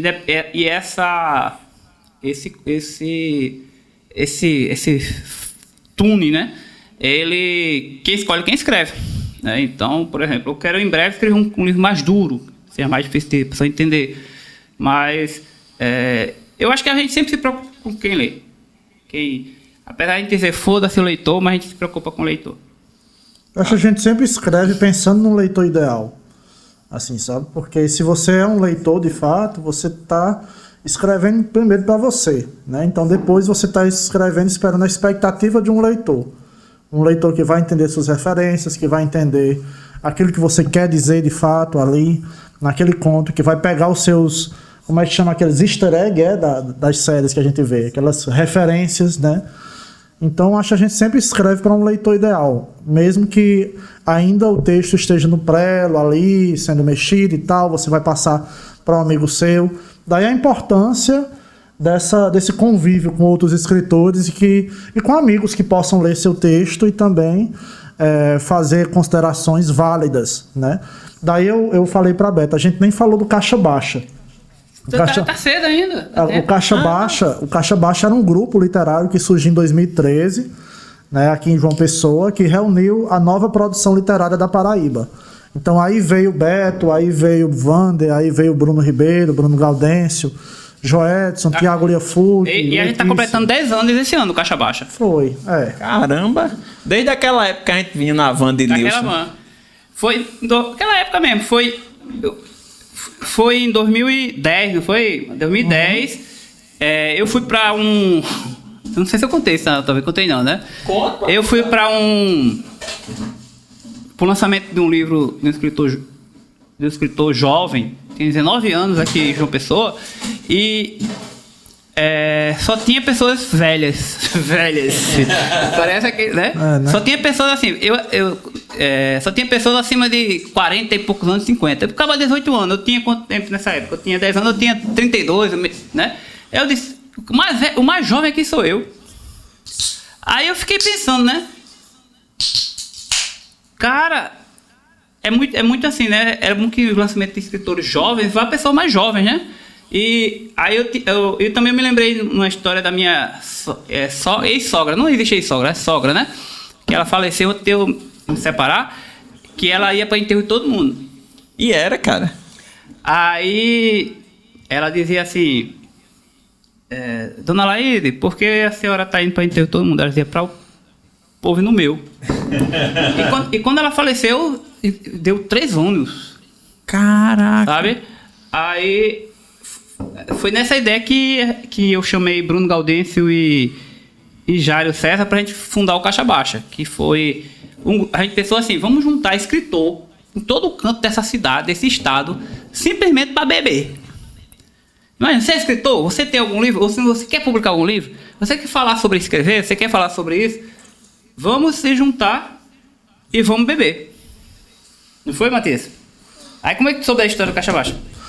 esse tune, né? Quem escolhe quem escreve, né? Então, por exemplo, eu quero em breve escrever um livro mais duro, seja mais difícil de pessoa entender. Mas eu acho que a gente sempre se preocupa com quem lê. Apesar de a gente dizer foda-se o leitor, mas a gente se preocupa com o leitor. Eu acho que a gente sempre escreve pensando no leitor ideal. Assim, sabe? Porque se você é um leitor de fato, você está escrevendo primeiro para você, né? Então depois você está escrevendo esperando a expectativa de um leitor. Um leitor que vai entender suas referências, que vai entender aquilo que você quer dizer de fato ali, naquele conto, que vai pegar os seus, como é que chama, aqueles easter eggs das séries que a gente vê, aquelas referências, né? Então acho que a gente sempre escreve para um leitor ideal, mesmo que ainda o texto esteja no prelo ali, sendo mexido e tal, você vai passar para um amigo seu. Daí a importância desse convívio com outros escritores e com amigos que possam ler seu texto e também fazer considerações válidas, né? Daí eu falei para a Beta, a gente nem falou do Caixa Baixa. Tá cedo ainda. O Caixa Baixa era um grupo literário que surgiu em 2013, né, aqui em João Pessoa, que reuniu a nova produção literária da Paraíba. Então aí veio o Beto, aí veio o Vander, aí veio o Bruno Ribeiro, Bruno Gaudêncio, Joedson, Tiago Liafut. E a gente tá completando 10 anos esse ano, o Caixa Baixa. Foi, Caramba! Desde aquela época que a gente vinha na van de Nilson. Aquela época mesmo, foi em 2010, não foi? 2010, eu fui pra um... Não sei se eu contei isso, talvez contei não, né? Conta. Eu fui pra pro lançamento de um livro de um escritor jovem, tem 19 anos aqui em João Pessoa, e só tinha pessoas velhas. Parece que, né? Só tinha pessoas assim, só tinha pessoas acima de 40 e poucos anos, 50. Eu ficava 18 anos, eu tinha quanto tempo nessa época? Eu tinha 10 anos, eu tinha 32, né? Eu disse, o mais jovem aqui sou eu. Aí eu fiquei pensando, né? Cara, é muito assim, né? É bom que o lançamento de escritores jovens vá a pessoas mais jovens, né? E aí eu também me lembrei numa história da minha ex-sogra. Não existe ex-sogra, é sogra, né? Que ela faleceu antes de eu me separar, que ela ia para enterro de todo mundo. E era, cara. Aí ela dizia assim, Dona Laíde, por que a senhora está indo para enterro de todo mundo? Ela dizia, para o povo e no meu. E quando ela faleceu, deu 3 ônibus. Caraca. Sabe? Aí foi nessa ideia que eu chamei Bruno Gaudêncio e Jário César pra gente fundar o Caixa Baixa, que foi... a gente pensou assim, vamos juntar escritor em todo o canto dessa cidade, desse estado, simplesmente para beber. Mas você é escritor? Você tem algum livro? Ou se você quer publicar algum livro? Você quer falar sobre escrever? Você quer falar sobre isso? Vamos se juntar e vamos beber. Não foi, Matias? Aí como é que tu soube da história do Caixa Baixa?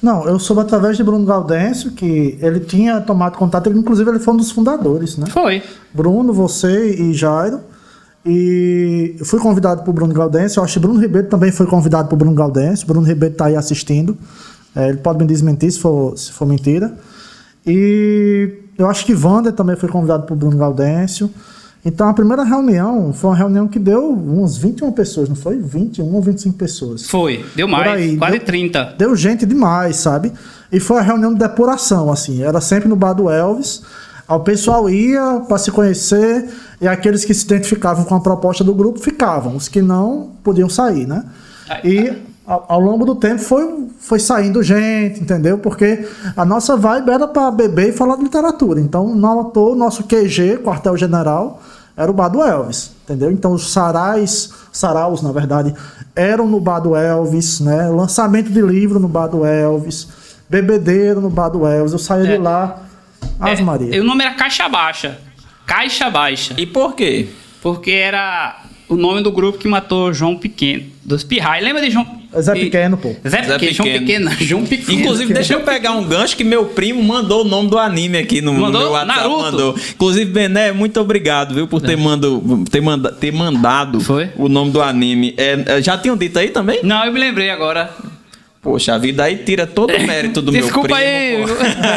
Não, eu soube através de Bruno Gaudêncio, que ele tinha tomado contato, inclusive ele foi um dos fundadores, né? Foi. Bruno, você e Jairo. E eu fui convidado por Bruno Gaudêncio, eu acho que Bruno Ribeiro também foi convidado por Bruno Gaudêncio. Bruno Ribeiro está aí assistindo, ele pode me desmentir se for mentira. E eu acho que Wander também foi convidado por Bruno Gaudêncio. Então a primeira reunião foi uma reunião que deu umas 21 pessoas, não foi? 21 ou 25 pessoas. Foi, deu mais, aí, quase 30. Deu gente demais, sabe? E foi a reunião de depuração, assim, era sempre no bar do Elvis. O pessoal ia para se conhecer e aqueles que se identificavam com a proposta do grupo ficavam, os que não podiam sair, né? E ao longo do tempo foi saindo gente, entendeu? Porque a nossa vibe era para beber e falar de literatura. Então, o nosso QG, quartel-general, era o bar do Elvis, entendeu? Então, os saraus, na verdade, eram no bar do Elvis, né? Lançamento de livro no bar do Elvis, bebedeiro no bar do Elvis. Eu saía de lá, Ave Maria. O nome era Caixa Baixa. Caixa Baixa. E por quê? Porque era o nome do grupo que matou João Pequeno, dos Pirrai. Lembra de João... Zé Pequeno, pô. Zé Pequeno, João Pequeno, João Pequeno. Inclusive, deixa eu pegar um gancho que meu primo mandou o nome do anime aqui no meu WhatsApp. Naruto. Mandou. Inclusive, Bené, muito obrigado, viu, por ter mandado Foi? o nome do anime. Já tinham dito aí também? Não, eu me lembrei agora. Poxa, a vida aí tira todo o mérito do meu primo. Desculpa aí.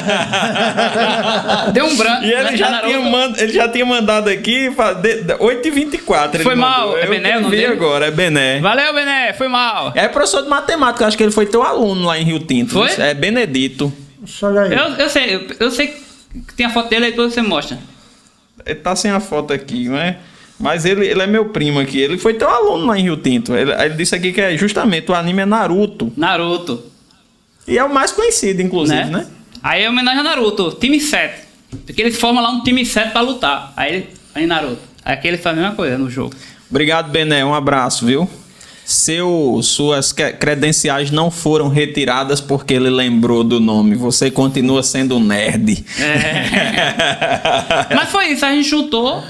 Deu um branco. E ele já tinha mandado aqui 8h24. Foi mal, é Bené o nome dele? Agora, é Bené. Valeu, Bené, foi mal. É professor de matemática, acho que ele foi teu aluno lá em Rio Tinto. Foi? É Benedito. Olha aí. Eu sei que tem a foto dele aí, depois você mostra. Ele tá sem a foto aqui, né? Mas ele é meu primo aqui. Ele foi teu aluno lá em Rio Tinto. Ele disse aqui que justamente o anime é Naruto. Naruto. E é o mais conhecido, inclusive, né? Aí é homenagem a Naruto, time 7. Porque eles formam lá um time 7 pra lutar. Aí Naruto. Aí aqui eles fazem a mesma coisa no jogo. Obrigado, Bené. Um abraço, viu? Suas credenciais não foram retiradas porque ele lembrou do nome. Você continua sendo um nerd. Mas foi isso, a gente chutou,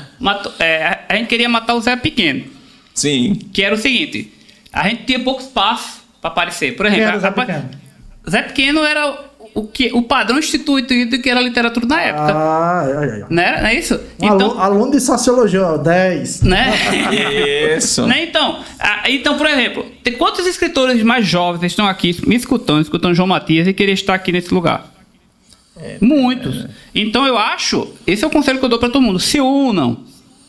a gente queria matar o Zé Pequeno. Sim. Que era o seguinte, a gente tinha pouco espaço para aparecer. Por exemplo, Quem era o Zé Pequeno? Zé Pequeno era o padrão instituído que era a literatura na época. Né? Não é isso? Aluno de sociologia, 10. Né? Isso. Né? Então, por exemplo, tem quantos escritores mais jovens estão aqui me escutando João Matias e queriam estar aqui nesse lugar? Muitos. Então eu acho, esse é o conselho que eu dou para todo mundo: se unam,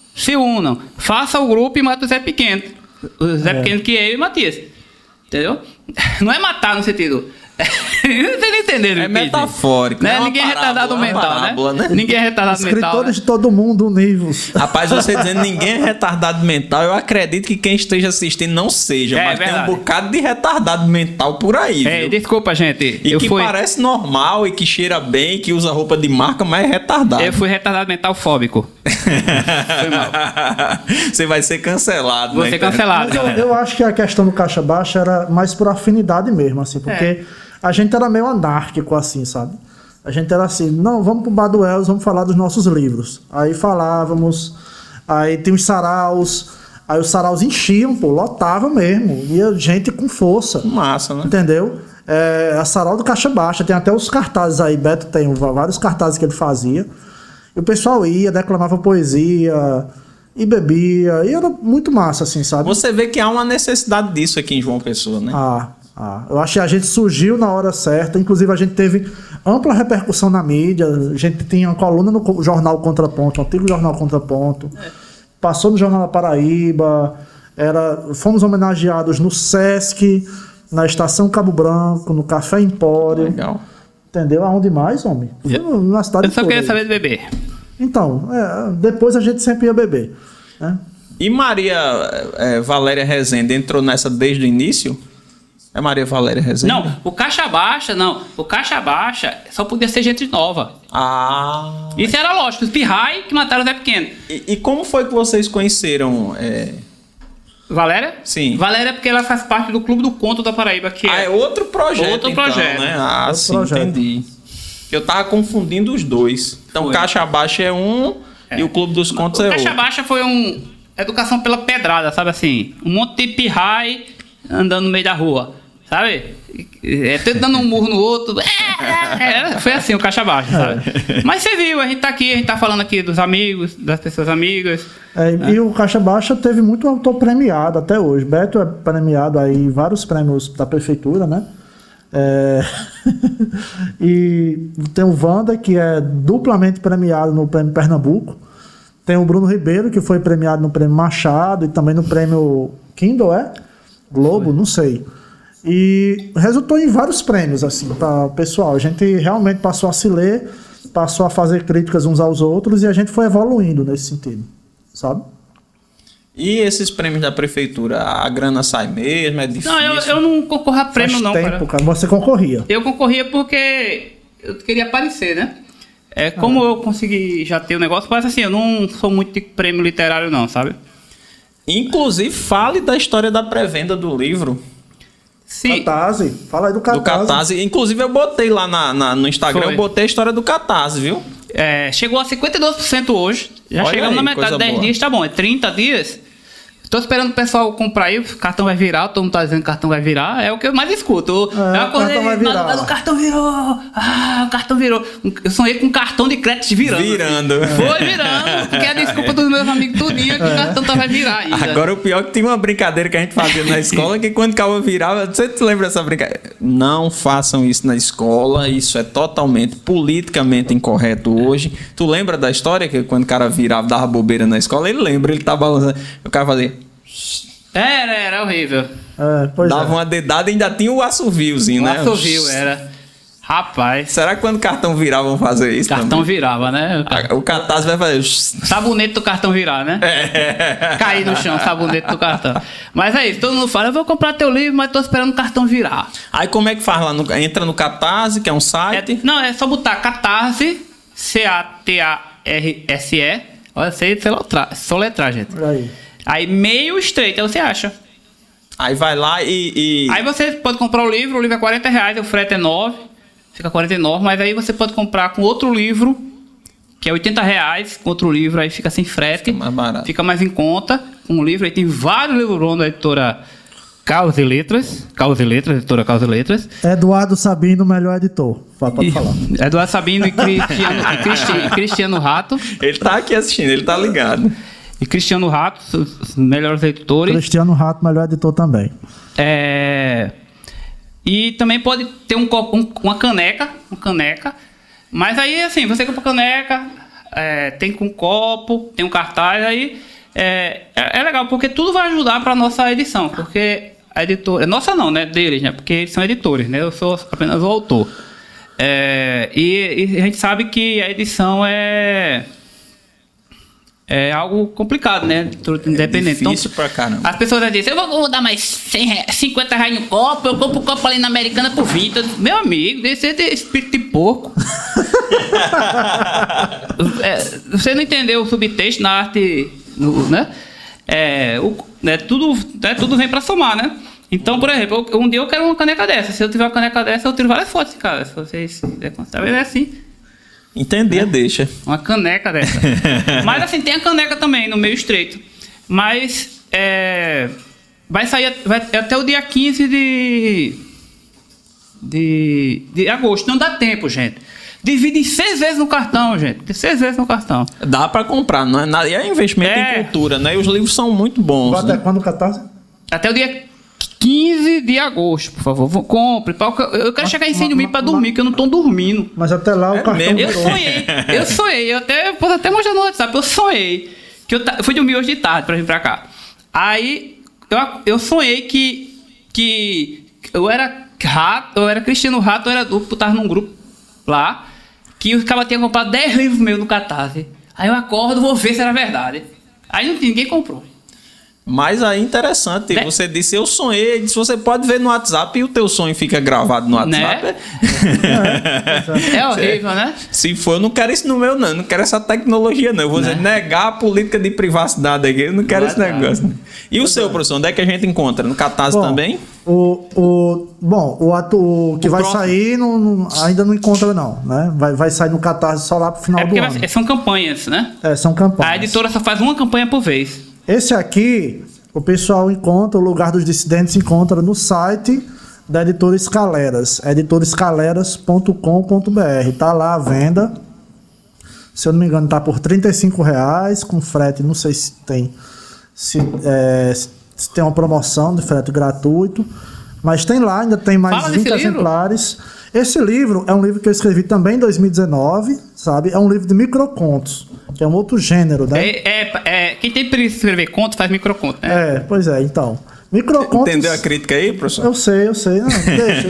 faça o grupo e mata o Zé Pequeno. O Zé Pequeno que é eu e Matias. Entendeu? Não é matar no sentido. Vocês não entenderam? É metafórico. Né? É Ninguém é retardado mental, parábola, né? Ninguém é retardado mental. Escritores de todo mundo univos. Rapaz, você dizendo ninguém é retardado mental, eu acredito que quem esteja assistindo não seja, mas verdade. tem um bocado de retardado mental por aí, viu? Desculpa, gente. E parece normal e que cheira bem, que usa roupa de marca, mas é retardado. Eu fui retardado mental fóbico. Foi mal. Você vai ser cancelado, Vou né? ser cancelado. Mas eu acho que a questão do Caixa Baixa era mais por afinidade mesmo, assim, porque a gente era meio anárquico, assim, sabe? A gente era assim, não, vamos pro bar do Elvis, vamos falar dos nossos livros. Aí falávamos, aí tem os saraus, aí os saraus enchiam, pô, lotava mesmo, ia gente com força. Massa, né? Entendeu? A sarau do Caixa Baixa, tem até os cartazes aí, Beto tem vários cartazes que ele fazia. E o pessoal ia, declamava poesia e bebia, e era muito massa, assim, sabe? Você vê que há uma necessidade disso aqui em João Pessoa, né? Eu acho que a gente surgiu na hora certa, inclusive a gente teve ampla repercussão na mídia, a gente tinha uma coluna no jornal Contraponto, o antigo jornal Contraponto, passou no Jornal da Paraíba, fomos homenageados no Sesc, na Estação Cabo Branco, no Café Empório. Legal. Entendeu? Aonde mais, homem? Na cidade Eu só queria saber de beber. Então, depois a gente sempre ia beber, né? E Maria Valéria Rezende entrou nessa desde o início? É Maria Valéria Rezende? Não, o Caixa Baixa só podia ser gente nova. Isso era lógico, os Pirrai que mataram o Zé Pequeno. E como foi que vocês conheceram... Valéria? Sim. Valéria porque ela faz parte do Clube do Conto da Paraíba, que é outro projeto, outro então, projeto. Né? Outro Sim, projeto. entendi. Eu tava confundindo os dois. Então, Foi. Caixa Baixa é um e o Clube dos Contos o é Caixa outro. Baixa foi educação pela pedrada, sabe assim? Um monte de Pirrai andando no meio da rua. sabe? Tudo dando um murro no outro. Foi assim o caixa baixa, sabe? Mas você viu, a gente tá aqui, a gente tá falando aqui dos amigos, das pessoas amigas. E o Caixa Baixa teve muito autor premiado até hoje. Beto é premiado aí em vários prêmios da prefeitura, né? E tem o Wanda, que é duplamente premiado no Prêmio Pernambuco. Tem o Bruno Ribeiro, que foi premiado no Prêmio Machado e também no Prêmio Kindle, Globo, não sei. E resultou em vários prêmios, assim, para o pessoal. A gente realmente passou a se ler, passou a fazer críticas uns aos outros e a gente foi evoluindo nesse sentido, sabe? E esses prêmios da prefeitura, a grana sai mesmo, é difícil? Não, eu não concorro a prêmio, não, tempo, cara. Você concorria? Eu concorria porque eu queria aparecer, né? Como eu consegui já ter o negócio, mas assim, eu não sou muito de prêmio literário, não, sabe? Inclusive, fale da história da pré-venda do livro. Sim. Catarse, fala aí do Catarse. Do Catarse. Inclusive, eu botei lá no Instagram, Foi. eu botei a história do Catarse, viu? Chegou a 52% hoje. Já Olha chegamos aí, na metade, coisa 10 boa. dias, tá bom. É 30 dias. Tô esperando o pessoal comprar aí, o cartão vai virar, todo mundo tá dizendo que o cartão vai virar, é o que eu mais escuto. o cartão vai virar. Mas o cartão virou! O cartão virou! Eu sonhei com um cartão de crédito virando. Virando. Foi virando, porque é a desculpa dos meus amigos tudinho que o cartão vai virar ainda. Agora, o pior é que tinha uma brincadeira que a gente fazia na escola, que quando o cabo virava, você te lembra dessa brincadeira? Não façam isso na escola, isso é totalmente politicamente incorreto hoje. Tu lembra da história que quando o cara virava, dava bobeira na escola? Ele lembra, ele tava balançando, o cara fazia... Era horrível. Dava uma dedada e ainda tinha o assoviozinho, né? O assovio era. Rapaz. Será que quando o cartão virar vão fazer isso? Cartão também? virava, né? O Catarse vai fazer... Sabonete do cartão virar, né? Cair no chão, sabonete do cartão. Mas é isso, todo mundo fala, eu vou comprar teu livro, mas tô esperando o cartão virar. Aí como é que faz lá? Entra no Catarse, que é um site... É só botar Catarse, C-A-T-A-R-S-E. Olha, sei soletrar, gente. Aí meio estreito, aí você acha. Aí vai lá e... Aí você pode comprar o livro é R$40, o frete é 9, fica 49, mas aí você pode comprar com outro livro, que é R$80, com outro livro, aí fica sem frete. Fica mais barato. Fica mais em conta, com o livro. Aí tem vários livros da editora Caos e Letras, editora Caos e Letras. Eduardo Sabino, melhor editor. Pode falar. Eduardo Sabino e Cristiano Rato. Ele tá aqui assistindo, ele tá ligado. E Cristiano Rato, os melhores editores. Cristiano Rato, melhor editor também. E também pode ter uma caneca. Mas aí, assim, você compra caneca, tem com copo, tem um cartaz, aí é legal, porque tudo vai ajudar para nossa edição. Porque a editora... Nossa não, né? Deles, né? Porque eles são editores, né? Eu sou apenas o autor. E a gente sabe que a edição é algo complicado, né? Independente. Difícil pra caramba. As pessoas dizem, eu vou dar mais 50 reais no copo, eu compro o copo ali na Americana por 20. Meu amigo, desse é espírito de porco. Você não entendeu o subtexto na arte, né? Tudo vem pra somar, né? Então, por exemplo, um dia eu quero uma caneca dessa. Se eu tiver uma caneca dessa, eu tiro várias fotos, cara. Se vocês sabem, é assim. Entender, deixa. Uma caneca dessa. Mas assim, tem a caneca também, no meio estreito. Mas vai sair até o dia 15 de agosto. Não dá tempo, gente. Divide em 6 vezes no cartão, gente. 6 vezes no cartão. Dá pra comprar, não é nada. E é investimento em cultura, né? E os livros são muito bons. Até né? quando o Catarse? Até o dia 15 de agosto, por favor. Compre. Eu quero chegar em 100 mil pra dormir, que eu não tô dormindo. Mas até lá o cartão mesmo? Eu sonhei. Posso até mostrar no WhatsApp. Eu sonhei. Que eu fui dormir hoje de tarde pra vir pra cá. Aí, eu sonhei que eu era rato, eu era Cristiano Rato, eu era duplo, tava num grupo lá, que os caras tinham comprado 10 livros meus no Catarse. Aí eu acordo, vou ver se era verdade. Aí ninguém comprou. Mas aí interessante, você disse, eu sonhei, disse, você pode ver no WhatsApp e o teu sonho fica gravado no WhatsApp. Né? É horrível, né? Se for, eu não quero isso no meu, não. Eu não quero essa tecnologia, não. Eu vou dizer, negar a política de privacidade aqui. Eu não quero esse negócio. Né? E o seu, professor, onde é que a gente encontra? No Catarse também? O que vai sair ainda não encontra, não. Né? Vai sair no Catarse só lá pro final do ano. São campanhas, né? São campanhas. A editora só faz uma campanha por vez. Esse aqui, o pessoal encontra, o Lugar dos Dissidentes encontra no site da editora Escaleras, editorescaleras.com.br. Tá lá à venda. Se eu não me engano, tá por R$35 com frete. Não sei se tem se tem uma promoção de frete gratuito, mas tem lá, ainda tem mais 20 exemplares. Esse livro é um livro que eu escrevi também em 2019, sabe? É um livro de microcontos, que é um outro gênero, né? Quem tem para escrever conto faz microconto, né? Pois é, então. Microcontos... Entendeu a crítica aí, professor? Eu sei. Não, deixa,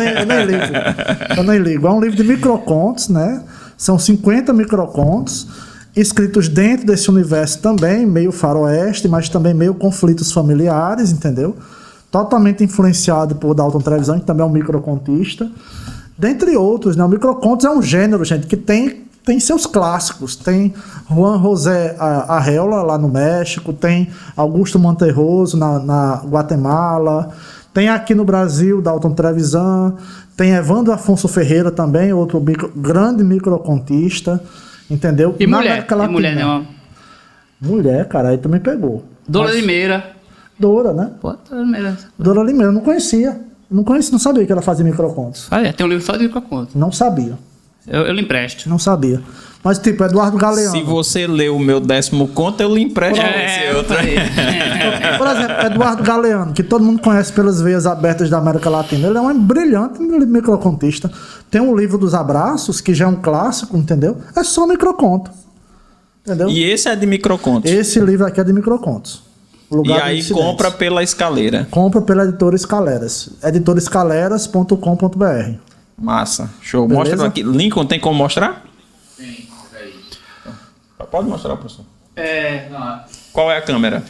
eu nem ligo. É um livro de microcontos, né? São 50 microcontos, escritos dentro desse universo também, meio faroeste, mas também meio conflitos familiares, entendeu? Totalmente influenciado por Dalton Trevisan, que também é um microcontista. Dentre outros, né? O microcontos é um gênero, gente, que tem seus clássicos. Tem Juan José Arreola, lá no México, tem Augusto Monterroso, na Guatemala, tem aqui no Brasil Dalton Trevisan, tem Evandro Afonso Ferreira também, outro grande microcontista, entendeu? E mulher, não. Mulher, cara, aí também pegou. Dora Limeira. Dora, né? Pô, Dora Limeira. Dora Limeira, eu não conhecia. Não sabia que ela fazia microcontos. Tem um livro só de microcontos. Não sabia. Eu lhe empresto. Não sabia. Mas, tipo, Eduardo Galeano. Se você ler o meu 10º conto, eu lhe empresto esse outro. Por exemplo, Eduardo Galeano, que todo mundo conhece pelas veias abertas da América Latina. Ele é um brilhante microcontista. Tem um livro dos Abraços, que já é um clássico, entendeu? É só microconto. Entendeu? E esse é de microcontos? Esse livro aqui é de microcontos. E aí compra pela Escaleira. Compra pela editora Escaleras. editorescaleras.com.br. Massa. Show. Beleza? Mostra aqui. Lincoln, tem como mostrar? Sim, peraí. Pode mostrar, professor. Não, Qual é a câmera?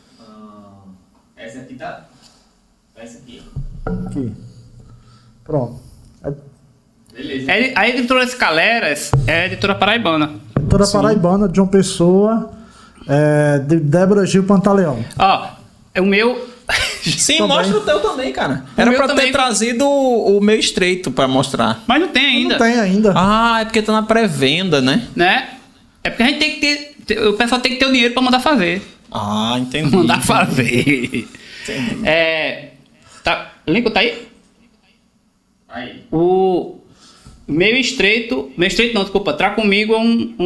essa aqui tá... Essa aqui. Aqui. Pronto. Beleza. A editora Escaleras é a editora paraibana. Editora paraibana, de João Pessoa, de Débora Gil Pantaleão. É o meu... Sim, também. mostra o teu também, cara. Era pra ter trazido o meu estreito pra mostrar. Mas não tem ainda. Não tem ainda. Ah, é porque tá na pré-venda, né? É porque a gente tem que ter... O pessoal tem que ter o dinheiro pra mandar fazer. Ah, entendi. Mandar fazer. Entendi. Lincoln, tá aí? Aí. O Meio Estreito não, desculpa. Trá Comigo é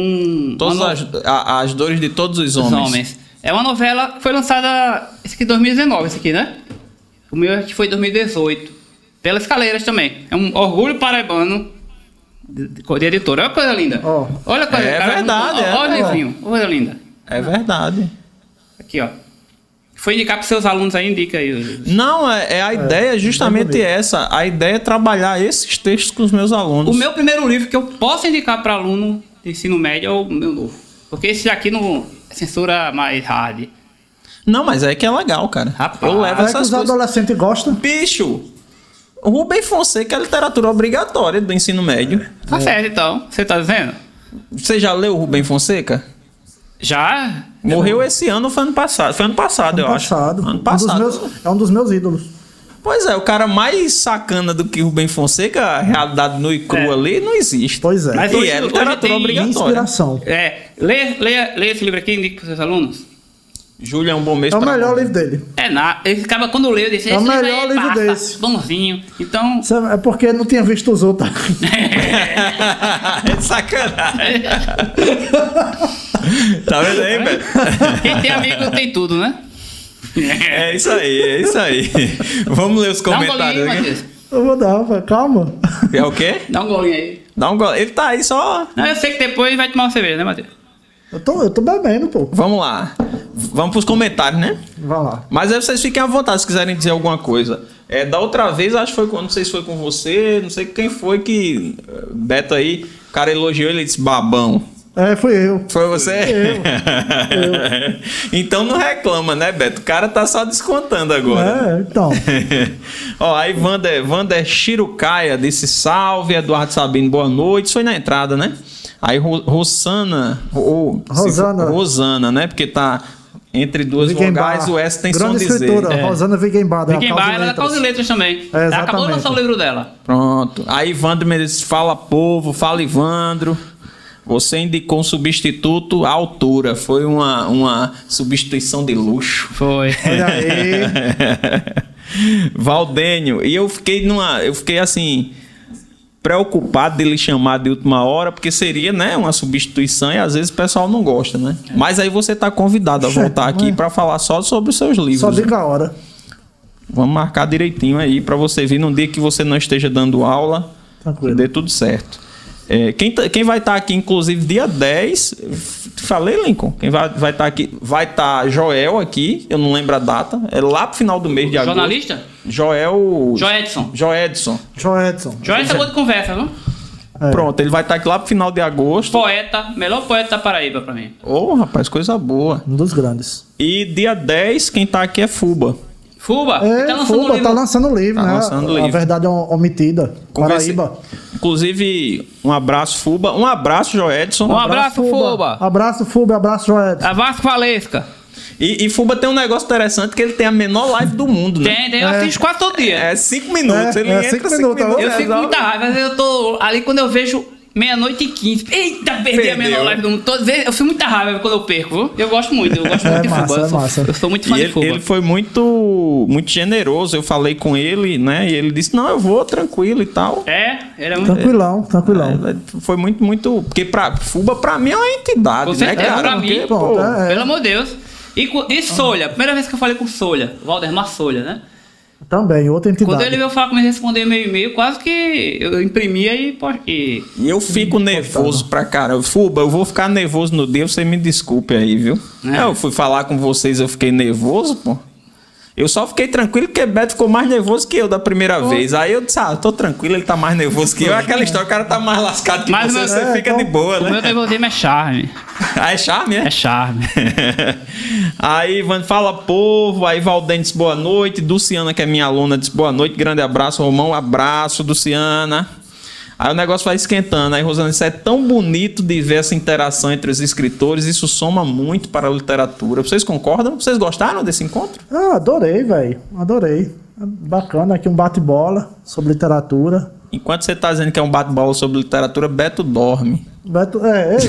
As dores de todos os homens. É uma novela que foi lançada, esse aqui 2019, esse aqui, né? O meu aqui foi 2018. Pela Escaleras também. É um orgulho paraibano de editora. Olha que coisa linda. Olha a coisa. Verdade. Olha o livrinho. Coisa linda. É verdade. Aqui, ó. Foi indicar para seus alunos aí, indica aí. Não, a ideia é justamente essa. A ideia é trabalhar esses textos com os meus alunos. O meu primeiro livro que eu posso indicar para aluno de ensino médio é o meu novo. Porque esse aqui não é censura mais hard. Não, mas é que é legal, cara. Rapaz, eu levo essas que os coisas. adolescentes gostam. Bicho, o Rubem Fonseca é literatura obrigatória do ensino médio. Tá certo, então. Você tá dizendo? Você já leu o Rubem Fonseca? Já? Morreu esse ano ou foi ano passado? Foi ano passado, eu acho. Ano passado. É um dos meus ídolos. Pois é, o cara mais sacana do que o Rubem Fonseca, a realidade nua e crua ali, não existe. Pois é. Mas E hoje, é literatura obrigatória. Inspiração. Leia esse livro aqui e indique para seus alunos. Júlio é um bom mês É o pra melhor morrer. livro dele. Ele acaba quando lê, eu disse, É o esse livro melhor aí livro passa, desse. bonzinho. Então, É porque não tinha visto os outros. É sacanagem. Tá vendo aí, Beto? quem tem amigo tem tudo, né? É isso aí. Vamos ler os Dá um comentários golinho aí, aqui. Matheus. Eu vou dar, calma. É o quê? Dá um golinho aí. Dá um gole. Ele tá aí só. Não, eu sei que depois vai tomar uma cerveja, né, Matheus? Eu tô bebendo, pô. Vamos lá. Vamos pros comentários, né? Vai lá. Mas aí vocês fiquem à vontade se quiserem dizer alguma coisa. Da outra vez, acho que foi, não sei se foi com você, não sei quem foi que... Beto aí, o cara elogiou ele e disse babão. Fui eu. Foi você? Eu. Então não reclama, né, Beto? O cara tá só descontando agora. Então. Ó, aí Wander Shirukaia disse salve, Eduardo Sabino, boa noite. Isso foi na entrada, né? Aí Rosana, né? Porque tá entre duas vogais, o S tem som de Z. Grande escritora, Rosana Wiggenbach. Wiggenbach, ela é da Causa de Letras também. Ela acabou de lançar o livro dela. Pronto. Aí Ivandro Menezes, fala povo, fala Ivandro. Você indicou um substituto à altura. Foi uma substituição de luxo. Foi. Olha aí. Valdênio, e eu fiquei assim, preocupado dele chamar de última hora, porque seria, né, uma substituição e às vezes o pessoal não gosta, né? Mas aí você tá convidado a voltar aqui para falar só sobre os seus livros. Só diga a hora. Vamos marcar direitinho aí para você vir num dia que você não esteja dando aula, Tranquilo. dê tudo certo. Quem vai estar aqui, inclusive, dia 10, falei, Lincoln, quem vai estar aqui, vai estar Joel aqui, eu não lembro a data, é lá pro final do mês de agosto. Jornalista? Joedson. Joedson. Joedson é boa de conversa, não? Pronto, ele vai estar aqui lá pro final de agosto. Poeta, melhor poeta da Paraíba pra mim. Ô, rapaz, coisa boa. Um dos grandes. E dia 10, quem tá aqui é Fuba. Fuba, Fuba tá lançando livro, Tá né? lançando livro. A Verdade Omitida. Paraíba. Inclusive, um abraço, Fuba. Um abraço, Joedson. Um abraço, Fuba. Abraço, Fuba. Abraço, Joedson. Abraço, Valesca. E Fuba tem um negócio interessante que ele tem a menor live do mundo, né? Tem, eu assisto quase todo dia. É 5 minutos. Ele entra 5 5 minutos. minutos. Eu fico com muita raiva, mas eu tô ali quando eu vejo 00:15. Eita, perdi a menor live do mundo. Eu fico muita raiva quando eu perco, viu? Eu gosto muito de Fuba. Massa. Eu sou muito fã de Fuba. Ele foi muito generoso. Eu falei com ele, né? E ele disse: não, eu vou tranquilo e tal. Ele é muito. Tranquilão. Foi muito. Porque Fuba, pra mim, é uma entidade, Com né, certeza, cara? pra mim. Porque, pô, Pelo amor de Deus. E Solha, primeira vez que eu falei com Solha, Valdemar Solha, né? Também, outra entidade. Quando ele veio falar comigo, responder meu e-mail, quase que eu imprimia e E eu fico nervoso pra caramba. Fuba, eu vou ficar nervoso no dia, você me desculpe aí, viu? Eu fui falar com vocês, eu fiquei nervoso, pô. Eu só fiquei tranquilo porque Beto ficou mais nervoso que eu da primeira vez. Aí eu disse, tô tranquilo, ele tá mais nervoso que eu. Aquela história, o cara tá mais lascado que você fica de boa, né? O meu nervosismo é charme. Ah, é charme, é? É charme. Aí, Ivan, fala, povo. Aí, Valdênio disse boa noite. Luciana, que é minha aluna, disse boa noite. Grande abraço, Romão. Abraço, Luciana. Aí o negócio vai esquentando. Aí, Rosana, isso é tão bonito de ver essa interação entre os escritores. Isso soma muito para a literatura. Vocês concordam? Vocês gostaram desse encontro? Adorei, velho. Adorei. Bacana aqui um bate-bola sobre literatura. Enquanto você tá dizendo que é um bate-bola sobre literatura, Beto dorme. Beto,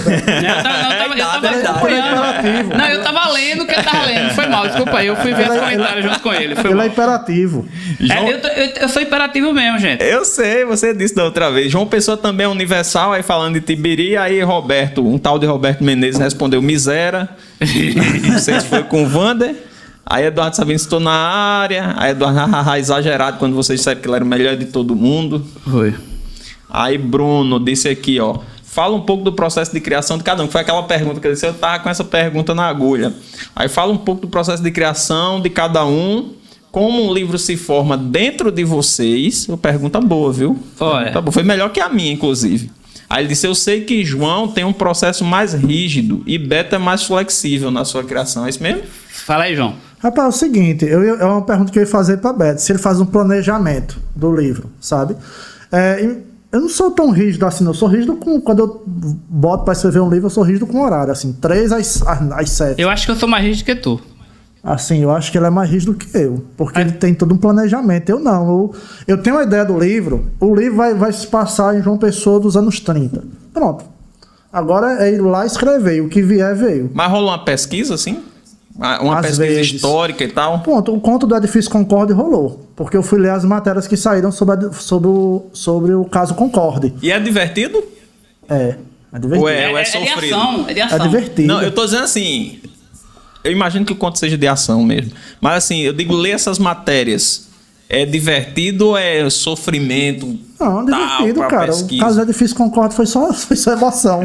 Eu tava lendo o que ele tava lendo. Foi mal, desculpa aí. Eu fui ver os comentários junto com ele. Foi ele mal. é imperativo. Eu sou imperativo mesmo, gente. Eu sei, você disse da outra vez. João Pessoa também é universal, aí falando de Tibiri, aí Roberto, um tal de Roberto Menezes respondeu miséria. Não sei se foi com o Vander. Aí Eduardo Sabino estou na área. Aí Eduardo, exagerado quando você disseram que ele era o melhor de todo mundo. Foi. Aí Bruno disse aqui, ó. Fala um pouco do processo de criação de cada um. Foi aquela pergunta que eu disse, eu tava com essa pergunta na agulha. Aí fala um pouco do processo de criação de cada um. Como um livro se forma dentro de vocês. Uma pergunta boa, viu? Olha. Foi melhor que a minha, inclusive. Aí ele disse, eu sei que João tem um processo mais rígido e Beto é mais flexível na sua criação. É isso mesmo? Fala aí, João. Rapaz, é o seguinte, é uma pergunta que eu ia fazer para Beto. Se ele faz um planejamento do livro, sabe? Eu não sou tão rígido assim, não. Eu sou rígido quando eu boto para escrever um livro, eu sou rígido com horário, assim, 3 às 7. Eu acho que eu sou mais rígido que tu. Assim, eu acho que ele é mais rígido que eu, porque ele tem todo um planejamento. Eu não. Eu tenho uma ideia do livro, o livro vai se passar em João Pessoa dos anos 30. Pronto. Agora é ir lá escrever, o que vier veio. Mas rolou uma pesquisa, assim? Uma pesquisa histórica e tal? Pronto, o conto do Edifício Concorde rolou. Porque eu fui ler as matérias que saíram sobre o caso Concorde. E é divertido? É divertido. Ou é sofrido? É de ação. É divertido. Não, eu tô dizendo assim... Eu imagino que o conto seja de ação mesmo. Mas assim, eu digo, ler essas matérias... É divertido ou é sofrimento? Não, divertido, cara. Pesquisa? O caso do Edifício Concorde foi só emoção.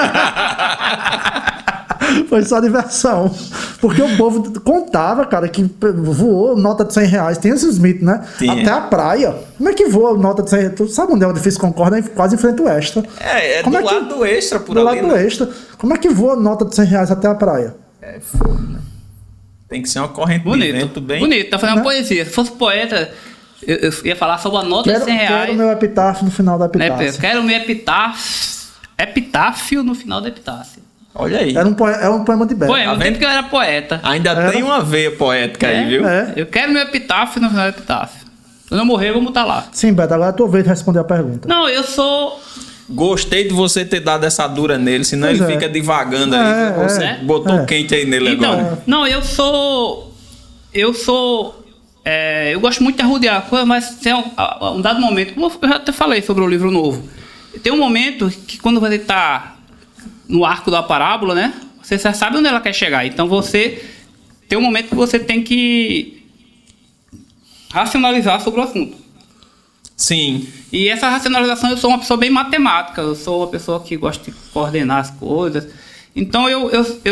Foi só diversão. Porque o povo contava, cara, que voou nota de R$100. Tem esses mitos, né? Tinha. Até a praia. Como é que voa nota de R$100? Tu sabe onde é o Edifício Concorde? É quase em frente ao Extra. Como do lado do Extra, por ali. Do lado do Extra. Como é que voa nota de R$100 até a praia? É foda, né? Tem que ser uma corrente de vento bem... Bonito, tá fazendo uma poesia. Se fosse poeta, eu ia falar sobre a nota de R$100. Quero o meu epitáfio no final da epitáfio. Quero o meu epitáfio no final da epitáfio. Olha aí. É um poema de Beto. Poema, no tempo que eu era poeta. Ainda tem uma veia poética aí, viu? Eu quero meu epitáfio no final da epitáfio. Quando eu morrer, eu vou botar lá. Sim, Beto, agora é a tua vez de responder a pergunta. Não, eu sou... Gostei de você ter dado essa dura nele, senão ele fica divagando aí. Você botou quente aí nele então, agora. Não, eu sou eu gosto muito de arrodear, mas tem um dado momento, como eu já até falei sobre o livro novo, tem um momento que quando você está no arco da parábola, né, você já sabe onde ela quer chegar. Então você tem um momento que você tem que racionalizar sobre o assunto. Sim. E essa racionalização, eu sou uma pessoa bem matemática, eu sou uma pessoa que gosta de coordenar as coisas. Então eu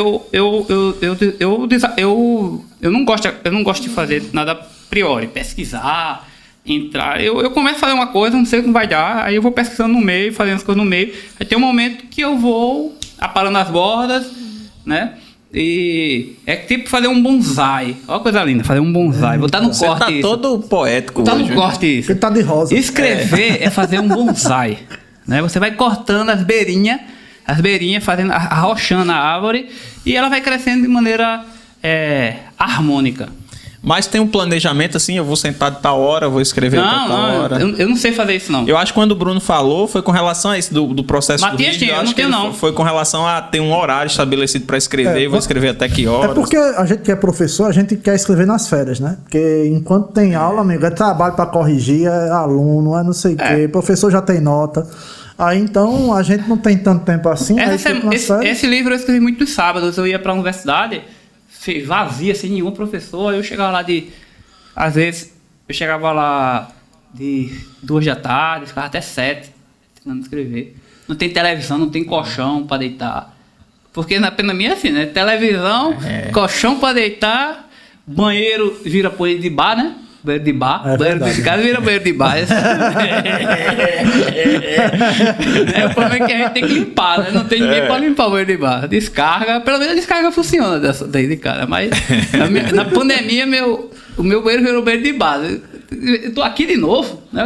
não gosto de fazer nada a priori, pesquisar, entrar. Eu começo a fazer uma coisa, não sei o que vai dar, aí eu vou pesquisando no meio, fazendo as coisas no meio. Aí tem um momento que eu vou aparando as bordas, né? E é tipo fazer um bonsai. Olha a coisa linda, fazer um bonsai. Vou estar no Você corte tá isso. todo poético Tá hoje. no corte isso. Ele tá de rosa. Escrever é fazer um bonsai, né? Você vai cortando as beirinhas, fazendo, arrochando a árvore, e ela vai crescendo de maneira harmônica. Mas tem um planejamento assim, eu vou sentar de tal hora, vou escrever de tal hora. Eu não sei fazer isso, não. Eu acho que quando o Bruno falou, foi com relação a isso do processo Matias do tinha, livro. eu não acho que tenho, ele não. Foi com relação a ter um horário estabelecido para escrever, vou escrever até que horas. É porque a gente que é professor, a gente quer escrever nas férias, né? Porque enquanto tem aula, amigo, é trabalho para corrigir, é aluno, é não sei o quê, professor já tem nota. Aí então a gente não tem tanto tempo assim. Esse livro eu escrevi muito nos sábados. Eu ia para a universidade, vazia, sem nenhum professor. Aí eu chegava lá às vezes, eu chegava lá de 2 da tarde, ficava até 7, tentando escrever. Não tem televisão, não tem colchão para deitar. Porque na minha é assim, né? Televisão, colchão para deitar, banheiro vira banheiro de bar, né? Banheiro de bar. Banheiro de casa vira banheiro de bar. O problema é que a gente tem que limpar, né? Não tem ninguém para limpar o banheiro de bar. Descarga, pelo menos a descarga funciona daí de cara. Mas na pandemia, o meu banheiro virou banheiro de bar. Eu tô aqui de novo, né?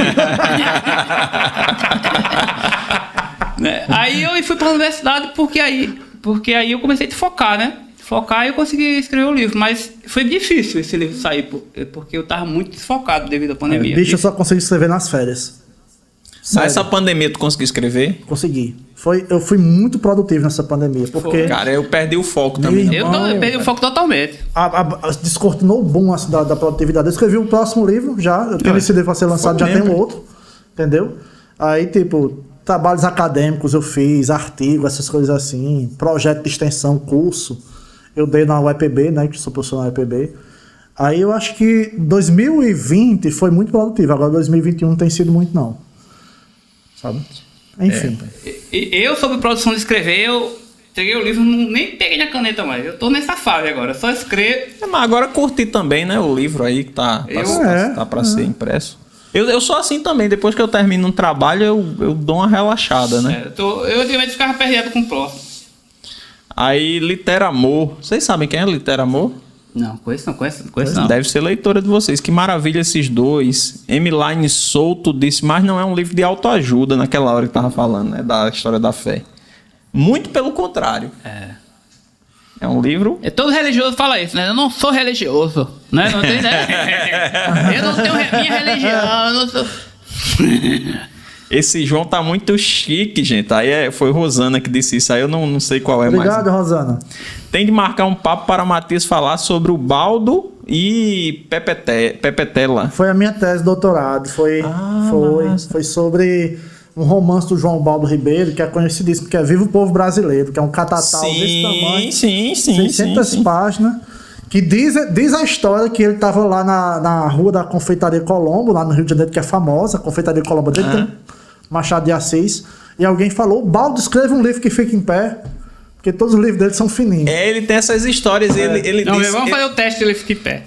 Aí eu fui para a universidade porque aí eu comecei a focar, né? Focar e eu consegui escrever o livro, mas foi difícil esse livro sair porque eu estava muito desfocado devido à pandemia. Bicho, eu só consegui escrever nas férias. Nessa pandemia tu conseguiu escrever? Consegui. Eu fui muito produtivo nessa pandemia, porque... Cara, eu perdi o foco também. Eu perdi o foco totalmente. Descortinou o boom assim, da produtividade. Eu escrevi o próximo livro já, eu tenho esse livro para ser lançado, já tem um outro, entendeu? Aí, tipo, trabalhos acadêmicos eu fiz, artigo, essas coisas assim, projeto de extensão, curso. Eu dei na UEPB, né, que sou professor na UEPB. Aí eu acho que 2020 foi muito produtivo, agora 2021 não tem sido muito, não. Sabe? Enfim. Eu, sobre produção de escrever, eu peguei o livro, nem peguei na caneta mais. Eu tô nessa fase agora, só escrevo. Mas agora curti também, né, o livro aí que tá para ser impresso. Eu sou assim também, depois que eu termino um trabalho, eu dou uma relaxada, né? Eu antigamente ficava perdido com o próximo. Aí, Literamor. Vocês sabem quem é Literamor? Não, conheço não. Deve ser leitora de vocês. Que maravilha esses dois. Emeline Souto disse, mas não é um livro de autoajuda naquela hora que tava falando, né? Da história da fé. Muito pelo contrário. É um livro... Todo religioso fala isso, né? Eu não sou religioso, né? Não tem, né? Eu não tenho minha religião, eu não sou... Esse João tá muito chique, gente. Aí foi Rosana que disse isso. Aí eu não sei qual é mais. Obrigado, Rosana. Tem de marcar um papo para Matias falar sobre o Baldo e Pepetela. Foi a minha tese de doutorado. Foi sobre um romance do João Baldo Ribeiro, que é conhecidíssimo, que é Viva o Povo Brasileiro, que é um catatal desse tamanho. Sim. 600 páginas. Que diz a história que ele estava lá na rua da Confeitaria Colombo, lá no Rio de Janeiro, que é famosa, a Confeitaria Colombo dele tem Machado de Assis, e alguém falou, Baldo, escreve um livro que fica em pé, porque todos os livros dele são fininhos. Ele tem essas histórias, ele não, disse... Vamos fazer o teste, ele fica em pé.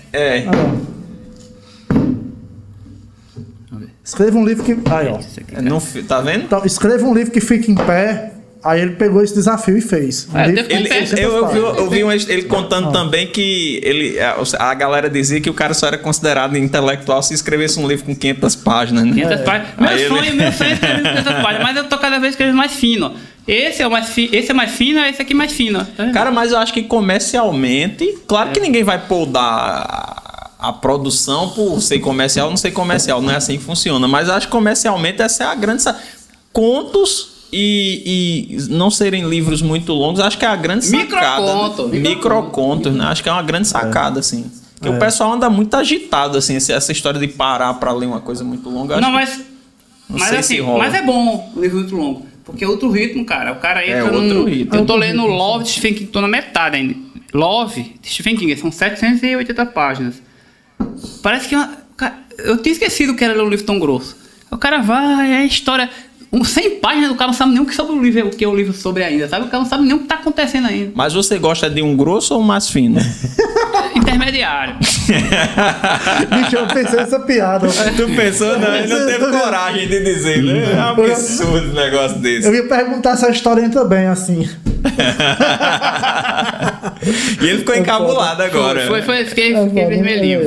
Escreva um livro que... Aí, ó. Tá vendo? Então, escreva um livro que fique em pé. Aí ele pegou esse desafio e fez. Eu vi ele contando também que a galera dizia que o cara só era considerado intelectual se escrevesse um livro com 500 páginas, né? 500 páginas. Meu sonho é escrever 500 páginas, mas eu tô cada vez escrevendo mais fino. Esse é mais fino, esse aqui mais fino. Tá, cara, mas eu acho que comercialmente, claro que ninguém vai podar a produção por ser comercial ou não ser comercial, não é assim que funciona, mas eu acho que comercialmente essa é a grande... Contos e não serem livros muito longos, acho que é a grande sacada. Microcontos, né? Acho que é uma grande sacada, assim. Porque o pessoal anda muito agitado, assim, essa história de parar pra ler uma coisa muito longa. Não, acho que- mas sei assim, se rola. mas é bom o livro muito longo. Porque é outro ritmo, cara. O cara entra outro num... ritmo. Eu tô lendo Love de Stephen King, tô na metade ainda. Love de Stephen King, são 780 páginas. Parece que... Eu tinha esquecido que era ler um livro tão grosso. O cara vai, é a história... 100 páginas, o cara não sabe nem o que sobre o livro, o que é o livro sobre ainda, sabe? O cara não sabe nem o que tá acontecendo ainda. Mas você gosta de um grosso ou um mais fino? Intermediário. Bicho, eu pensei nessa piada. Tu pensou? Não, ele não teve coragem de dizer, né? É um absurdo um negócio desse. Eu ia perguntar se a história entra bem, assim. E ele ficou encabulado agora. Fiquei vermelhinho.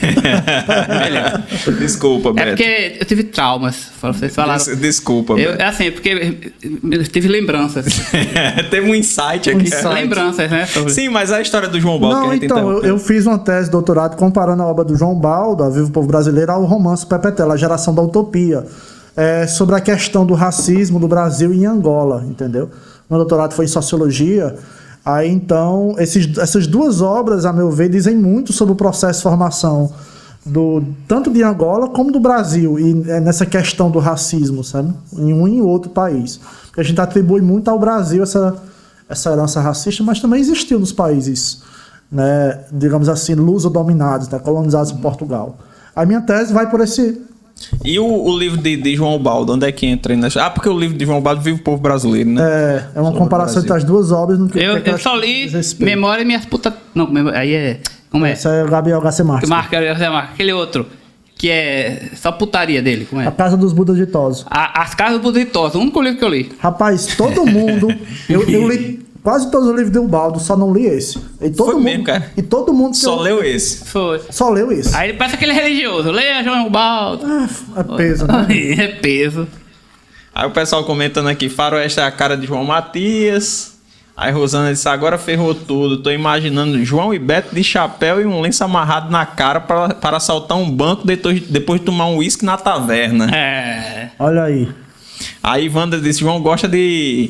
Desculpa, É Beto. porque eu tive traumas, vocês falaram. Desculpa, Beto. É assim, porque eu tive lembranças. Teve um insight aqui. Lembranças, né? Sim, mas a história do João Baldo que a Não, gente então, eu fiz uma tese de doutorado comparando a obra do João Baldo, A Viva o Povo Brasileiro, ao romance Pepe Tela, A Geração da Utopia, sobre a questão do racismo do Brasil e em Angola, entendeu? Meu doutorado foi em Sociologia. Aí, então, essas duas obras, a meu ver, dizem muito sobre o processo de formação tanto de Angola como do Brasil, e nessa questão do racismo, sabe? Em um e em outro país. Porque a gente atribui muito ao Brasil essa herança racista, mas também existiu nos países, né, digamos assim, luso-dominados, né, colonizados por Portugal. A minha tese vai por esse... E o livro de João Baldo, onde é que entra? Porque o livro de João Baldo vive o povo brasileiro, né? É uma comparação entre as duas obras. No que Eu só li Memória e Minhas Putas... Não, aí é... Como é? Esse é o Gabriel Garcia Marques. Aquele outro, que é só putaria dele, como A é? Casa dos Budas Ditosos. As Casas do Buditosa, o único livro que eu li. Rapaz, todo mundo... eu li quase todos os livros de Baldo, só não li esse. E todo Foi mundo, mesmo, cara? E todo mundo... Só leu esse. Foi. Só leu esse. Aí ele parece aquele religioso. Leia João Baldo. É peso, né? É peso. Aí o pessoal comentando aqui, Faroeste é a cara de João Matias. Aí Rosana disse, agora ferrou tudo. Tô imaginando João e Beto de chapéu e um lenço amarrado na cara para assaltar um banco depois de tomar um uísque na taverna. É. Olha aí. Aí Wanda disse, João gosta de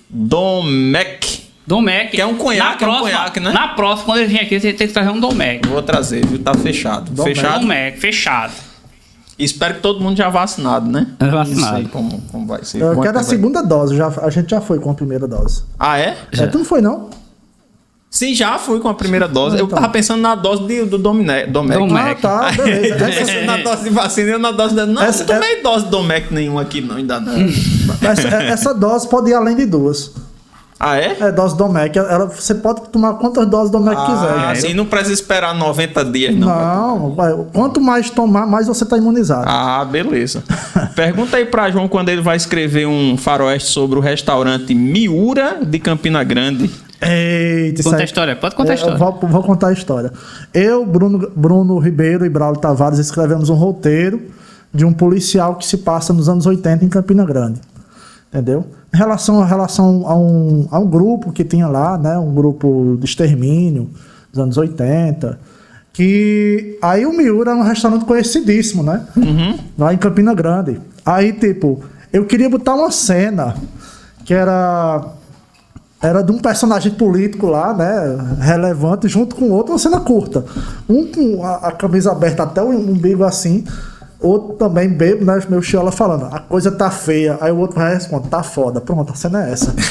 Domec. Domec. Que é um conhaque, né? Na próxima, quando ele vir aqui, você tem que trazer um Domec. Vou trazer, viu? Tá fechado. Domec. Fechado. Domec, fechado. Espero que todo mundo já vacinado, né? Vacinado. Não sei como vai ser. Eu Quanto quero a vai- segunda dose. A gente já foi com a primeira dose. Ah, é? Tu não foi, não? Sim, já fui com a primeira dose. Eu Então. tava pensando na dose do Domec. Domec. Ah, tá. Beleza. Essa na dose de vacina e eu na dose da... Não, Essa- não tomei dose do Domec nenhuma aqui, não, ainda não. Essa dose pode ir além de duas. Ah, é? É dose Domec. Você pode tomar quantas doses Domec quiser. Ah, assim, não precisa esperar 90 dias, não. Não, quanto mais tomar, mais você tá imunizado. Ah, beleza. Pergunta aí pra João quando ele vai escrever um faroeste sobre o restaurante Miura de Campina Grande. Eita, Conta a história, pode contar a história. Eu vou contar a história. Eu, Bruno Ribeiro e Braulio Tavares escrevemos um roteiro de um policial que se passa nos anos 80 em Campina Grande. Entendeu? Em relação a um grupo que tinha lá, né? Um grupo de extermínio dos anos 80. Que aí o Miura era um restaurante conhecidíssimo, né? Lá em Campina Grande. Aí, tipo, eu queria botar uma cena que era de um personagem político lá, né? Relevante, junto com outro, uma cena curta. Um com a camisa aberta até o umbigo assim. Outro também bebo, né? Meu chiola falando, a coisa tá feia. Aí o outro vai responder, tá foda. Pronto, a cena é essa.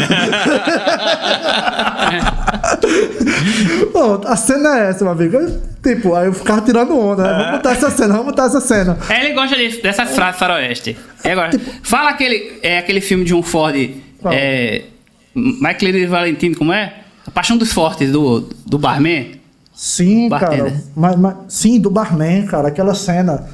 Pronto, a cena é essa, meu amigo. Tipo, aí eu ficava tirando onda, né? Vamos botar essa cena. Ele gosta dessas frases faroeste. Fala aquele filme de John Ford, Qual? Michael e Valentino, como é? A Paixão dos Fortes, do Barman. Sim, Bartender. cara. Sim, do Barman, cara. Aquela cena.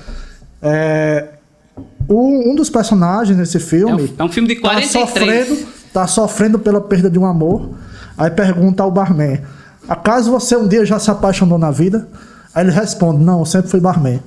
Um dos personagens nesse filme. É um filme de 43. Tá sofrendo pela perda de um amor. Aí pergunta ao Barman: acaso você um dia já se apaixonou na vida? Aí ele responde: não, eu sempre fui barman.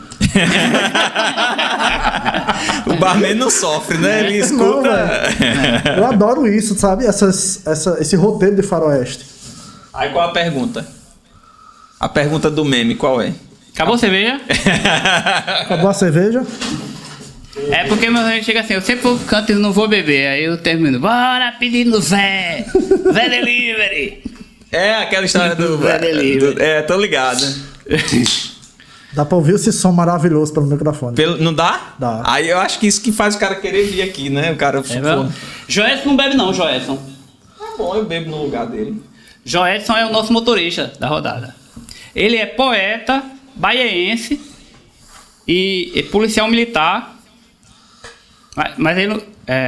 O barman não sofre, né? Ele escuta. Não, velho. Eu adoro isso, sabe? Esse roteiro de faroeste. Aí qual a pergunta? A pergunta do meme, qual é? Acabou a cerveja? Acabou a cerveja? É porque meu amigo chega assim, eu sempre canto e não vou beber. Aí eu termino, bora pedir no Zé Delivery. É aquela história do... tô ligado. Dá pra ouvir esse som maravilhoso pelo microfone. Não dá? Dá. Aí eu acho que isso que faz o cara querer vir aqui, né? O cara... Joedson não bebe não, Joedson. Tá bom, eu bebo no lugar dele. Joedson é o nosso motorista da rodada. Ele é poeta, baiense e policial militar. Mas ele...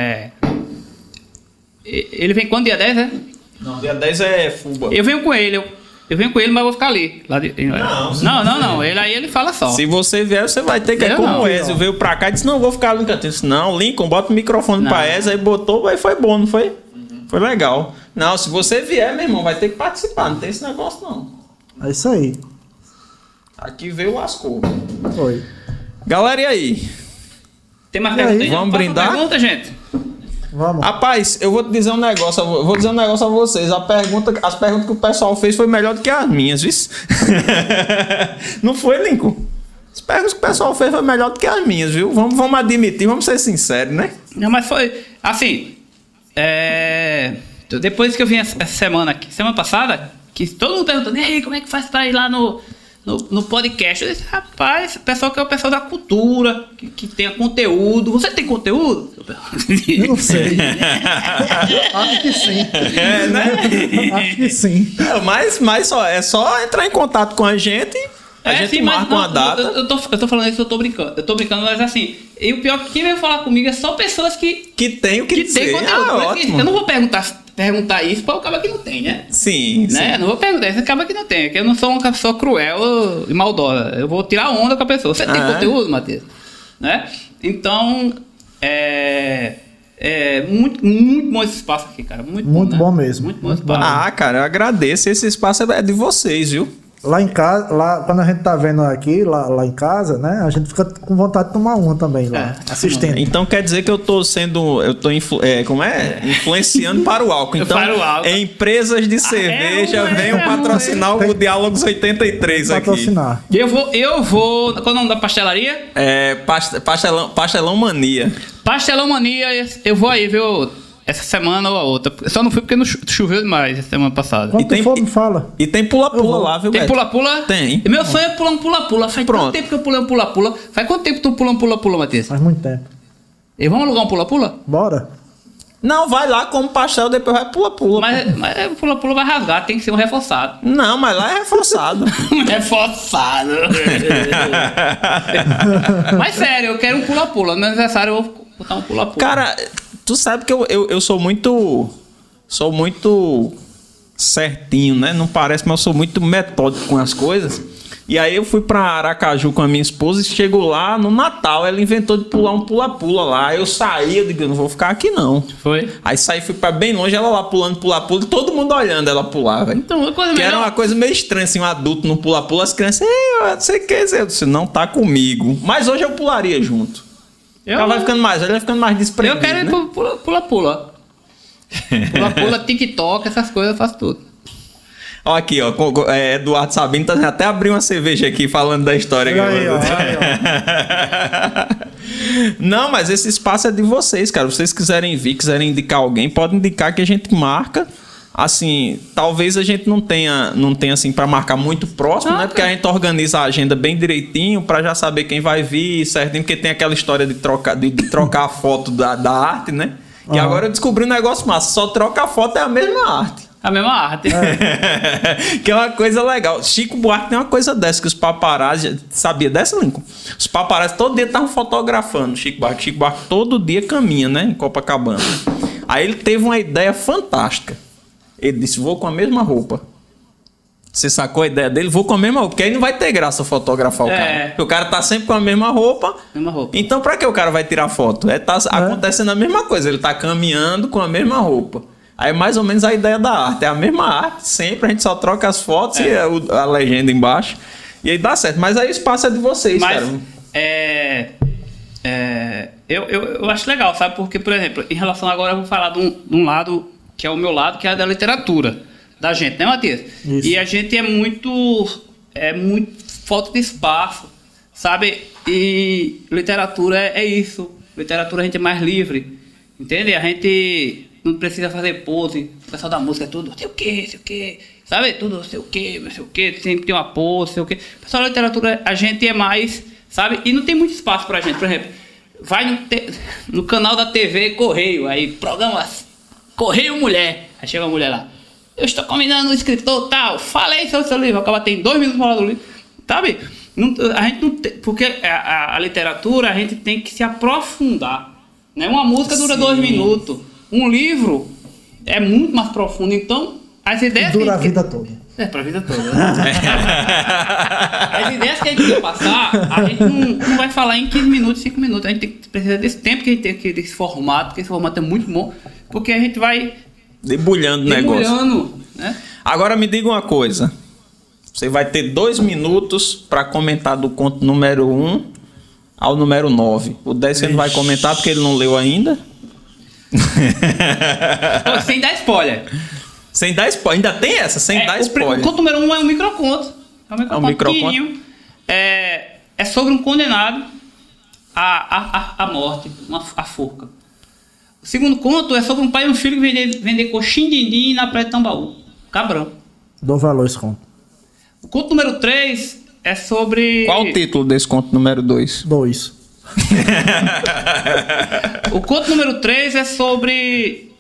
Ele vem quando? Dia 10, né? Não, dia 10 é fuba. Eu venho com ele, mas eu vou ficar ali. Não. Ele fala só. Se você vier, você vai ter que... É como o Ezio veio pra cá e disse, não, vou ficar ali no cantinho. Disse, não, Lincoln, bota o microfone pra Ezio. Aí botou, aí foi bom, não foi? Foi legal. Não, se você vier, meu irmão, vai ter que participar. Não tem esse negócio, não. É isso aí. Aqui veio o lascou. Foi. Galera, e aí? Tem mais perguntas aí? Vamos brindar? Pergunta, gente. Vamos. Rapaz, eu vou te dizer um negócio. Eu vou dizer um negócio a vocês. As perguntas que o pessoal fez foi melhor do que as minhas, viu? Não foi, Lincoln? As perguntas que o pessoal fez foi melhor do que as minhas, viu? Vamos admitir, vamos ser sinceros, né? Não, mas foi assim. Depois que eu vim essa semana passada, que todo mundo perguntando, e aí, como é que faz pra ir lá no podcast? Eu disse, rapaz, o pessoal que é o pessoal da cultura, que tenha conteúdo. Você tem conteúdo? Eu não sei. Acho que sim. Né? Acho que sim. Mas é só entrar em contato com a gente. A gente marca uma data. Eu tô falando isso, eu tô brincando. Eu tô brincando, mas assim. E o pior é que quem veio falar comigo é só pessoas que tem o que dizer. Tem conteúdo. Ótimo. Eu não vou perguntar isso para o cara que não tem, né? Sim, né? Sim. Não vou perguntar isso acaba que não tem. Porque eu não sou uma pessoa cruel e maldosa. Eu vou tirar onda com a pessoa. Você tem conteúdo, Matheus? Né? Então, muito, muito bom esse espaço aqui, cara. Muito bom mesmo. Muito bom esse espaço. Ah, cara, eu agradeço. Esse espaço é de vocês, viu? Lá em casa, quando a gente tá vendo aqui, lá em casa, né? A gente fica com vontade de tomar uma também lá, assistindo. Então quer dizer que eu tô influenciando para o álcool. Então, para o álcool. Empresas de cerveja venham patrocinar o Diálogos 83 aqui. Patrocinar. Eu vou. Qual é o nome da pastelaria? Pastelão Mania. Pastelão Mania, eu vou aí, viu? Essa semana ou a outra. Eu só não fui porque não choveu demais essa semana passada. Quando for, me fala. E tem pula-pula lá, viu, Tem pula-pula? Tem. E meu sonho é pular um pula-pula. Faz quanto tempo que eu pulei um pula-pula? Faz quanto tempo que tu pula um pula-pula, Matheus? Faz muito tempo. E vamos alugar um pula-pula? Bora. Não, vai lá, come pastel, depois vai pula-pula. Mas o pula-pula vai rasgar, tem que ser um reforçado. Não, mas lá é reforçado. Reforçado. Mas sério, eu quero um pula-pula. No meu aniversário eu vou botar um pula-pula. Cara, tu sabe que eu sou muito certinho, né? Não parece, mas eu sou muito metódico com as coisas. E aí eu fui pra Aracaju com a minha esposa e chegou lá no Natal, ela inventou de pular um pula-pula lá. Eu saí, eu digo, eu não vou ficar aqui não. Foi? Aí saí, fui pra bem longe, ela lá pulando pula-pula, e todo mundo olhando ela pular, velho. Então, uma coisa que era uma coisa meio estranha, assim, um adulto no pula-pula, as crianças, eu não sei o que dizer, eu disse, não tá comigo. Mas hoje eu pularia junto. Ela vai ficando mais, ela vai ficando mais desprendida. Eu quero ir pro pula-pula. Pula-pula, TikTok, essas coisas eu faço tudo. Ó, aqui, ó, Eduardo Sabino tá até abriu uma cerveja aqui falando da história. Aí, ó. Não, mas esse espaço é de vocês, cara. Se vocês quiserem vir, quiserem indicar alguém, pode indicar que a gente marca. Assim, talvez a gente não tenha assim para marcar muito próximo, né? Porque a gente organiza a agenda bem direitinho para já saber quem vai vir, certinho, porque tem aquela história de trocar a foto da arte, né? E agora eu descobri um negócio massa, só troca a foto é a mesma arte. A mesma arte. Que é uma coisa legal. Chico Buarque tem uma coisa dessa, que os paparazzi... Sabia dessa, Lincoln? Os paparazzi todo dia estavam fotografando Chico Buarque. Chico Buarque todo dia caminha, né? Em Copacabana. Aí ele teve uma ideia fantástica. Ele disse, vou com a mesma roupa. Você sacou a ideia dele? Vou com a mesma roupa. Porque aí não vai ter graça fotografar o cara. Porque o cara tá sempre com a mesma roupa. Então pra que o cara vai tirar foto? Tá acontecendo a mesma coisa. Ele tá caminhando com a mesma roupa. Aí mais ou menos a ideia da arte. É a mesma arte, sempre. A gente só troca as fotos e a legenda embaixo. E aí dá certo. Mas aí o espaço é de vocês, cara. Eu acho legal, sabe? Porque, por exemplo, em relação agora eu vou falar de um lado, que é o meu lado, que é a da literatura da gente, né, Matheus? Isso. E a gente é muito falta de espaço, sabe? E literatura é isso. Literatura a gente é mais livre, entende? A gente não precisa fazer pose. O pessoal da música é tudo, sei o quê, sabe? Tudo não sei o quê, sempre tem um apoio, não sei o quê. Pessoal da literatura, a gente é mais, sabe? E não tem muito espaço pra gente. Por exemplo, vai no canal da TV Correio, aí programa Correio Mulher. Aí chega uma mulher lá. Eu estou convidando um escritor tal, falei sobre o seu livro, acaba tem 2 minutos para falar do livro, sabe? A gente não tem, porque a literatura a gente tem que se aprofundar, né? Uma música dura 2 minutos, um livro é muito mais profundo, então as ideias dura a vida toda. Para a vida toda. Né? As ideias que a gente quer passar, a gente não vai falar em 15 minutos, 5 minutos, a gente precisa desse tempo que a gente tem aqui, desse formato, porque esse formato é muito bom, porque a gente vai debulhando o negócio. Né? Agora me diga uma coisa. Você vai ter 2 minutos para comentar do conto número 1 ao número 9. O 10 você não vai comentar porque ele não leu ainda. Sem dar spoiler. Sem dar spoiler. Ainda tem essa, sem dar spoiler. O conto número 1 é um microconto. É um microconto. É sobre um condenado à morte, a forca. O segundo conto é sobre um pai e um filho que vender coxinha din-din na Praia de Tambaú. Cabrão. Dou valor esse conto. O conto número 3 é sobre... Qual o título desse conto número 2? 2. O conto número 3 é sobre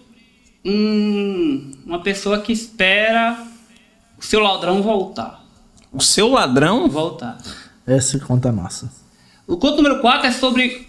uma pessoa que espera o seu ladrão voltar. O seu ladrão? Voltar. Esse conto é massa. O conto número 4 é sobre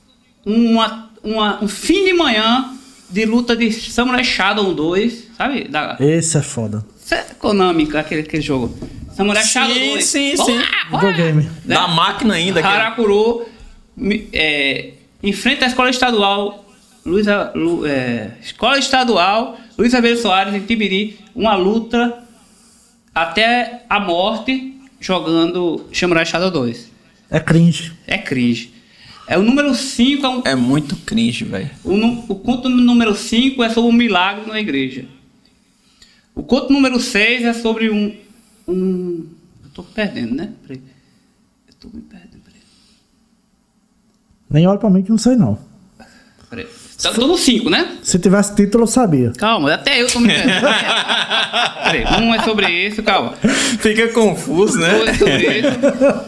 um fim de manhã de luta de Samurai Shodown 2, sabe? Esse é foda. Isso é Konami, aquele jogo. Samurai Shodown 2. Sim. Videogame. Da máquina ainda. Harakuro enfrenta a escola estadual Escola Estadual Luiz Aveiro Soares em Tibiri, uma luta até a morte jogando Samurai Shodown 2. É cringe. É cringe. O número 5 é muito cringe, velho. O conto número 5 é sobre um milagre na igreja. O conto número 6 é sobre Eu tô perdendo, né? Peraí. Eu tô me perdendo, peraí. Nem olha pra mim que não sei não. Peraí. Eu tô no 5, né? Se tivesse título eu sabia. Calma, até eu tô me perdendo. Peraí, um é sobre isso, calma. Fica confuso, né? Um é sobre isso.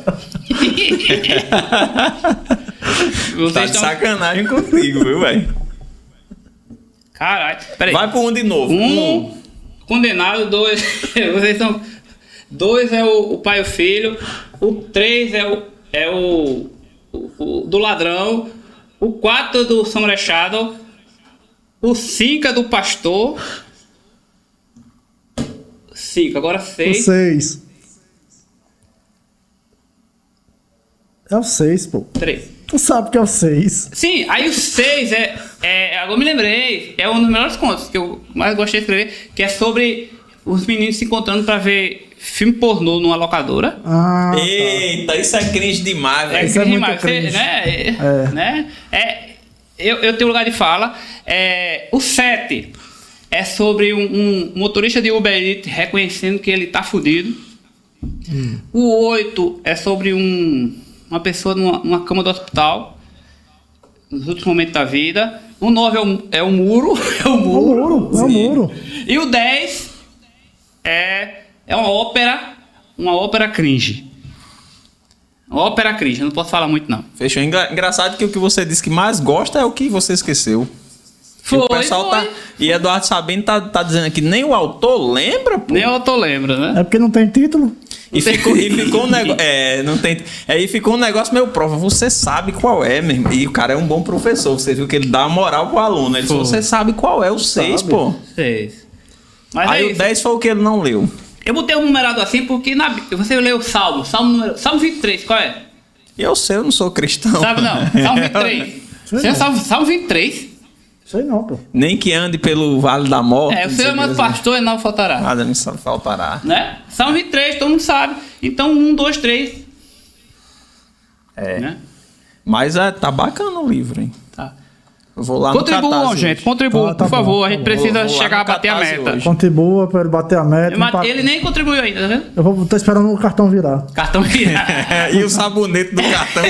Tá de sacanagem contigo, viu, velho? Caralho. Peraí. Vai pro 1 de novo. Condenado, 2. Vocês são. 2 é o pai e o filho. O 3 é o do ladrão. O 4 é do Samurai Shodown. O 5 é do pastor. 5, agora 6. O 6. É o 6, pô. 3. Tu sabe que é o 6. Sim, aí o 6 agora eu me lembrei, é um dos melhores contos que eu mais gostei de escrever, que é sobre os meninos se encontrando pra ver filme pornô numa locadora. Eita, isso é cringe demais, velho. Isso é muito cringe. Né? Eu tenho lugar de fala. O 7 é sobre um motorista de Uber Eats reconhecendo que ele tá fudido. O 8 é sobre uma pessoa numa cama do hospital nos últimos momentos da vida. O 9 é o muro. É o muro. E o 10 é uma ópera cringe. Uma ópera cringe, eu não posso falar muito não. Fechou. Engraçado que o que você disse que mais gosta é o que você esqueceu. Foi, o pessoal foi. E Eduardo Sabino tá dizendo aqui, nem o autor lembra, pô. Nem o autor lembra, né? É porque não tem título. E ficou um negócio. Não tem. Aí ficou um negócio meio prova. Você sabe qual é, meu irmão. E o cara é um bom professor. Você viu que ele dá uma moral pro aluno. Ele disse, você sabe qual é o 6, pô. 6. Mas aí o 10 foi o que ele não leu. Eu botei um numerado assim porque você leu o Salmo 23, qual é? Eu sei, eu não sou cristão. Sabe não? Salmo 23. Você é Salmo 23? Sei não, pô. Nem que ande pelo vale da morte. O Senhor é mais pastor e não faltará. Nada me faltará. Né? Salmo 23, todo mundo sabe. Então, 1, 2, 3. Né? Mas tá bacana o livro, hein? Tá. Eu vou lá Contribuam, no Catarse gente. Contribuam, tá por favor. bom, a gente precisa chegar a bater a meta. Hoje. Contribua para ele bater a meta. Ele nem contribuiu ainda, tá vendo? Eu tô esperando o cartão virar. Cartão E o sabonete do cartão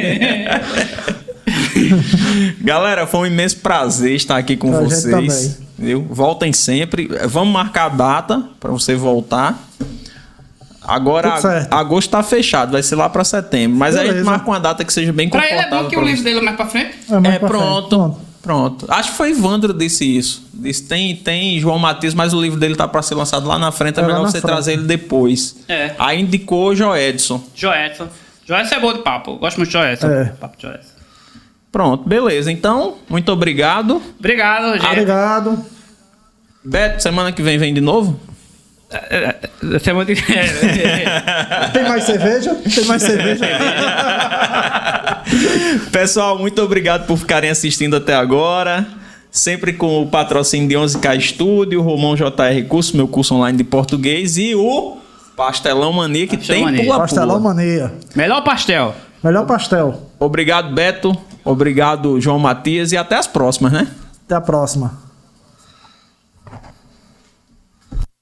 cair. Galera, foi um imenso prazer estar aqui com vocês. Viu? Voltem sempre. Vamos marcar a data para você voltar. Agora, agosto tá fechado, vai ser lá para setembro. Mas aí a gente marca uma data que seja bem pra confortável. Ele é bom que o livro dele é mais para frente. Pronto. Acho que foi Ivandro disse isso. Disse, tem João Matias, mas o livro dele tá para ser lançado lá na frente. É melhor você trazer ele depois. Aí indicou o Joedson. Joedson é bom de papo. Eu gosto muito de Joedson. Papo de Joedson. Pronto, beleza. Então, muito obrigado. Obrigado, gente. Obrigado. Beto, semana que vem de novo? Semana que vem. Tem mais cerveja? Tem mais cerveja. Pessoal, muito obrigado por ficarem assistindo até agora. Sempre com o patrocínio de 11K Studio, Romão JR Curso, meu curso online de português, e o Pastelão Mania, que tem pula-pula. Pastelão Mania. Melhor pastel. Obrigado, Beto. Obrigado, João Matias. E até as próximas, né? Até a próxima.